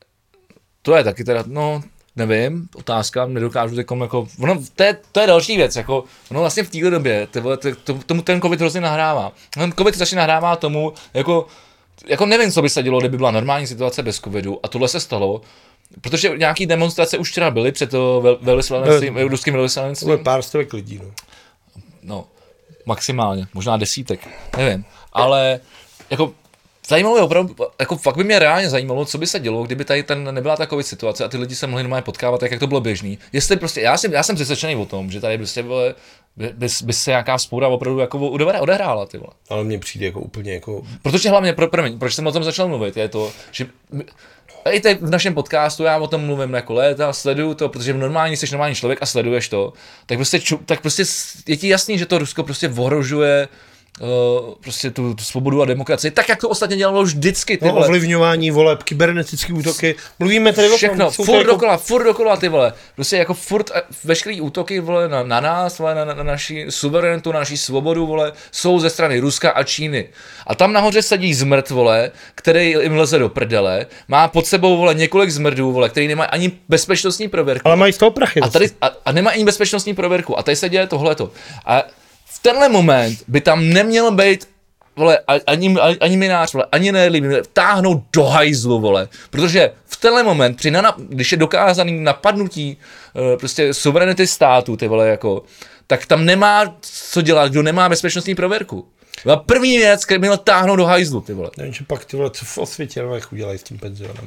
To je taky teda, no, nevím, otázka, nedokážu teďkom jako, to je další věc, jako, ono vlastně v téhle době, tomu ten covid hrozně nahrává. Ten covid strašně nahrává tomu, jako nevím, co by se dělo, kdyby byla normální situace bez covidu a tohle se stalo, protože nějaký demonstrace už včera byly před to ruským velvyslanectvím. To je pár stovek lidí, no. No, maximálně, možná desítek, nevím, ale jako zajímalo je opravdu, jako fakt by mě reálně zajímalo, co by se dělo, kdyby tady nebyla ta covid situace a ty lidi se mohli normálně potkávat, tak jak to bylo běžný. Jestli prostě, já jsem přesvědčený o tom, že tady prostě by se nějaká vzpoura opravdu jako odehrála, ty vole. Ale mně přijde jako úplně jako... Protože hlavně, proč jsem o tom začal mluvit, je to, že i teď v našem podcastu já o tom mluvím jako léta, sleduju to, protože normálně jsi normální člověk a sleduješ to, tak prostě je ti jasný, že to Rusko prostě ohrožuje prostě tu svobodu a demokracii, tak jak to ostatně dělalo vždycky, ty vole. Ovlivňování voleb, kybernetické útoky, mluvíme tady o tom. Všechno, furt dokola, ty vole. Prostě jako furt veškerý útoky, vole, na nás, vole, na naši suverenitu, na naši svobodu, vole, jsou ze strany Ruska a Číny. A tam nahoře sedí zmrt, vole, který jim leze do prdele, má pod sebou, vole, několik zmrdů, vole, který nemají ani bezpečnostní prověrku. Ale mají z toho prachy. A nemá ani bezpečnostní prověrku. A tady se děje tohleto. A v tenhle moment by tam neměl být, vole, ani minář, vole, ani nelíbí, táhnout do hajzlu, vole, protože v tenhle moment, když je dokázaný napadnutí prostě suverenity státu, ty vole, jako, tak tam nemá co dělat, kdo nemá bezpečnostní prověrku. A první věc, který měl táhnout do hajzlu, ty vole. Nevím, že pak ty vole, co v osvětě udělají s tím penzionem.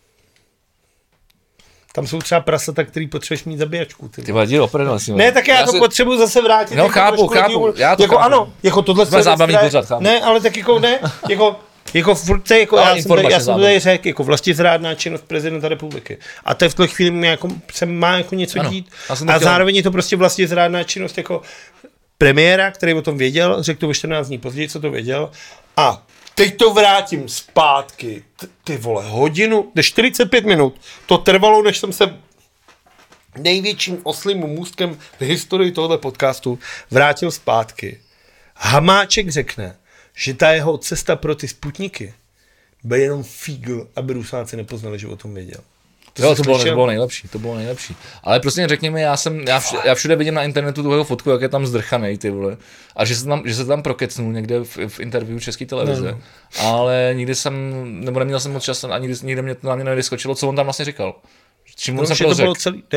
Tam jsou třeba prasata, který potřebuješ mít zabíjačku. Ty vadí opravdu. Ne, tak já to potřebuji zase vrátit. No chápu, já to jako chápu. Ano, jako tohle je zábavný pořad, chápu. Ne, ale tak jako ne, jako furt se, jako já jsem tady řekl, jako vlastizrádná činnost prezidenta republiky. A to v tuhle chvíli mě jako, se má jako něco dít. A zároveň je to prostě vlastizrádná činnost jako premiéra, který o tom věděl, řekl to o 14 dní později, co to věděl. A teď to vrátím zpátky, ty vole, hodinu, 45 minut, to trvalo, než jsem se největším oslým můstkem v historii tohoto podcastu vrátil zpátky. Hamáček řekne, že ta jeho cesta pro ty Sputniky byl jenom fígl, aby Rusáci nepoznali, že o tom věděl. To bylo nejlepší. Ale prostě řekněme, já všude vidím na internetu tu jeho fotku, jak je tam zdrchanej, ty vole. A že se tam prokecnul někde v interview České televize. Ale nikdy neměl jsem moc čas, a nikdy mě na mě nevyskočilo, co on tam vlastně říkal. Čím on se prořekl.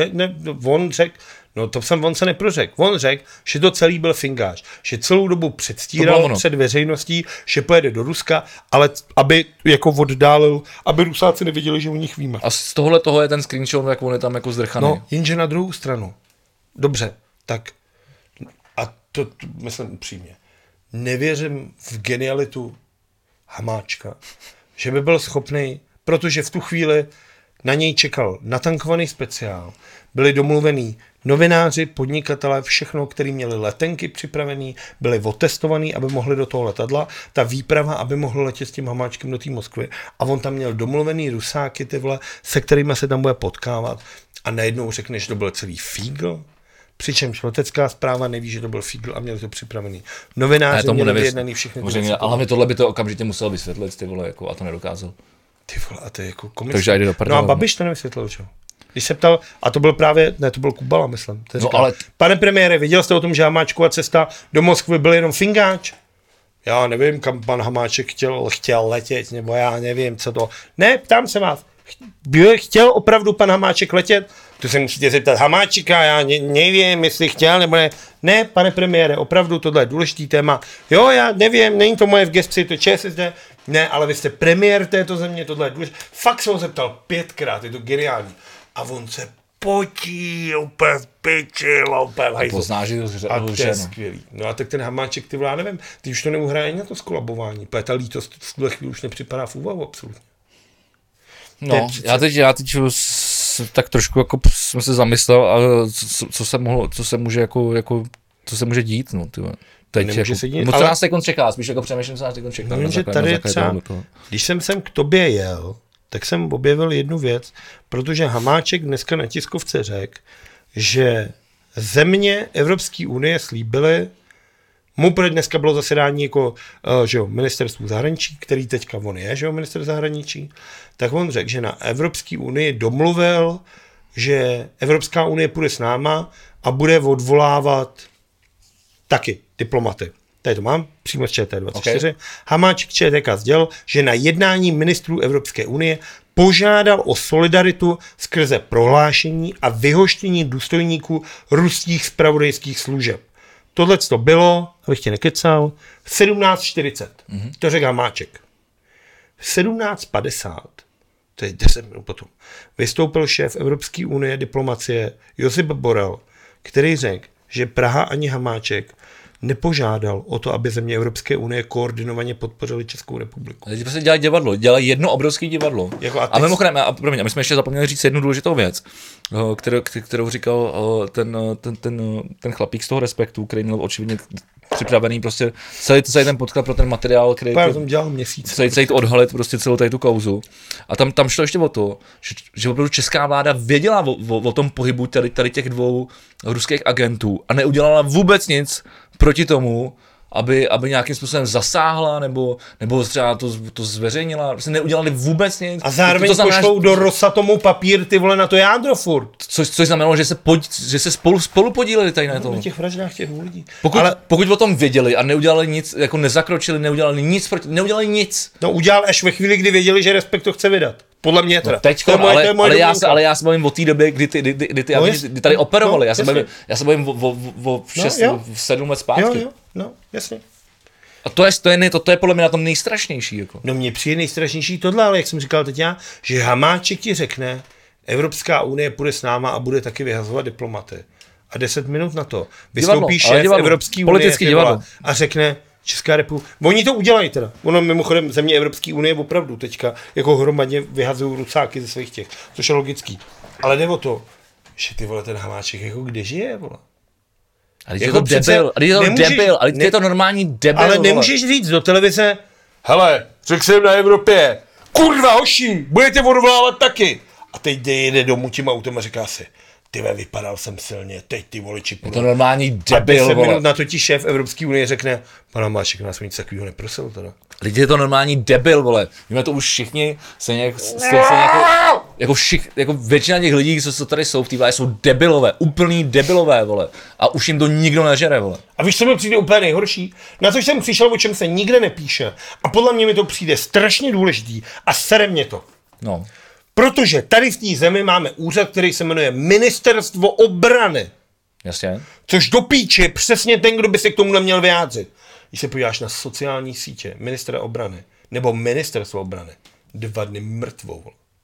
On řekl, on se neprořekl. On řekl, že to celý byl fingáž. Že celou dobu předstíral před veřejností, že pojede do Ruska, ale aby jako oddálil, aby Rusáci neviděli, že u nich víme. A z toho je ten screenshot, jak on je tam jako zdrchaný. No, jenže na druhou stranu. Dobře, tak a to myslím upřímně. Nevěřím v genialitu Hamáčka, že by byl schopný, protože v tu chvíli na něj čekal natankovaný speciál, byli domluvený novináři, podnikatelé, všechno, kteří měli letenky připravený, byli otestovaný, aby mohli do toho letadla, ta výprava, aby mohli letět s tím Hamáčkem do té Moskvy a on tam měl domluvený Rusáky, ty vole, se kterými se tam bude potkávat a najednou řekne, že to byl celý fígl, přičemž letecká zpráva neví, že to byl fígl a měli to připravený. Novináři měli vyjednaný všechny. Ale tohle by to okamžitě musel vysvětlit, ty vole, jako, a to nedokázal. Ty vole, a to je jako komise. Takže jde do prdele. No a Babiš to nevysvětlil, čo? Když se ptal, a to byl právě, ne, to byl Kubala, myslím. Říkal, ale... Pane premiére, viděl jste o tom, že Hamáčkova cesta do Moskvy byl jenom fingáč? Já nevím, kam pan Hamáček chtěl letět, nebo já nevím, co to. Ne, ptám se vás. Chtěl opravdu pan Hamáček letět? To se musíte zeptat Hamáčka, já nevím, jestli chtěl, nebo ne. Ne, pane premiére, opravdu tohle je důležitý téma. Jo, já nevím, není to moje v gesci, to ČSSD. Ne, ale vy jste premiér této země, tohle je důležité. Fakt se ho zeptal 5krát, je to geniální. A on se potí, úplně pičil, úplně hajzl. Poznáš, že a to je skvělý. No a tak ten Hamáček, ty já nevím, ty už to neuhraje na to skolabování, protože ta lítost v tuhle chvíli už nepřipadá v úvahu absolutně. No, já teď tak trošku jako jsem se zamyslel, a co se může dít, no, ty. Teď jako, co nás teď čeká, spíš jako přemýšlím, co nás teď čeká. Vím, že tady třeba, když jsem sem k tobě jel, tak jsem objevil jednu věc, protože Hamáček dneska na tiskovce řekl, že země Evropské unie slíbily, mu dneska bylo zasedání jako, že jo, ministerstvu zahraničí, který teďka on je, že jo, minister zahraničí, tak on řekl, že na Evropské unii domluvil, že Evropská unie půjde s náma a bude odvolávat taky diplomaty. Tady to mám, přímo z ČT24. Okay. Hamáček ČTK sdělil, že na jednání ministrů Evropské unie požádal o solidaritu skrze prohlášení a vyhoštění důstojníků ruských zpravodajských služeb. Tohle to bylo, abych tě nekecal, v 17:40. To řekl Hamáček. V 17:50, to je 10 minut potom, vystoupil šéf Evropské unie diplomacie Josip Borrell, který řekl, že Praha ani Hamáček nepožádal o to, aby země Evropské unie koordinovaně podpořili Českou republiku. Teď prostě dělají divadlo, dělají jedno obrovské divadlo. Jako a mimochodem, a my jsme ještě zapomněli říct jednu důležitou věc, kterou říkal ten chlapík z toho Respektu, který měl očividně připravený prostě celý ten podklad pro ten materiál, který to dělal měsíc. Celý to odhalit prostě celou tady tu kauzu. A tam šlo ještě o to, že opravdu česká vláda věděla o tom pohybu tady těch dvou ruských agentů a neudělala vůbec nic proti tomu, aby nějakým způsobem zasáhla, nebo třeba to zveřejnila, prostě neudělali vůbec nic. A zároveň pošlou do Rosatomu papír, ty vole, na to jádro furt. Což znamenalo, že se spolu podíleli tady na tom. Na těch vraždách těch lidí. Pokud o tom věděli a neudělali nic, jako nezakročili, neudělali nic. No udělal až ve chvíli, kdy věděli, že Respekt to chce vydat. Podle mě teda. No teďko, ale já se bavím o té době, kdy ty tady operovali. Já se bavím o 7 let zpátky. Jo, jasně. A to je podle mě na tom nejstrašnější. Jako. No mně přijde nejstrašnější tohle, ale jak jsem říkal teď já, že Hamáček ti řekne, Evropská unie půjde s náma a bude taky vyhazovat diplomaty. A 10 minut na to vystoupí šéf Evropské unie a řekne, Česká republika. Oni to udělají teda. Ono mimochodem země Evropské unie opravdu teďka jako hromadně vyhazují rucáky ze svých těch, což je logický. Ale jde o to, že ty vole ten Hamáček jako kde žije, vole. Ale je to debil, ale je to normální debil. Ale nemůžeš říct do televize, hele, řekl jsem na Evropě, kurva hoši, budete odvolávat taky. A teď jde domů tím autem a říká si, tyve, vypadal jsem silně, teď ty voliči půjdou. Je to normální debil, a 10 minut na to ti šéf Evropské unie řekne, pan Hamáček nás nic takového neprosil teda. Lidi, je to normální debil, vole. Víme to už všichni, jako většina těch lidí, co tady jsou v té vládě, jsou debilové, úplný debilové, vole. A už jim to nikdo nežere, vole. A víš, co mi přijde úplně nejhorší? Na to jsem přišel, o čem se nikde nepíše. A podle mě mi to přijde strašně důležitý a sere mě to. No. Protože tady v té zemi máme úřad, který se jmenuje Ministerstvo obrany. Jasně. Což do píči je přesně ten, kdo by se k tomu neměl vyjádřit. Když se podíváš na sociální sítě ministra obrany nebo ministerstvo obrany, 2 dny mrtvou.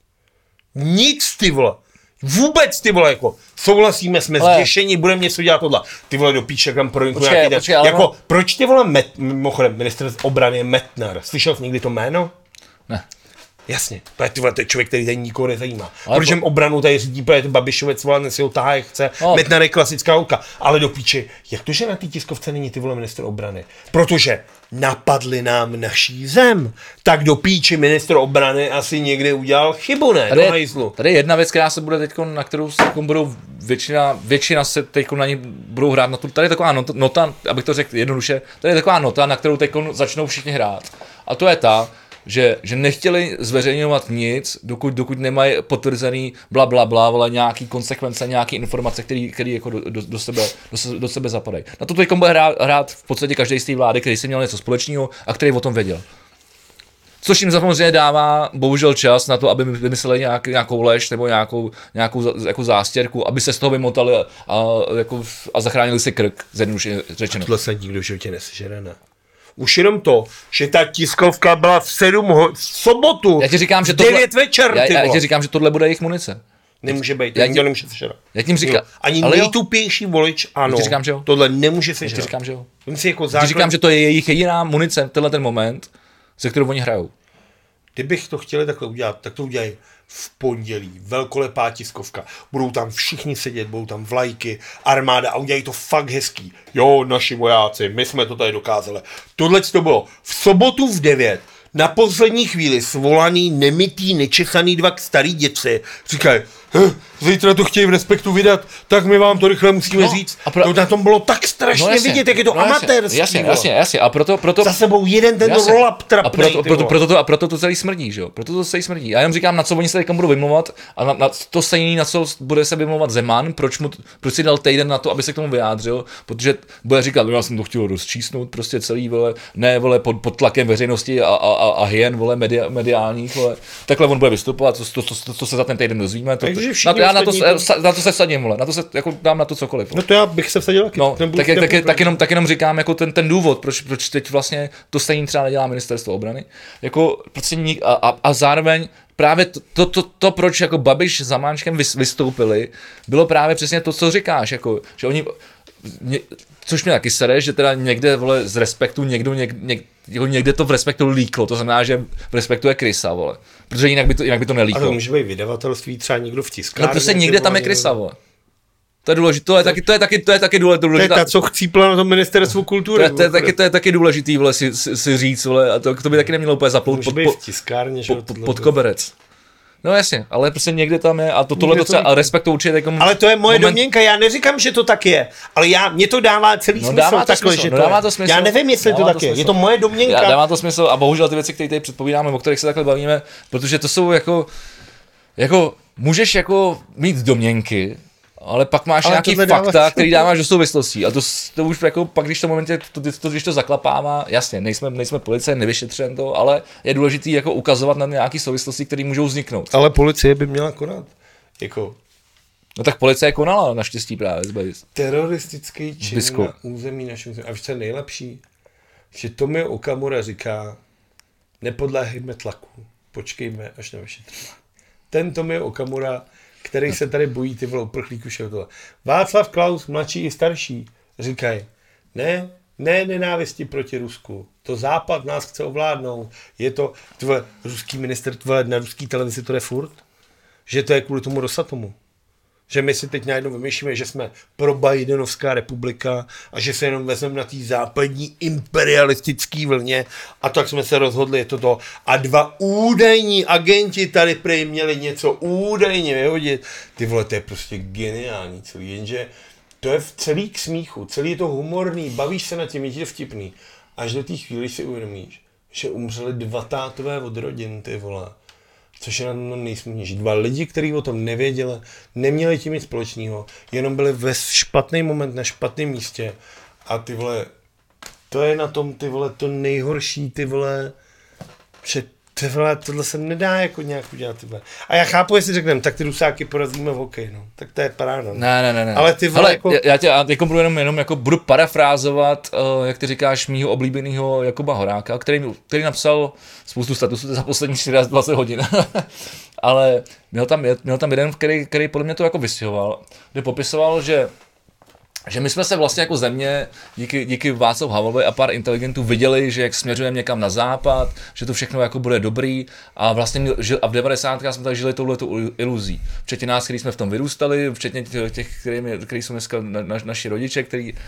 Nic, ty vole. Vůbec, ty vole, jako souhlasíme, jsme zděšení, budeme něco dělat tohle. Ty vole, do píče, kam projdu nějaký den. Jako, proč ty vole, mimochodem, minister obrany je Metnar. Slyšel jsi někdy to jméno? Ne. Jasně, to je člověk, který tady nikoho nezajímá. Protože obranu tady řídí právě Babišovec, vole, si ho tahá, jak chce, Metnar je klasická holka. Ale do píči, jak to, že na té tiskovce není ty vole ministr obrany? Protože napadli nám naší zem. Tak do píči ministr obrany asi někde udělal chybu, ne? Tady je jedna věc, která se bude teď, na kterou se budou většina se teď na ní budou hrát na tu. Tady je taková nota, abych to řekl jednoduše, tady je taková nota, na kterou teď začnou všichni hrát. A to je ta, že nechtěli zveřejňovat nic, dokud nemají potvrzený blablabla, nějaký konsekvence, nějaký informace, které jako do sebe zapadají. Na to teď bude hrát v podstatě každý z té vlády, který si měl něco společného a který o tom věděl. Což jim samozřejmě dává bohužel čas na to, aby vymysleli nějakou lež nebo nějakou jako zástěrku, aby se z toho vymotali a zachránili si krk, zjednodušeně řečeno. A tohle se nikdo v životě nesežere, ne? Už jenom to, že ta tiskovka byla v sobotu, já ti říkám, že 9 večer, já ti říkám, že tohle bude jejich munice. Nemůže být, nikdo nemůže sežrat. Já tím říkám, ani nejtupější volič, ano, říkám, že jo? Tohle nemůže sežrat. Já ti říkám, že jo? Já říkám, že to je jejich jediná munice, tenhle ten moment, se kterou oni hrajou. Kdybych to chtěli takhle udělat, tak to udělají v pondělí, velkolepá tiskovka. Budou tam všichni sedět, budou tam vlajky, armáda a udělají to fakt hezký. Jo, naši vojáci, my jsme to tady dokázali. Tohle to bylo v sobotu v 9. Na poslední chvíli svolaný, nemytý, nečesaný 2 starý děci říkají, zítra to chtějí v Respektu vydat, tak my vám to rychle musíme říct. To na tom bylo tak strašně vidět, jak je to amatérský. Jasně. A proto za sebou jeden ten roll-up trapnej. A proto to celý smrdí, že jo? Proto to celý smrdí. Já jenom říkám, na co oni se teďka budou vymlouvat a na to stejný, na co bude se vymlouvat Zeman, proč si dal týden na to, aby se k tomu vyjádřil, protože bude říkat, já jsem to chtěl rozčísnout, prostě celý, vole, ne, vole, pod tlakem veřejnosti a hyen, vole, mediálních, vole. Takhle on bude vystupovat, to se za ten týden dozvíme. Na to se vsadím, vole, dám na to cokoliv. No to já bych se vsadil taky. No, tak jenom říkám jako ten důvod, proč teď vlastně to stejně třeba nedělá ministerstvo obrany. Jako, a zároveň právě to, proč jako Babiš s Hamáčkem vystoupili, bylo právě přesně to, co říkáš, jako, že oni což mě taky sere, že teda někde, vole, z Respektu někde to v Respektu líklo, to znamená, že v Respektu je krysa, vole. Protože jinak by to nelíklo. A to může být vydavatelství, třeba někdo v tiskárně. No prostě někde tam je krysa, vole. To je důležité, to je taky důležitý. To je ta, co chcípla na tom ministerstvu kultury. To je taky důležitý, vole, si říct, vole, a to by taky nemělo úplně zaplout pod koberec. No jasně, ale prostě někde tam je a tohle to třeba, ale Respektu určitě jako ale to je moje domněnka, já neříkám, že to tak je, ale mě to dává celý smysl takhle, že dává to smysl. Já nevím, jestli to tak je, je to moje domněnka. Dává to smysl a bohužel ty věci, které tady předpovídáme, o kterých se takhle bavíme, protože to jsou jako můžeš jako mít domněnky, ale pak máš nějaký fakta, který dáváš do souvislostí. A to už jako pak, když to momentě, když to zaklapává, jasně, nejsme policie, nevyšetřujeme to, ale je důležitý jako ukazovat na nějaké souvislosti, které můžou vzniknout. Ale policie by měla konat. Jako... No tak policie konala, naštěstí právě. Teroristický čin na území našeho území. A víš, co je nejlepší? Že Tomio Okamura říká, nepodléhejme tlaku, počkejme až na vyšetření. Ten Tomio Okamura, který se tady bojí ty vole uprchlíků všeho. Václav Klaus, mladší i starší, říkají, ne nenávisti proti Rusku. To Západ nás chce ovládnout. Je to, tvoje ruský minister, tvoje na ruský televizi to jde furt? Že to je kvůli tomu Rosatomu. Že my si teď najednou vymýšlíme, že jsme pro Bidenovská republika a že se jenom vezmeme na té západní imperialistické vlně a tak jsme se rozhodli, je to. A 2 údajní agenti tady prej měli něco údajně vyhodit. Ty vole, to je prostě geniální celý, jenže to je v celý k smíchu, celý je to humorný, bavíš se nad tím, je ti to vtipný. Až do té chvíli si uvědomíš, že umřeli 2 tátové od rodin, ty vole. Což je na nejsmutnější. 2 lidi, kteří o tom nevěděli, neměli tím nic společného, jenom byli ve špatný moment na špatném místě. A ty vole, to je na tom, ty vole, to nejhorší, ty vole, že ty vole, tohle se nedá jako nějak udělat, ty vole. A já chápu, jestli řekneme, tak ty Rusáky porazíme v hokeji, no. Tak to je paráda. Ne. Ale ty vole, jako... Já tě budu jenom jako budu parafrázovat, jak ty říkáš, mýho oblíbeného Jakuba Horáka, který napsal spoustu statusů za poslední 20 hodin. Ale měl tam jeden, který podle mě to jako vystihoval, kde popisoval, že my jsme se vlastně jako země díky Václavu Havlovi a pár inteligentů viděli, že jak směřujeme někam na západ, že to všechno jako bude dobrý a vlastně a v 90. jsme tak žili touhletou iluzí. Včetně nás, kteří jsme v tom vyrůstali, včetně těch, kteří jsou dneska naši rodiče,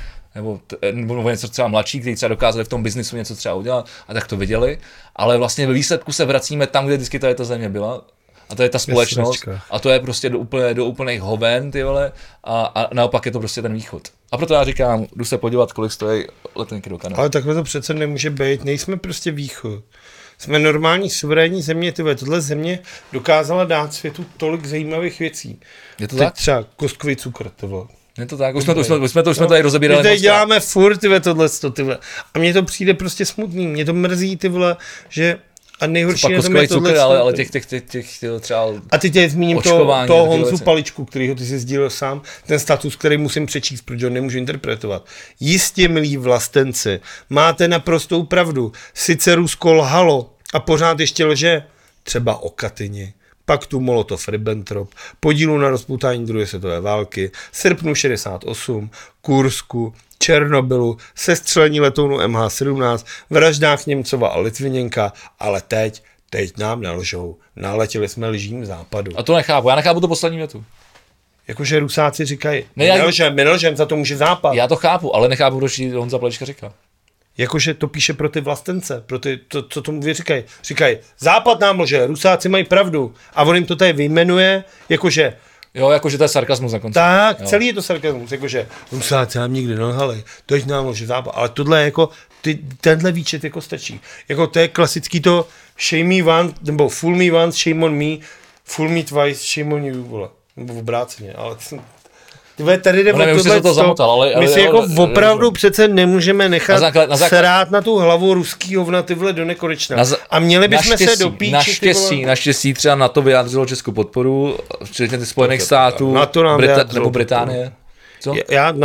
nebo něco třeba mladší, kteří třeba dokázali v tom biznisu něco třeba udělat a tak to viděli, ale vlastně ve výsledku se vracíme tam, kde vždycky ta země byla. A to je ta společnost a to je prostě do úplných hoven, ty vole, a naopak je to prostě ten východ. A proto já říkám, jdu se podívat, kolik stojí letenky do Kanady. Ale takhle to přece nemůže být, nejsme prostě východ. Jsme normální suverénní země, tyhle. Tohle země dokázala dát světu tolik zajímavých věcí. Je to tak? Třeba kostkový cukr, tyhle. Je to tak, už jsme tady rozebírali. My tady děláme furt, tyhle. A mně to přijde prostě smutný, mě to mrzí, tyhle, že a nejhorší je to cukr, ale těch třeba a teď tě zmíním toho Honzu Paličku, kterýho ty si sdílel sám, ten status, který musím přečíst, protože ho nemůžu interpretovat. Jistě, milí vlastenci, máte naprostou pravdu. Sice Rusko lhalo a pořád ještě lže, třeba o Katyni, paktu Molotov-Ribbentrop, podílu na rozpoutání druhé světové války, srpnu 68, Kursku, Černobylu, sestřelení letounu MH17, vraždách Němcova a Litviněnka, ale teď nám nalžou. Naletěli jsme lžím západu. A to nechápu, já nechápu to poslední větu. Jakože Rusáci říkají, my nelžem, za to může západ. Já to chápu, ale nechápu, proč Honza Palička říká. Jakože to píše pro ty vlastence, pro ty, co tomu říkají. Říkají, západ nám lže, Rusáci mají pravdu. A on jim to tady vyjmenuje, jakože jo, jakože to je sarkasmus na konci. Tak, jo. Celý je to sarkasmus, jakože Rusáci nám nikdy nelhali, teď nám lže západ, ale tohle jako, tenhle výčet jako stačí. Jako to je klasický to shame me once, nebo fool me once, shame on me, fool me twice, shame on you, vole. Nebo v obráceně, ale tady jde my si jako opravdu přece nemůžeme nechat srát na tu hlavu ruský hovna tyhle do nekonečna. A měli bychom se dopíčit. Naštěstí třeba NATO vyjádřilo českou podporu, včetně ty Spojených států, nebo Británie. Co?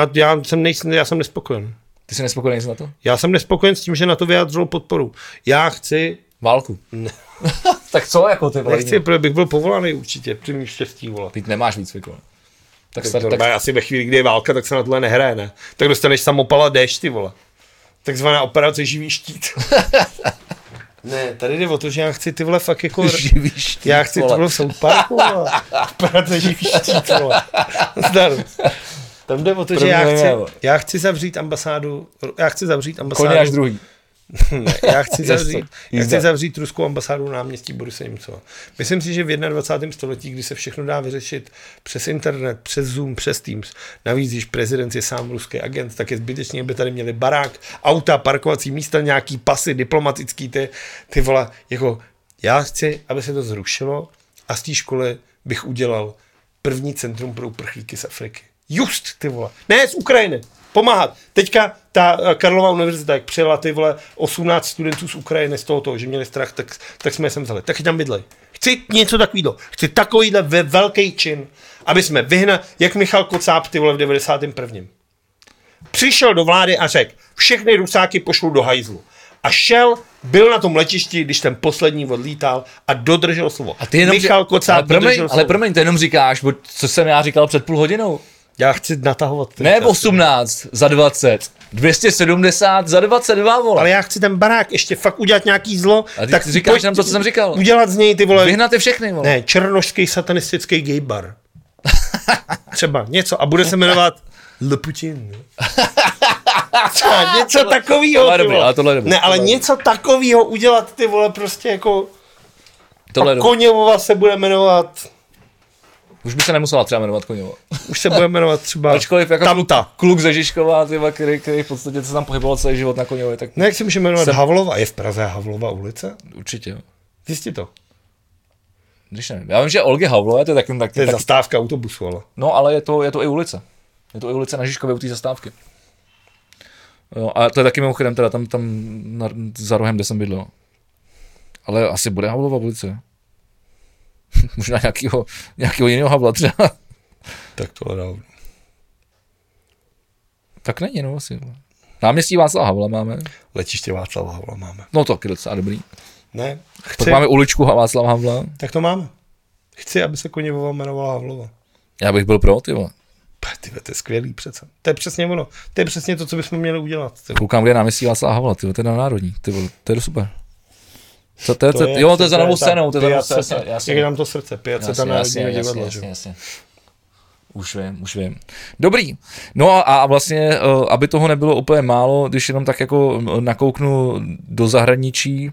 Já jsem nespokojen. Ty jsi nespokojený s NATO? Já jsem nespokojen s tím, že NATO vyjádřilo podporu. Já chci válku. Ne. Tak co jako ty vole? Nechci, protože bych byl povolaný určitě, při mým štěstí, vole. Teď nemáš výcvik, vole. tak asi ve chvíli, kdy je válka, tak se na tohle nehraje, ne? Tak dostaneš samopala déšť, ty vole. Takzvaná operace živý štít. Ne, tady jde o to, že já chci ty vole fakt jako... Živý štít, já chci vole. to vole v South Parku, vole. Operace živý štít, vole. Zdaru. Tam jde o to, že já chci zavřít ambasádu... Koně až druhý. Ne, já chci zavřít ruskou ambasádu na náměstí Borise Němcova. Myslím si, že v 21. století, kdy se všechno dá vyřešit přes internet, přes Zoom, přes Teams, navíc, když prezident je sám ruský agent, tak je zbytečný, aby tady měli barák, auta, parkovací místa, nějaký pasy, diplomatický ty vole, jako já chci, aby se to zrušilo a z té školy bych udělal první centrum pro uprchlíky z Afriky. Just, ty vole. Ne, z Ukrajiny. Pomáhat. Teďka ta Karlova univerzita, jak přijela ty vole 18 studentů z Ukrajiny z toho, že měli strach, tak jsme je sem vzali. Tak tam bydlej. Chci něco takového. Chci takovýhle velký čin, aby jsme vyhnali, jak Michal Kocáb ty vole v 91. Přišel do vlády a řekl, všechny Rusáky pošlu do hajzlu. A byl na tom letišti, když ten poslední odlítal a dodržel slovo. A ty jenom Michal Kocáb dodržel slovo. Ale promiň, to jenom říkáš, co jsem já říkal před půl hodinou. Já chci natahovat. Ne 18 za 20, 270 za 22, vole. Ale já chci ten barák ještě fakt udělat nějaký zlo. A ty tak říkáš nám to, co jsem říkal. Udělat z něj ty vole. Vyhnat je všechny, vole. Ne, černošský satanistický gay bar. Třeba něco a bude se jmenovat Le Putin. Něco takovýho. Ne, ale něco takovýho udělat ty vole prostě jako Koněvova se bude jmenovat. Už by se nemusela třeba jmenovat Koněva. Už se bude jmenovat třeba ačkoliv jako Tamta. Kluk ze Žižkova, který v podstatě se tam pohyboval celý život na Koněvě. Tak ne, jak se může jmenovat Havlova? Je v Praze Havlova ulice? Určitě. Zjistí to. Když nevím. Já vím, že Olgy Havlové, to je taky... To je zastávka autobusu, ale. No, ale je to i ulice. Je to i ulice na Žižkově u té zastávky. Jo, a to je taky mimochodem teda tam za rohem, kde jsem bydlel. Ale asi bude Havlova ulice. Možná nějakýho jiného Havla třeba. Tak to dávno. Tak není, no asi. Náměstí Václava Havla máme. Letiště Václava Havla máme. No to je docela dobrý. Ne, Pak máme uličku Václava Havla. Tak to máme. Chci, aby se Koněvova jmenovala Havlova. Já bych byl pro, ty vole. To je skvělý přece. To je přesně ono. To je přesně to, co bychom měli udělat. Koukám, kde je náměstí Václava Havla, ty vole, to je na národní. Ty vole, to je super. To je za novou scénou, to je za novou scénou. Jak je nám to srdce, Piaceta Národního divadla. Jasně. Už vím. Dobrý. No a vlastně, aby toho nebylo úplně málo, když jenom tak jako nakouknu do zahraničí,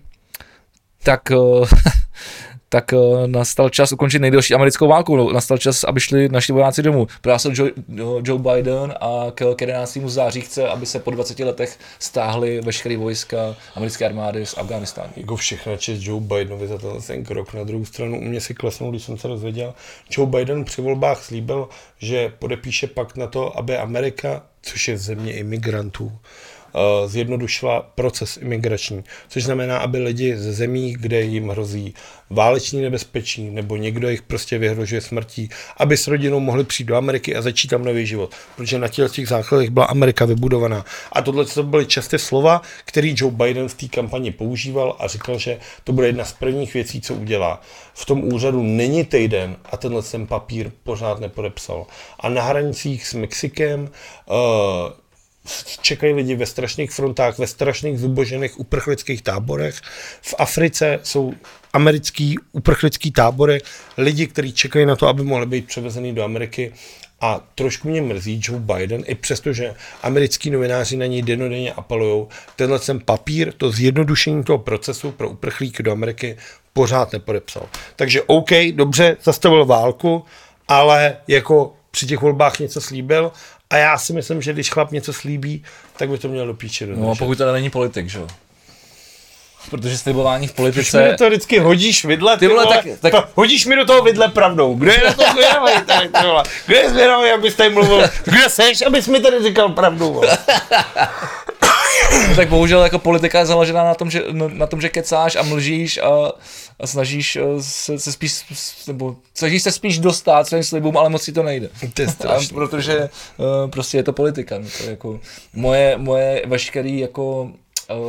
tak nastal čas ukončit nejdelší americkou válku. Nastal čas, aby šli naši vojáci domů. Prohlásil Joe Biden a k 11. září chce, aby se po 20 letech stáhly veškeré vojska americké armády z Afghánistánu. Jako všechna čest Joe Bidenovi za ten krok. Na druhou stranu u mě si klesnul, když jsem se dozvěděl. Joe Biden při volbách slíbil, že podepíše pakt na to, aby Amerika, což je země imigrantů, zjednodušila proces imigrační, což znamená, aby lidi ze zemí, kde jim hrozí váleční nebezpečí nebo někdo jich prostě vyhrožuje smrtí, aby s rodinou mohli přijít do Ameriky a začít tam nový život, protože na těch základech byla Amerika vybudovaná. A tohle to byly časté slova, který Joe Biden v té kampani používal a říkal, že to bude jedna z prvních věcí, co udělá. V tom úřadu není týden a tenhle ten papír pořád nepodepsal. A na hranicích s Mexikem čekají lidi ve strašných frontách, ve strašných zubožených uprchlických táborech. V Africe jsou americký uprchlický tábory, lidi, kteří čekají na to, aby mohli být převezený do Ameriky. A trošku mě mrzí Joe Biden, i přestože americký novináři na něj dennodenně apelujou, tenhle ten papír, to zjednodušení toho procesu pro uprchlíky do Ameriky pořád nepodepsal. Takže OK, dobře, zastavil válku, ale jako při těch volbách něco slíbil. A já si myslím, že když chlap něco slíbí, tak by to měl do píče. No a pokud teda není politik, že jo? Protože slibování v politice... Když mi to vždycky hodíš vidle, ty vole, tak... hodíš mi do toho vidle pravdou. Kdo je na to zvědavý? Kdo je zvědavý, abys tady mluvil? Kdo seš, abys mi tady říkal pravdu? Vole? No, tak bohužel jako politika je založená na tom, že kecáš a mlžíš a snažíš se spíš, nebo snažíš se spíš dostat svým slibům, ale moc si to nejde. To je strašný. Protože prostě je to politika. No, to je jako moje veškerý jako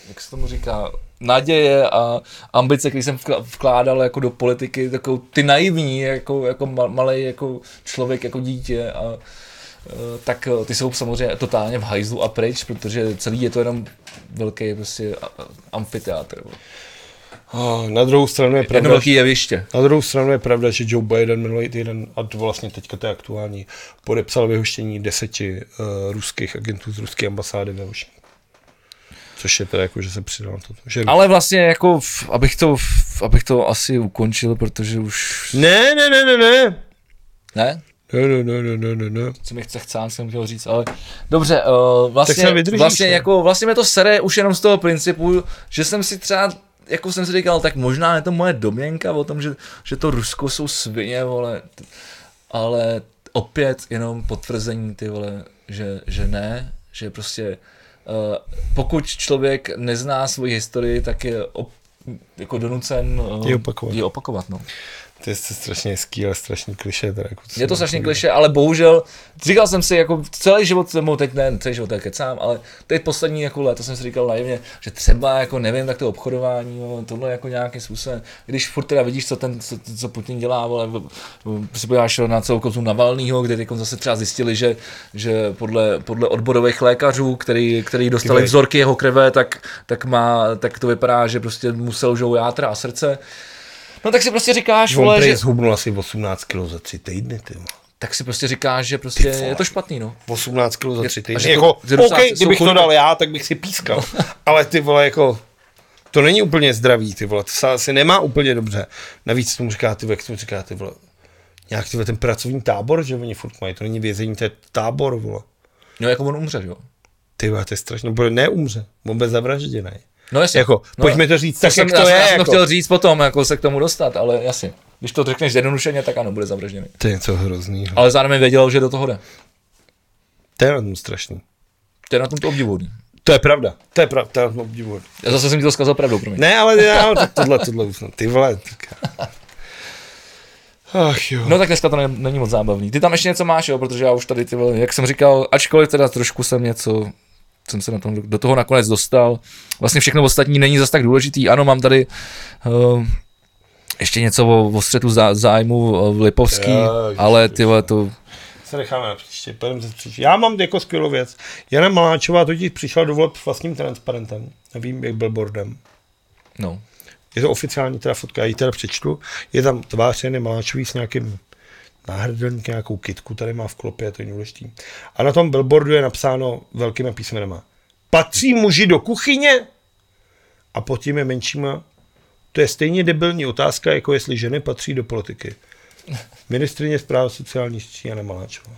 jak se tomu říká, naděje a ambice, které jsem vkládal jako do politiky, takovou ty naivní, jako malej jako člověk, jako dítě a tak ty jsou samozřejmě totálně v hajzlu a pryč, protože celý je to jenom velký prostě amfiteátr. Na druhou stranu je pravda, velký jeviště. Na druhou stranu je pravda, že Joe Biden minulý týden, a to vlastně teďka to je aktuální, podepsal vyhoštění 10 ruských agentů z ruské ambasády ve Washingtonu. Což je to jako, že se přidal na to. Že... Ale vlastně jako, abych to asi ukončil, protože už... Ne. Ne? Ne. Co mi chce chcát, jsem chtěl říct, ale dobře, vlastně mě to sere už jenom z toho principu, že jsem si třeba, jako jsem si říkal, tak možná je to moje domněnka o tom, že to Rusko jsou svině, vole, ale opět jenom potvrzení, ty vole, že ne, že prostě pokud člověk nezná svoji historii, tak je jako donucen ji opakovat. No. To je strašně hezký, ale strašný klišé. Je to strašný klišé, ale bohužel, říkal jsem si, jako celý život, teď ne, celý život tak kecám, ale teď poslední jako léto jsem si říkal naivně, že třeba jako nevím, tak to obchodování, no, tohle jako nějakým způsobem, když furt teda vidíš, co Putin dělá, ale si podíváš na celou kauzu Navalnýho, kde teď zase třeba zjistili, že podle odborových lékařů, který dostali vzorky jeho krve, tak to vypadá, že prostě mu selžou játra a srdce. No tak si prostě říkáš, vole, že... zhubnul asi 18 kg za 3 týdny, ty. Tak si prostě říkáš, že prostě je to špatný, no. 18 kg za 3 týdny. Jako, OK, kdybych to dal já, tak bych si pískal. Ale ty vole, jako... To není úplně zdravý, ty vole. To se asi nemá úplně dobře. Navíc tomu říká, ty vole, nějak ty vole, ten pracovní tábor, že oni furt mají. To není vězení, to je tábor, vole. No jako on umře, jo. Ty vole, to je strašně. No, neumře. On byl zavražděný. No jasně. Jako, pojďme to říct tak, jak to je. Já jsem to chtěl říct potom, jako se k tomu dostat, ale jasně. Když to řekneš zjednodušeně, tak ano, bude zavražděný. To je něco hroznýho. Ale zároveň věděl, že do toho jde. To je na tom strašný. To je na tom to obdivuhodný. To je pravda, to je na tom obdivuhodný. Já zase jsem ti to zkazal pravdou, promiň. Ne, ale tohle usnu. Ty vole. Ach jo. No tak dneska to není moc zábavný. Ty tam ještě něco máš, jo, protože já už tady, ty vole, jak jsem říkal, ačkoliv teda trošku jsem se do toho nakonec dostal. Vlastně všechno ostatní není zas tak důležitý. Ano, mám tady ještě něco o střetu zájmu v Lipovský, ale ty vole, to... Se necháme na příště, Já mám jako skvělou věc. Jana Maláčová totiž přišla do voleb s vlastním transparentem. Nevím, jak billboardem. No. Je to oficiální teda fotka, já ji teda přečtu. Je tam tvář Jany Maláčový s nějakým náhrdelník, nějakou kytku, tady má v klopě, to je důležitý. A na tom billboardu je napsáno velkýma písmenama. Patří muži do kuchyně? A pod tím je menšíma. To je stejně debilní otázka, jako jestli ženy patří do politiky. Ministryně práv sociální štěstí Jana Maláčová.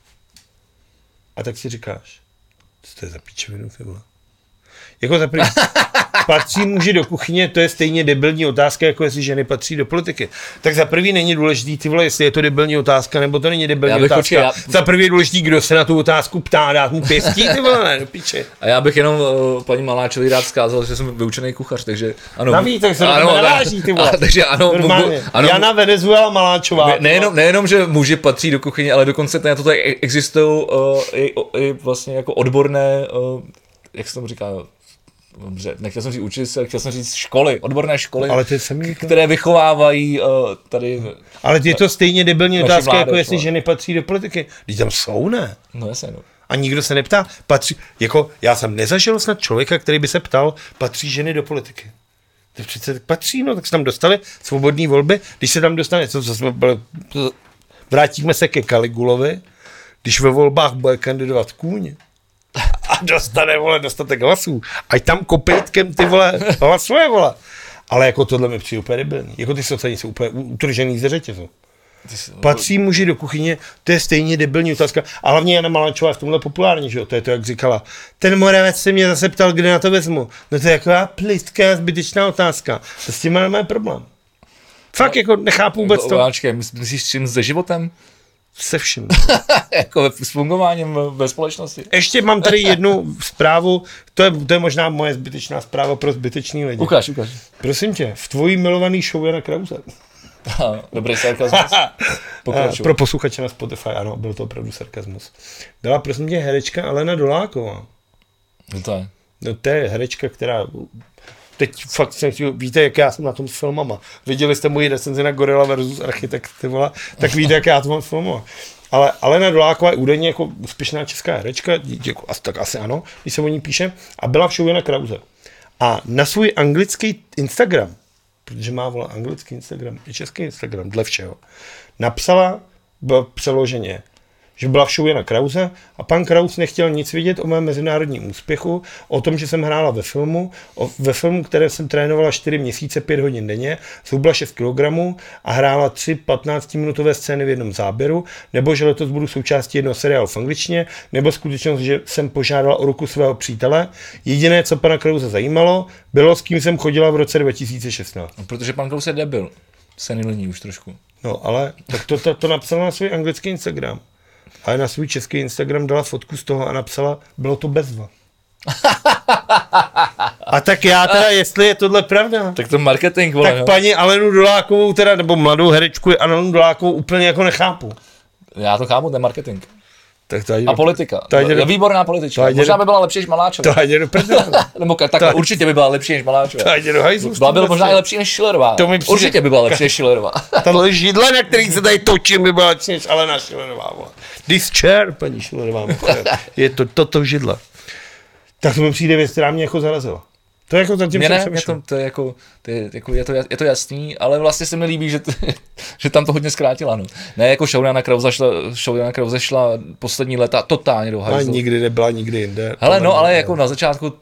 A tak si říkáš, co to je za píčovinu, ty vole? Jako za první, patří muži do kuchyně, to je stejně debilní otázka, jako jestli ženy patří do politiky. Tak za první není důležitý, ty vole, jestli je to debilní otázka, nebo to není debilní otázka. Za první je důležitý, kdo se na tu otázku ptá, dát mu pěstí, ty vole, ne, do píče. A já bych jenom paní Maláčový rád zkázal, že jsem vyučený kuchař, takže ano. Navíc, tak se naráží, ty vole. Takže ano, ano. Jana Venezuela Maláčová. Nejenom, že muži patří do kuchyně, ale dokonce na to tady existují i vlastně jako odborné, jak se tomu říká, dobře, nechtěl jsem říct učit, chtěl jsem říct školy, odborné školy, které vychovávají tady... Ale je to stejně debilní otázka, jako jestli ženy patří do politiky. Když tam jsou, ne? No jasně, no. A nikdo se neptá, patří, jako já jsem nezažil snad člověka, který by se ptal, patří ženy do politiky. To přece patří, no, tak se tam dostali svobodné volby, když se tam dostane, vrátíme se ke Kaligulovi, když ve volbách bude kandidovat kůň, a dostane, vole, dostatek hlasů. Ať tam kopejtkem, ty vole, hlasuje, vole. Ale jako tohle mi přijde úplně debilní. Jako ty sociální jsou úplně utržený ze řetězu. Patří muži do kuchyně, to je stejně debilní otázka. A hlavně Jana Maláčová je v tomhle populární, že jo? To je to, jak říkala. Ten Moravec se mě zase ptal, kde na to vezmu. No to je taková plitká, zbytečná otázka. To s tím máme problém. Fakt jako nechápu vůbec to. Myslíš s čím se životem? Se vším. Jako s fungováním ve společnosti. Ještě mám tady jednu zprávu, to je možná moje zbytečná zpráva pro zbytečný lidi. Ukáž. Prosím tě, v tvojí milovaný show Jana Krause. Dobrý sarkazmus. Pro posluchače na Spotify, ano, byl to opravdu sarkazmus. Byla prosím tě herečka Alena Doláková. No to je. No to je herečka, která... Teď fakt víte, jak já jsem na tom s filmama. Viděli jste moji recenzi na Gorilla versus Architekt, tak víte, jak já to mám s filmama. Ale Alena Doláková je údajně jako úspěšná česká herečka, jako, tak asi ano, když se o ní píše, a byla v show Jana Krause. A na svůj anglický Instagram, protože má anglický Instagram i český Instagram, dle všeho, napsala přeloženě, že byla v show Jana Krause a pan Kraus nechtěl nic vidět o mém mezinárodním úspěchu, o tom, že jsem hrála ve filmu, které jsem trénovala 4 měsíce, 5 hodin denně, zhubla 6 kg a hrála 3 15-minutové scény v jednom záběru, nebo že letos budu součástí jednoho seriálu v angličtině, nebo skutečnost, že jsem požádala o ruku svého přítele. Jediné, co pana Krause zajímalo, bylo, s kým jsem chodila v roce 2016. No, protože pan Kraus je debil. Senilní už trošku. No, ale tak to napsala na svůj anglický Instagram. Ale na svůj český Instagram dala fotku z toho a napsala, bylo to bezva. A tak já teda, jestli je tohle pravda, tak to marketing, vole, tak no. paní Alenu Dolákovou teda, nebo mladou herečku Alenu Dolákovou úplně jako nechápu. Já to chápu, ten marketing. Tak to a politika. Je výborná politička. Možná by byla lepší než Maláčová. To jde do prdele. Nebo tak určitě by byla lepší než Maláčová. To jde do hajzlu. Byla by možná i lepší než Schillerová. Určitě by byla lepší než Schillerová. Tahle židle, na který se tady točím, by byla lepší než Alena Schillerová. This chair, paní Schillerová. Je to židle. Tak to mi přijde věc, která mě jako zarazila. To je jako za tím je to jasný, ale vlastně se mi líbí, že tam to hodně zkrátila. No. Ne, jako show Jana Krause šla poslední léta totálně do hajzlu. Ale nikdy nebyla, nikdy jinde. Hele, no, ale jako na začátku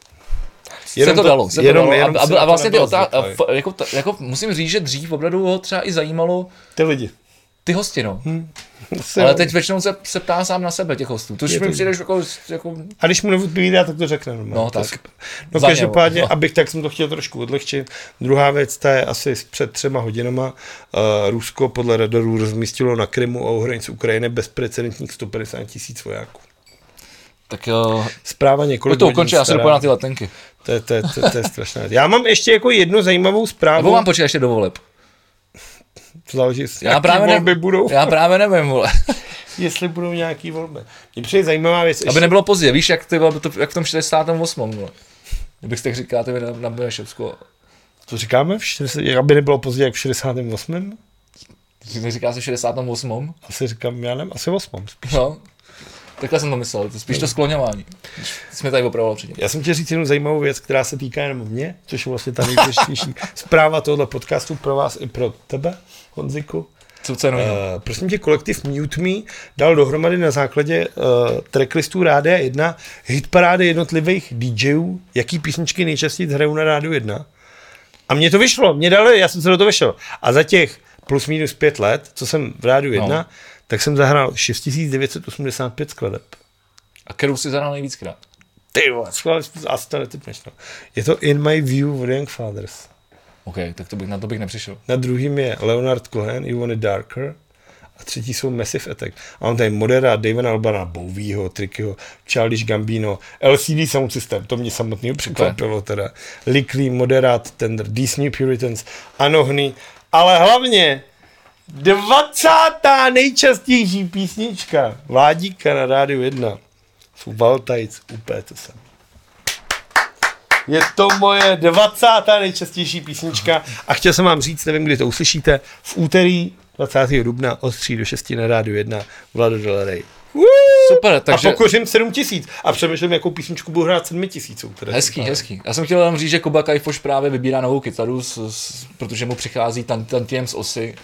se to dalo. A vlastně ty jako musím říct, že dřív opravdu ho třeba i zajímalo ty lidi. Ty hosti, no. Ale teď většinou se ptá sám na sebe těch hostů. To už mi přijdeš jako... A když mu neodpovídá, tak to řekne. No tak. No každopádně, tak jsem to chtěl trošku odlehčit. Druhá věc, ta je asi před 3 hodinama. Rusko podle radarů rozmístilo na Krymu a u hranic Ukrajiny bezprecedentních 150 000 vojáků. Tak jo. Zpráva několik to ukončí, já se dopojím na ty letenky. To je strašné. Já mám ještě jako jednu zajímavou zprávu. Nebo mám počít ještě do voleb. To záleží, jaký volby budou. Já právě nevím, vole. Jestli budou nějaký volby. Mně přijde zajímavá věc. Aby nebylo pozdě, víš, jak v tom 68. Vole. Kdybych tak říkal, ty na Benešovsku. To říkáme? Aby nebylo pozdě jak v 68. Ty říkáš v 68. Asi říkám, já nevím, asi 8. Spíš. No, takhle jsem to myslel, to spíš to skloňování. Jsme tady opravdu předtím. Já jsem chtěl říct jednu zajímavou věc, která se týká jenom mě, což je vlastně ta nejdůležitější zpráva tohoto podcastu pro vás i pro tebe, Honziku. Prosím tě, kolektiv Mute Me dal dohromady na základě tracklistů Rádia 1 hitparády jednotlivých DJů, jaký písničky nejčastěji hrajou na Rádiu 1. A mě to vyšlo, já jsem se do toho vyšel. A za těch plus minus 5 let, co jsem v Rádiu 1, tak jsem zahrál 6985 skladeb. A kterou jsi zahrál nejvíckrát? Ty vole, asi to netypneš. No. Je to In My View od Young Fathers. OK, tak na to bych nepřišel. Na druhým je Leonard Cohen, You Want It Darker. A třetí jsou Massive Attack. A on tady Modera, Davena Albana, Bowieho, Trickyho, Childish Gambino, LCD Sound System, to mě samotného překvapilo teda. Likely, Moderat, Tender, These New Puritans, Anohny, ale hlavně 20. nejčastější písnička Vládíka na Rádiu 1 jsou Valtajc, úplně to jsem. Je to moje 20. nejčastější písnička a chtěl jsem vám říct, nevím, kdy to uslyšíte, v úterý 20. dubna od 3 do 6 na Rádiu 1 Vlado Del Rey. Super, takže... A pokořím 7 000 a přemýšlím, jakou písničku budu hrát 7 000. Hezký. Já jsem chtěl jenom říct, že Kuba Kajfoš právě vybírá novou kytaru, protože mu přichází tantiem z osy.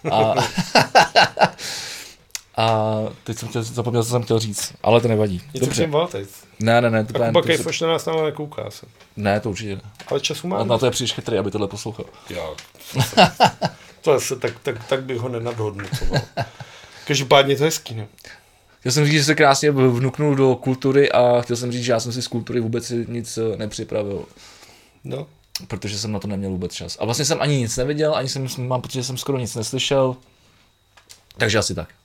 A teď jsem zapomněl, co jsem chtěl říct, ale to nevadí. Dobře. Ne. To Kuba Kajfoš na nás tam nekouká. Ne, to určitě ne. Ale času má. Na to je příliš chytrý, aby tohle poslouchal. Jo. Tak bych ho nenadhodnocoval. Každopádně to je hezký, ne? Chtěl jsem říct, že se krásně vnuknul do kultury a chtěl jsem říct, že já jsem si z kultury vůbec nic nepřipravil. No. Protože jsem na to neměl vůbec čas. A vlastně jsem ani nic neviděl, mám pocit, že jsem skoro nic neslyšel. Takže asi tak.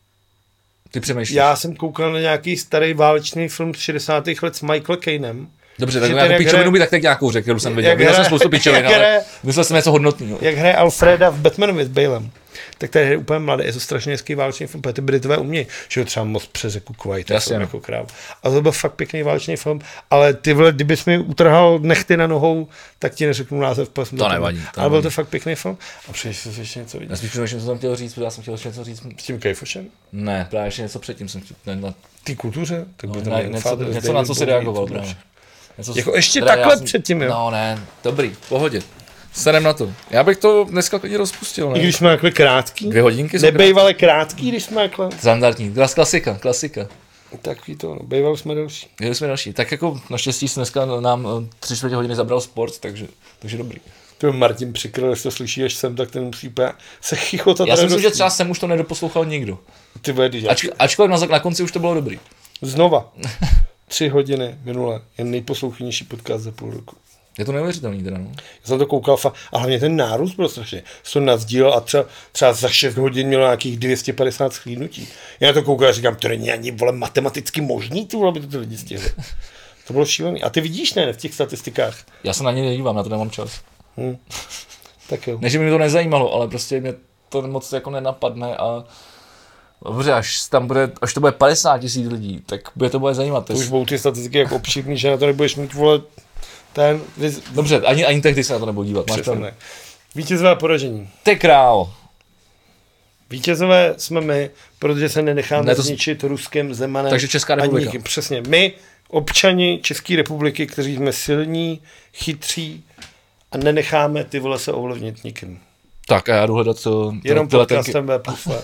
Ty přemýšlíš? Já jsem koukal na nějaký starý válečný film z 60. let s Michael Cainem, Dobře, tak Že jako ten, jak pičovinu hraje- by tak nějakou řekl, kterou jsem viděl. jak Viděl jsem hraje- spoustu pičovin, jak ale hraje- myslel jsem něco hodnotného. Jak hraje Alfreda v Batmanovi s Balem, tak tady je úplně mladý, je to strašně hezký válečný film, protože ty Britové umějí, že ho třeba moc přeřeku Kuwait, Jasně, no. jako kráv. A to byl fakt pěkný válečný film, ale ty vole, kdybys mi utrhal nechty na nohou, tak ti neřeknu název. To nevadí. Ale byl to fakt pěkný film. A přeji si ještě něco vidět. Já spíš přemýšlím, co jsem chtěl říct, protože já jsem chtěl ještě něco říct. S tím Kejfošem? Ne, právě ještě něco předtím jsem chtěl. Ne, Ty kultuře? Tak byl ne, tam něco na co si reagoval právě. Něco, Jako ještě teda takhle já jsem- předtím, jo? No ne, dobrý, v pohodě. Sedem na to. Já bych to dneska klidně rozpustil, I ne? když jsme takhle krátký? 2 hodinky jsou Nebejvale krátký, když jsme takhle? standardní. Klasika. Takový to, no, bejvali jsme delší. Jeli jsme další. Tak jako naštěstí se dneska nám 3/4 hodiny zabral sport, takže dobrý. To Martin přikryl, jestli to slyší až sem, tak ten musí úplně se chichotat. Já si myslím, že radostí. třeba sem už to nedoposlouchal nikdo. Ty vole, když Ačkoliv na konci už to bylo dobrý. Znova. 3 hodiny minule. Je nejposlouchanější podcast za půl roku. Je to neuvěřitelný teda, no. Já jsem to koukal a hlavně ten nárůst byl strašně. Jsem to nazdílel a třeba za 6 hodin mělo nějakých 250 schlídnutí. Já na to koukal a říkám, to není ani vole matematicky možný, ty vole, by to ty lidi stihli. To bylo šílený. A ty vidíš, ne, v těch statistikách. Já se na ně nedívám, na to nemám čas. Tak jo. Ne, že by mě to nezajímalo, ale prostě mě to moc jako nenapadne a dobře, až to bude 50 000 lidí, tak bude to bude zajímat. To už budou ty statistiky jako obšírný, že na to nebudeš mít, vole, ten... Dobře, ani tehdy se na to nebudu dívat. Máš Přesně pravdu. ne. Vítězové a poražení. Ty král. Vítězové jsme my, protože se nenecháme Ne, to zničit Ruskem, Zemanem. Takže Česká ani republika. nikým. Přesně. My, občani České republiky, kteří jsme silní, chytří a nenecháme ty vole se ovlivnit nikým. Tak a já jdu hledat Jenom ty letenky. podcastem B+V.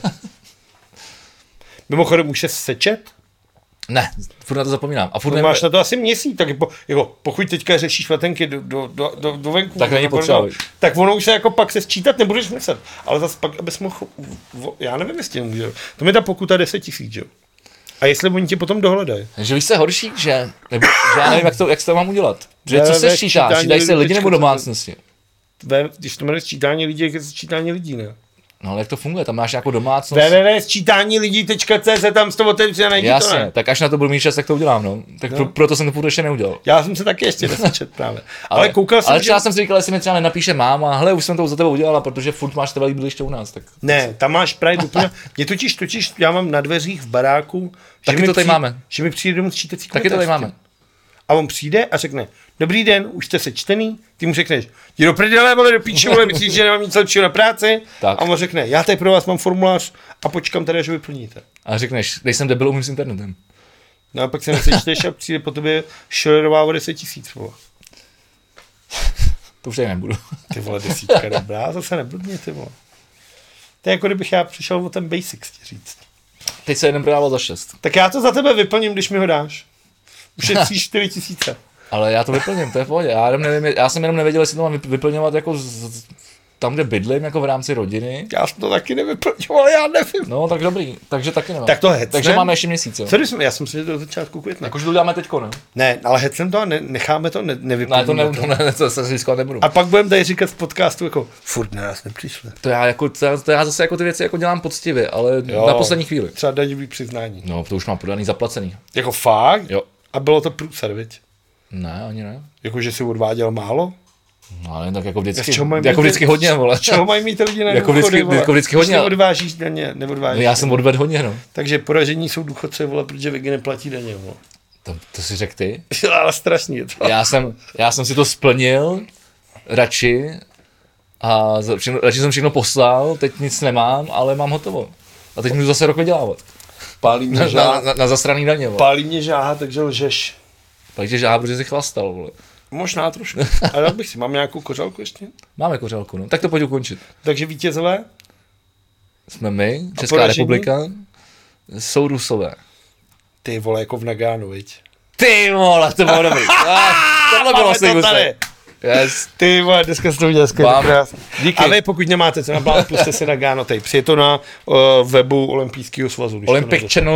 Mimochodem, už se sečet? Ne, furt na to zapomínám. A furt No, nevím, máš na to asi měsíc, tak jako, pokud teďka řešíš letenky do venku, Tak není potřeba. tak ono už se jako pak se sčítat nebudeš muset. Ale zase pak, abys mohl, já nevím, jestli může. To mi ta pokuta 10 000, jo. A jestli oni tě potom dohledají. že víš se horší, že já nevím, jak to mám udělat. Že co se sčítá? sčítání Sčítají se lidi nebo lidí, domácnosti? Když to jmenuje sčítání lidí, jak je to sčítání lidí, ne? No ale jak to funguje? Tam máš nějakou domácnost? www.sčítánilidí.cz, tam z toho otevři a najdi to, Jasně, ne? tak až na to budu mít čas, tak to udělám, no. Tak proto jsem to furt ještě neudělal. Já jsem se taky ještě nesečet právě. Ale koukal jsem, ale že... třeba jsem si říkal, jestli mi třeba nenapíše máma, hele, už jsem to za tebe udělala, protože furt máš trvalý bydliště u nás, tak... Ne, tam máš Pride úplně. Mě totiž, já mám na dveřích v baráku, Taky mi to tady máme. Že mi přijde domů sčítací Taky to tady komentář. máme. A on přijde a řekne, dobrý den, už jste sečtený? Ty mu řekneš, jdi do prdele, vole, do píče, vole, myslíš, že nemám nic lepšího na práci? Tak. A on řekne, já tady pro vás mám formulář a počkám tady, až ho vyplníte. A řekneš, nejsem debil, umím s internetem. No a pak se nesečteš a přijde po tobě Schillerová o 10 000, vole. To už tady nebudu. Ty vole, 10 dobrá, zase neblbně, ty vole. To je jako kdybych já přišel o ten basics, ti říct. Teď se jeden prodával za 6. Tak já to za tebe vyplním, když mi ho dáš. Ušetříš 4 000. Ale já to vyplním, to je v pohodě. Já jsem jenom nevěděl, jestli to mám vyplňovat jako tam, kde bydlím, jako v rámci rodiny. Já jsem to taky nevyplňoval, já nevím. No, tak dobrý, takže taky nemám. Tak to hecnem. Takže máme ještě měsíc, jo. Co když jsme, já jsem si do začátku května. Jakože to uděláme teďko, ne? Ne, ale hecem to a necháme to, nevyplníme Ne, to se riskovat nebudu. A pak budeme tady říkat v podcastu jako, furt na nás nepřišli. To já zase jako ty věci jako dělám poctivě, ale Jo. na poslední chvíli. Třeba daňový přiznání. No, to už mám podaný zaplacený. Jako fakt? Jo. A bylo to průser, viď? Ne, ani ne. Jako, že si odváděl málo? No, ale tak jako vždycky, Z čeho mají jako mít- vždycky hodně, vole. Z čeho mají mít lidi na Jako důchody, vždycky- vole? jako vždycky Když hodně. neodvážíš daně, neodvážíš. Já jsem odvedl hodně, no. Takže poražení jsou důchodci, vole, protože Vigi neplatí daně, vole. To si řekl ty. Ale strašný je to. Já jsem si to splnil radši a radši jsem všechno poslal, teď nic nemám, ale mám hotovo. A teď můžu zase rok vydělávat. Pálí mě žáha, Na zastraný daně, vole. pálí mě žáha, takže lžeš. Takže žáha, protože jsi chlastal, vole. Možná trošku. Ale jak bych si, mám nějakou kořálku ještě? Máme kořálku, no. Tak to pojď ukončit. Takže vítězové? Jsme my, Česká poražení? republika, jsou Rusové. Ty vole, jako v Nagánu, viď? Ty vole, to bylo dobrý. Tohle bylo Máme to asi tady. Yes. Ty vole, dneska jsi to viděl skvěle. Mám. Krásně. Díky. A vy, pokud nemáte co na plán, puste si Nagano Tapes. Je to na webu Olympijského svazu. když to nevíte.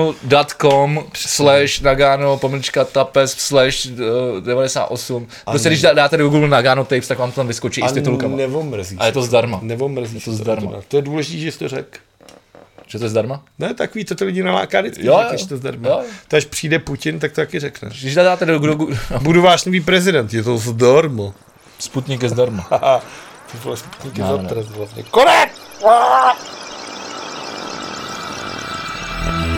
olympicchannel.com/nagano-tapes/98. Prostě když dáte do Google Nagano Tapes, tak vám to tam vyskočí i s titulkama. Nevomrzí. A je to zdarma. Nevomrzí. Je to zdarma. To je důležité, že jsi to řekl. Že to je zdarma? Ne, takový to lidi naláká vždycky, Jo, že to zdarma. jo. To až přijde Putin, tak to taky řekne. Když dáte do Budu váš nový prezident, je to zdarma. Sputnik je zdarma. Haha, ty vole Sputnik je No, za ne. trest vlastně. Konec!